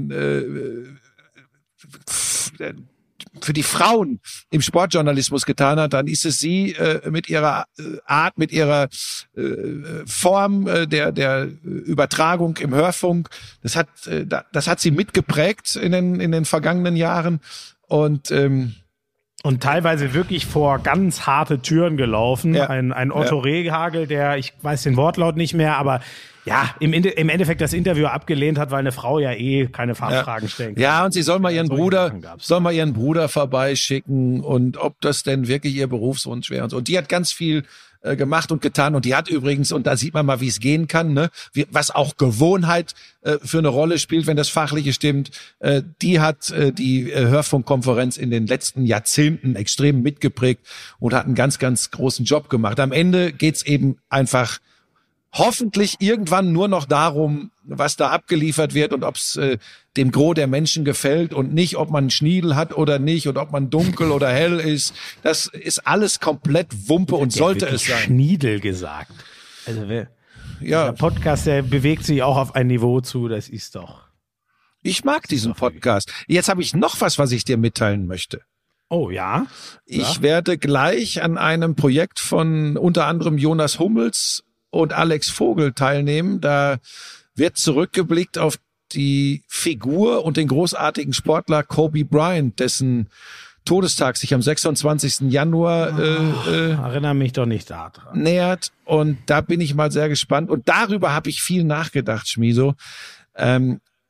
Speaker 1: für die Frauen im Sportjournalismus getan hat, dann ist es sie mit ihrer Art, mit ihrer Form der Übertragung im Hörfunk. Das hat sie mitgeprägt in den vergangenen Jahren und
Speaker 2: teilweise wirklich vor ganz harte Türen gelaufen.
Speaker 1: Ja.
Speaker 2: Ein Otto Rehhagel, der, ich weiß den Wortlaut nicht mehr, aber ja, im Endeffekt das Interview abgelehnt hat, weil eine Frau ja keine Fachfragen stellen kann.
Speaker 1: Ja, und sie soll mal ihren Bruder vorbeischicken und ob das denn wirklich ihr Berufswunsch wäre und so. Und die hat ganz viel gemacht und getan und die hat übrigens, und da sieht man mal, wie es gehen kann, ne, was auch Gewohnheit für eine Rolle spielt, wenn das Fachliche stimmt, die hat die Hörfunkkonferenz in den letzten Jahrzehnten extrem mitgeprägt und hat einen ganz, ganz großen Job gemacht. Am Ende geht's eben einfach hoffentlich irgendwann nur noch darum, was da abgeliefert wird und ob es dem Gros der Menschen gefällt und nicht, ob man einen Schniedel hat oder nicht und ob man dunkel oder hell ist. Das ist alles komplett Wumpe und sollte es sein.
Speaker 2: Schniedel gesagt. Also der Podcast, der bewegt sich auch auf ein Niveau zu, das ist doch.
Speaker 1: Ich mag diesen Podcast. Jetzt habe ich noch was ich dir mitteilen möchte.
Speaker 2: Oh ja?
Speaker 1: Ich werde gleich an einem Projekt von unter anderem Jonas Hummels und Alex Vogel teilnehmen. Da wird zurückgeblickt auf die Figur und den großartigen Sportler Kobe Bryant, dessen Todestag sich am 26. Januar
Speaker 2: erinnere mich doch nicht daran.
Speaker 1: Nähert. Und da bin ich mal sehr gespannt. Und darüber habe ich viel nachgedacht, Schmiso.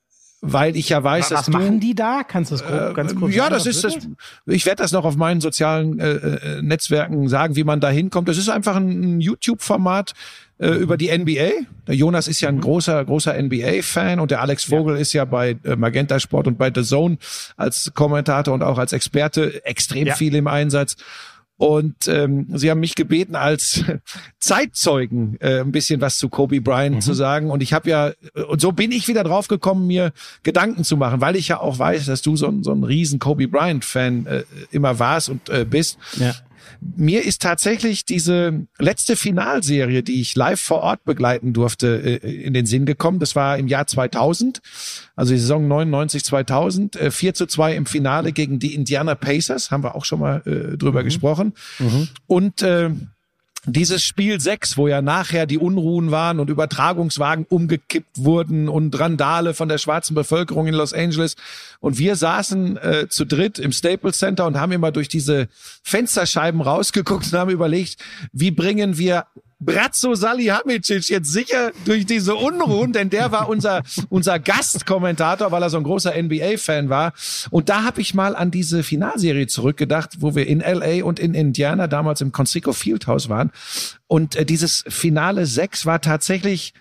Speaker 1: weil ich ja weiß,
Speaker 2: Was machen die da? Kannst du das ganz kurz
Speaker 1: ja,
Speaker 2: sagen?
Speaker 1: das ist das. Ich werde das noch auf meinen sozialen Netzwerken sagen, wie man da hinkommt. Das ist einfach ein YouTube-Format über die NBA. Der Jonas ist ja ein großer NBA-Fan und der Alex Vogel ist ja bei Magenta Sport und bei The Zone als Kommentator und auch als Experte extrem viel im Einsatz. Und sie haben mich gebeten, als Zeitzeugen ein bisschen was zu Kobe Bryant zu sagen. Und ich habe und so bin ich wieder drauf gekommen, mir Gedanken zu machen, weil ich ja auch weiß, dass du so ein riesen Kobe Bryant-Fan immer warst und bist. Ja. Mir ist tatsächlich diese letzte Finalserie, die ich live vor Ort begleiten durfte, in den Sinn gekommen. Das war im Jahr 2000, also die Saison 99/2000, 4:2 im Finale gegen die Indiana Pacers, haben wir auch schon mal drüber gesprochen. Und dieses Spiel 6, wo ja nachher die Unruhen waren und Übertragungswagen umgekippt wurden und Randale von der schwarzen Bevölkerung in Los Angeles. Und wir saßen zu dritt im Staples Center und haben immer durch diese Fensterscheiben rausgeguckt und haben überlegt, wie bringen wir Bratzo Salihamidzic jetzt sicher durch diese Unruhen, denn der war unser Gastkommentator, weil er so ein großer NBA-Fan war. Und da habe ich mal an diese Finalserie zurückgedacht, wo wir in LA und in Indiana damals im Conseco Fieldhouse waren. Und dieses Finale 6 war tatsächlich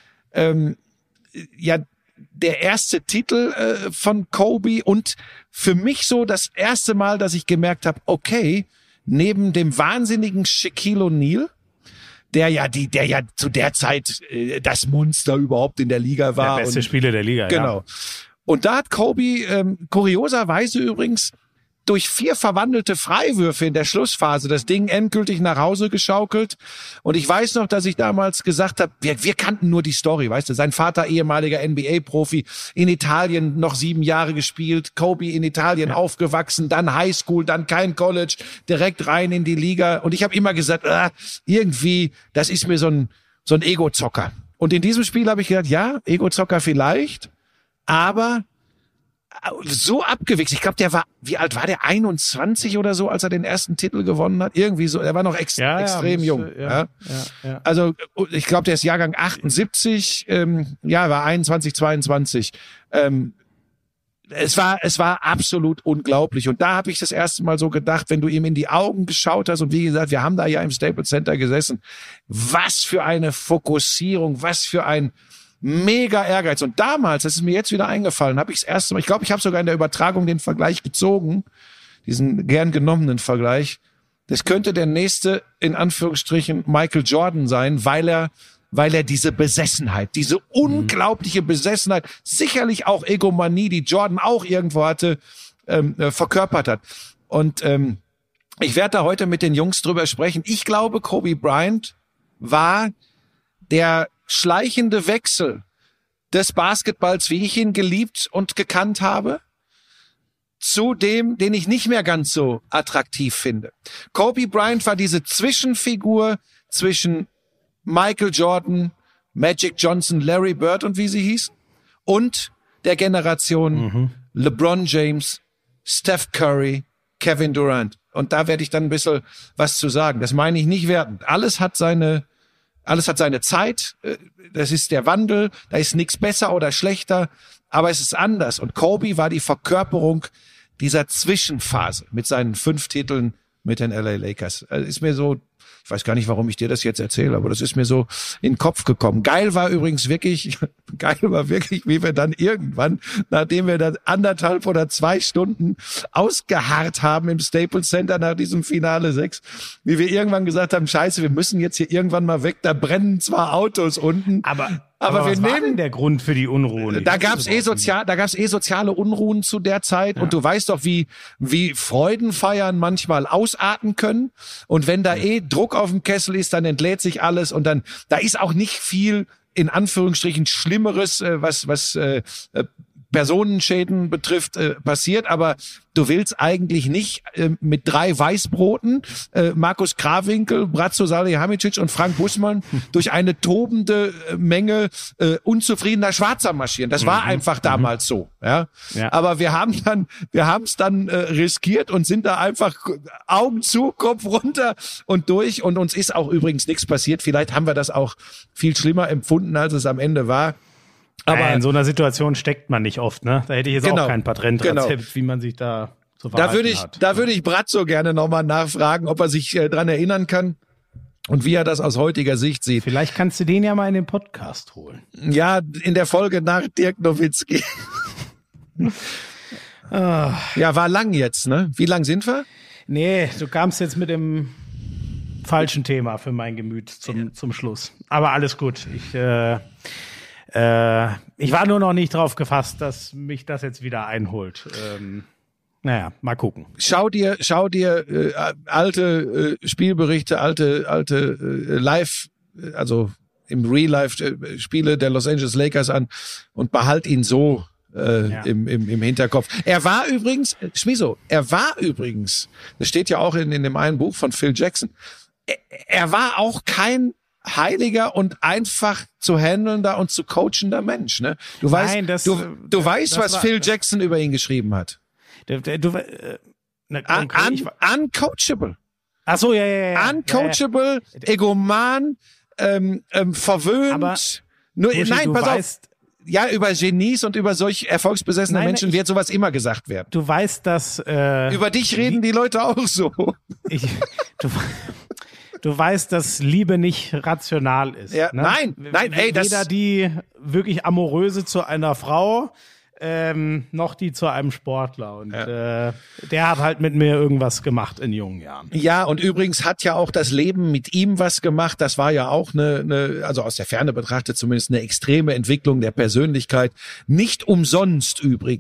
Speaker 1: der erste Titel von Kobe und für mich so das erste Mal, dass ich gemerkt habe, okay, neben dem wahnsinnigen Shaquille O'Neal, der ja zu der Zeit das Monster überhaupt in der Liga war.
Speaker 2: Der beste Spieler der Liga,
Speaker 1: genau. Ja. Und da hat Kobe kurioserweise übrigens durch 4 verwandelte Freiwürfe in der Schlussphase das Ding endgültig nach Hause geschaukelt. Und ich weiß noch, dass ich damals gesagt habe, wir kannten nur die Story, weißt du, sein Vater ehemaliger NBA-Profi, in Italien noch 7 Jahre gespielt, Kobe in Italien aufgewachsen, dann Highschool, dann kein College, direkt rein in die Liga. Und ich habe immer gesagt, irgendwie, das ist mir so ein Ego-Zocker. Und in diesem Spiel habe ich gedacht, ja, Ego-Zocker vielleicht, aber so abgewichst. Ich glaube, wie alt war der? 21 oder so, als er den ersten Titel gewonnen hat? Irgendwie so. Er war noch extrem jung. Ja. Also, ich glaube, der ist Jahrgang 78, war 21, 22. Es war absolut unglaublich. Und da habe ich das erste Mal so gedacht, wenn du ihm in die Augen geschaut hast, und wie gesagt, wir haben da ja im Staples Center gesessen, was für eine Fokussierung, was für ein mega Ehrgeiz. Und damals, das ist mir jetzt wieder eingefallen, habe ich das erste Mal, ich glaube, ich habe sogar in der Übertragung den Vergleich gezogen, diesen gern genommenen Vergleich. Das könnte der nächste, in Anführungsstrichen, Michael Jordan sein, weil er diese Besessenheit, diese unglaubliche Besessenheit, sicherlich auch Egomanie, die Jordan auch irgendwo hatte, verkörpert hat. Und ich werde da heute mit den Jungs drüber sprechen. Ich glaube, Kobe Bryant war der schleichende Wechsel des Basketballs, wie ich ihn geliebt und gekannt habe, zu dem, den ich nicht mehr ganz so attraktiv finde. Kobe Bryant war diese Zwischenfigur zwischen Michael Jordan, Magic Johnson, Larry Bird und wie sie hießen, und der Generation LeBron James, Steph Curry, Kevin Durant. Und da werde ich dann ein bisschen was zu sagen. Das meine ich nicht wertend. Alles hat seine Zeit, das ist der Wandel, da ist nichts besser oder schlechter, aber es ist anders. Und Kobe war die Verkörperung dieser Zwischenphase mit seinen 5 Titeln mit den LA Lakers. Ist mir so, ich weiß gar nicht, warum ich dir das jetzt erzähle, aber das ist mir so in den Kopf gekommen. Geil war wirklich, wie wir dann irgendwann, nachdem wir dann 1,5 oder 2 Stunden ausgeharrt haben im Staples Center nach diesem Finale 6, wie wir irgendwann gesagt haben, scheiße, wir müssen jetzt hier irgendwann mal weg, da brennen zwar Autos unten. Aber
Speaker 2: was war denn der Grund für die Unruhen?
Speaker 1: Da gab's soziale Unruhen zu der Zeit. Ja. Und du weißt doch, wie Freudenfeiern manchmal ausarten können. Und wenn da Druck auf dem Kessel ist, dann entlädt sich alles. Und dann, da ist auch nicht viel, in Anführungsstrichen, Schlimmeres, was Personenschäden betrifft, passiert. Aber du willst eigentlich nicht mit 3 Weißbroten Markus Krawinkel, Bratzo Salihamidzic und Frank Buschmann durch eine tobende Menge unzufriedener Schwarzer marschieren. Das war einfach damals so. Ja? Aber wir haben es dann riskiert und sind da einfach Augen zu, Kopf runter und durch. Und uns ist auch übrigens nichts passiert. Vielleicht haben wir das auch viel schlimmer empfunden, als es am Ende war.
Speaker 2: Aber in so einer Situation steckt man nicht oft, ne? Da hätte ich jetzt auch kein Patentrezept, wie man sich da zu verhalten hat.
Speaker 1: Da würde ich Bratzo gerne nochmal nachfragen, ob er sich dran erinnern kann und wie er das aus heutiger Sicht sieht.
Speaker 2: Vielleicht kannst du den ja mal in den Podcast holen.
Speaker 1: Ja, in der Folge nach Dirk Nowitzki. Ja, war lang jetzt, ne? Wie lang sind wir?
Speaker 2: Nee, du kamst jetzt mit dem falschen Thema für mein Gemüt zum Schluss. Aber alles gut. Ich war nur noch nicht drauf gefasst, dass mich das jetzt wieder einholt. Naja, mal gucken.
Speaker 1: Schau dir alte Spielberichte, alte Live, also im Real-Life Spiele der Los Angeles Lakers an und behalt ihn so im Hinterkopf. Er war übrigens, Schmiso, das steht ja auch in dem einen Buch von Phil Jackson, er war auch kein heiliger und einfach zu handelnder und zu coachender Mensch, ne? Du weißt, was Phil Jackson über ihn geschrieben hat. Uncoachable.
Speaker 2: Ach so, ja.
Speaker 1: Uncoachable, egoman, verwöhnt.
Speaker 2: Aber,
Speaker 1: pass auf. Ja, über Genies und über solch erfolgsbesessene Menschen wird sowas immer gesagt werden.
Speaker 2: Du weißt, dass
Speaker 1: über dich reden die Leute auch so.
Speaker 2: Du weißt, dass Liebe nicht rational ist.
Speaker 1: Ja,
Speaker 2: ne?
Speaker 1: Nein,
Speaker 2: weder die wirklich amoröse zu einer Frau, noch die zu einem Sportler. Und der hat halt mit mir irgendwas gemacht in jungen Jahren.
Speaker 1: Ja, und übrigens hat ja auch das Leben mit ihm was gemacht. Das war ja auch also aus der Ferne betrachtet zumindest eine extreme Entwicklung der Persönlichkeit. Nicht umsonst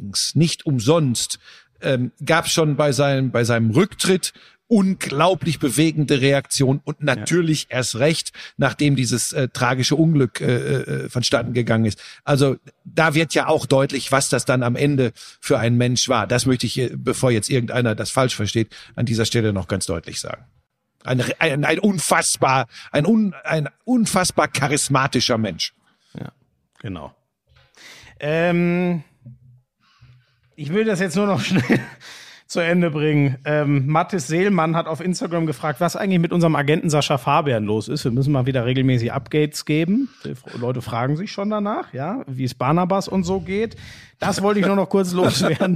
Speaker 1: gab es schon bei seinem Rücktritt unglaublich bewegende Reaktion und natürlich erst recht, nachdem dieses tragische Unglück vonstatten gegangen ist. Also da wird ja auch deutlich, was das dann am Ende für ein Mensch war. Das möchte ich, bevor jetzt irgendeiner das falsch versteht, an dieser Stelle noch ganz deutlich sagen. Ein unfassbar charismatischer Mensch.
Speaker 2: Ja, genau. Ich will das jetzt nur noch schnell zu Ende bringen. Mathis Seelmann hat auf Instagram gefragt, was eigentlich mit unserem Agenten Sascha Fabian los ist. Wir müssen mal wieder regelmäßig Updates geben. Die Leute fragen sich schon danach, ja, wie es Barnabas und so geht. Das wollte ich nur noch kurz loswerden.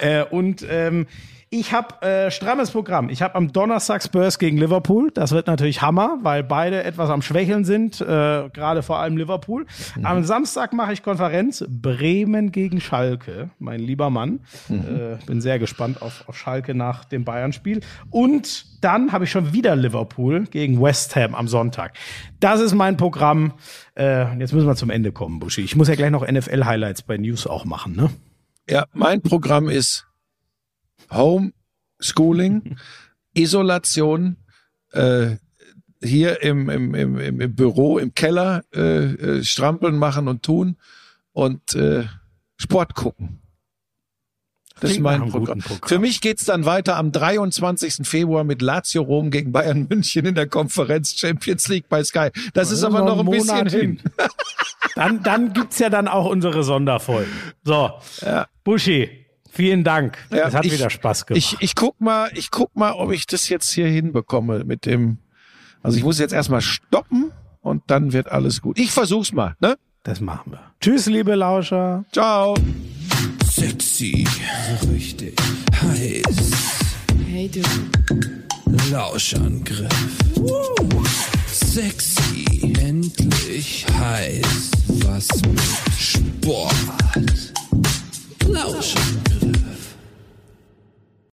Speaker 2: Ich habe strammes Programm. Ich habe am Donnerstag Spurs gegen Liverpool. Das wird natürlich Hammer, weil beide etwas am Schwächeln sind, gerade vor allem Liverpool. Am Samstag mache ich Konferenz Bremen gegen Schalke, mein lieber Mann. Bin sehr gespannt auf Schalke nach dem Bayern-Spiel. Und dann habe ich schon wieder Liverpool gegen West Ham am Sonntag. Das ist mein Programm. Jetzt müssen wir zum Ende kommen, Buschi. Ich muss ja gleich noch NFL-Highlights bei News auch machen, ne?
Speaker 1: Ja, mein Programm ist Homeschooling, Isolation, hier im Büro, im Keller, strampeln machen und tun und Sport gucken. Das ist mein Programm. Für mich geht's dann weiter am 23. Februar mit Lazio Rom gegen Bayern München in der Konferenz Champions League bei Sky. Das ist aber noch ein bisschen hin.
Speaker 2: Dann gibt's ja dann auch unsere Sonderfolgen. So, ja. Buschi. Vielen Dank.
Speaker 1: Ja,
Speaker 2: es hat wieder Spaß gemacht.
Speaker 1: Ich guck mal, ob ich das jetzt hier hinbekomme mit dem, also ich muss jetzt erstmal stoppen und dann wird alles gut. Ich versuch's mal, ne?
Speaker 2: Das machen wir. Tschüss, liebe Lauscher.
Speaker 1: Ciao.
Speaker 3: Sexy, so richtig heiß.
Speaker 4: Hey du.
Speaker 3: Lauschangriff. Sexy, endlich heiß. Was mit Sport. Lauschangriff.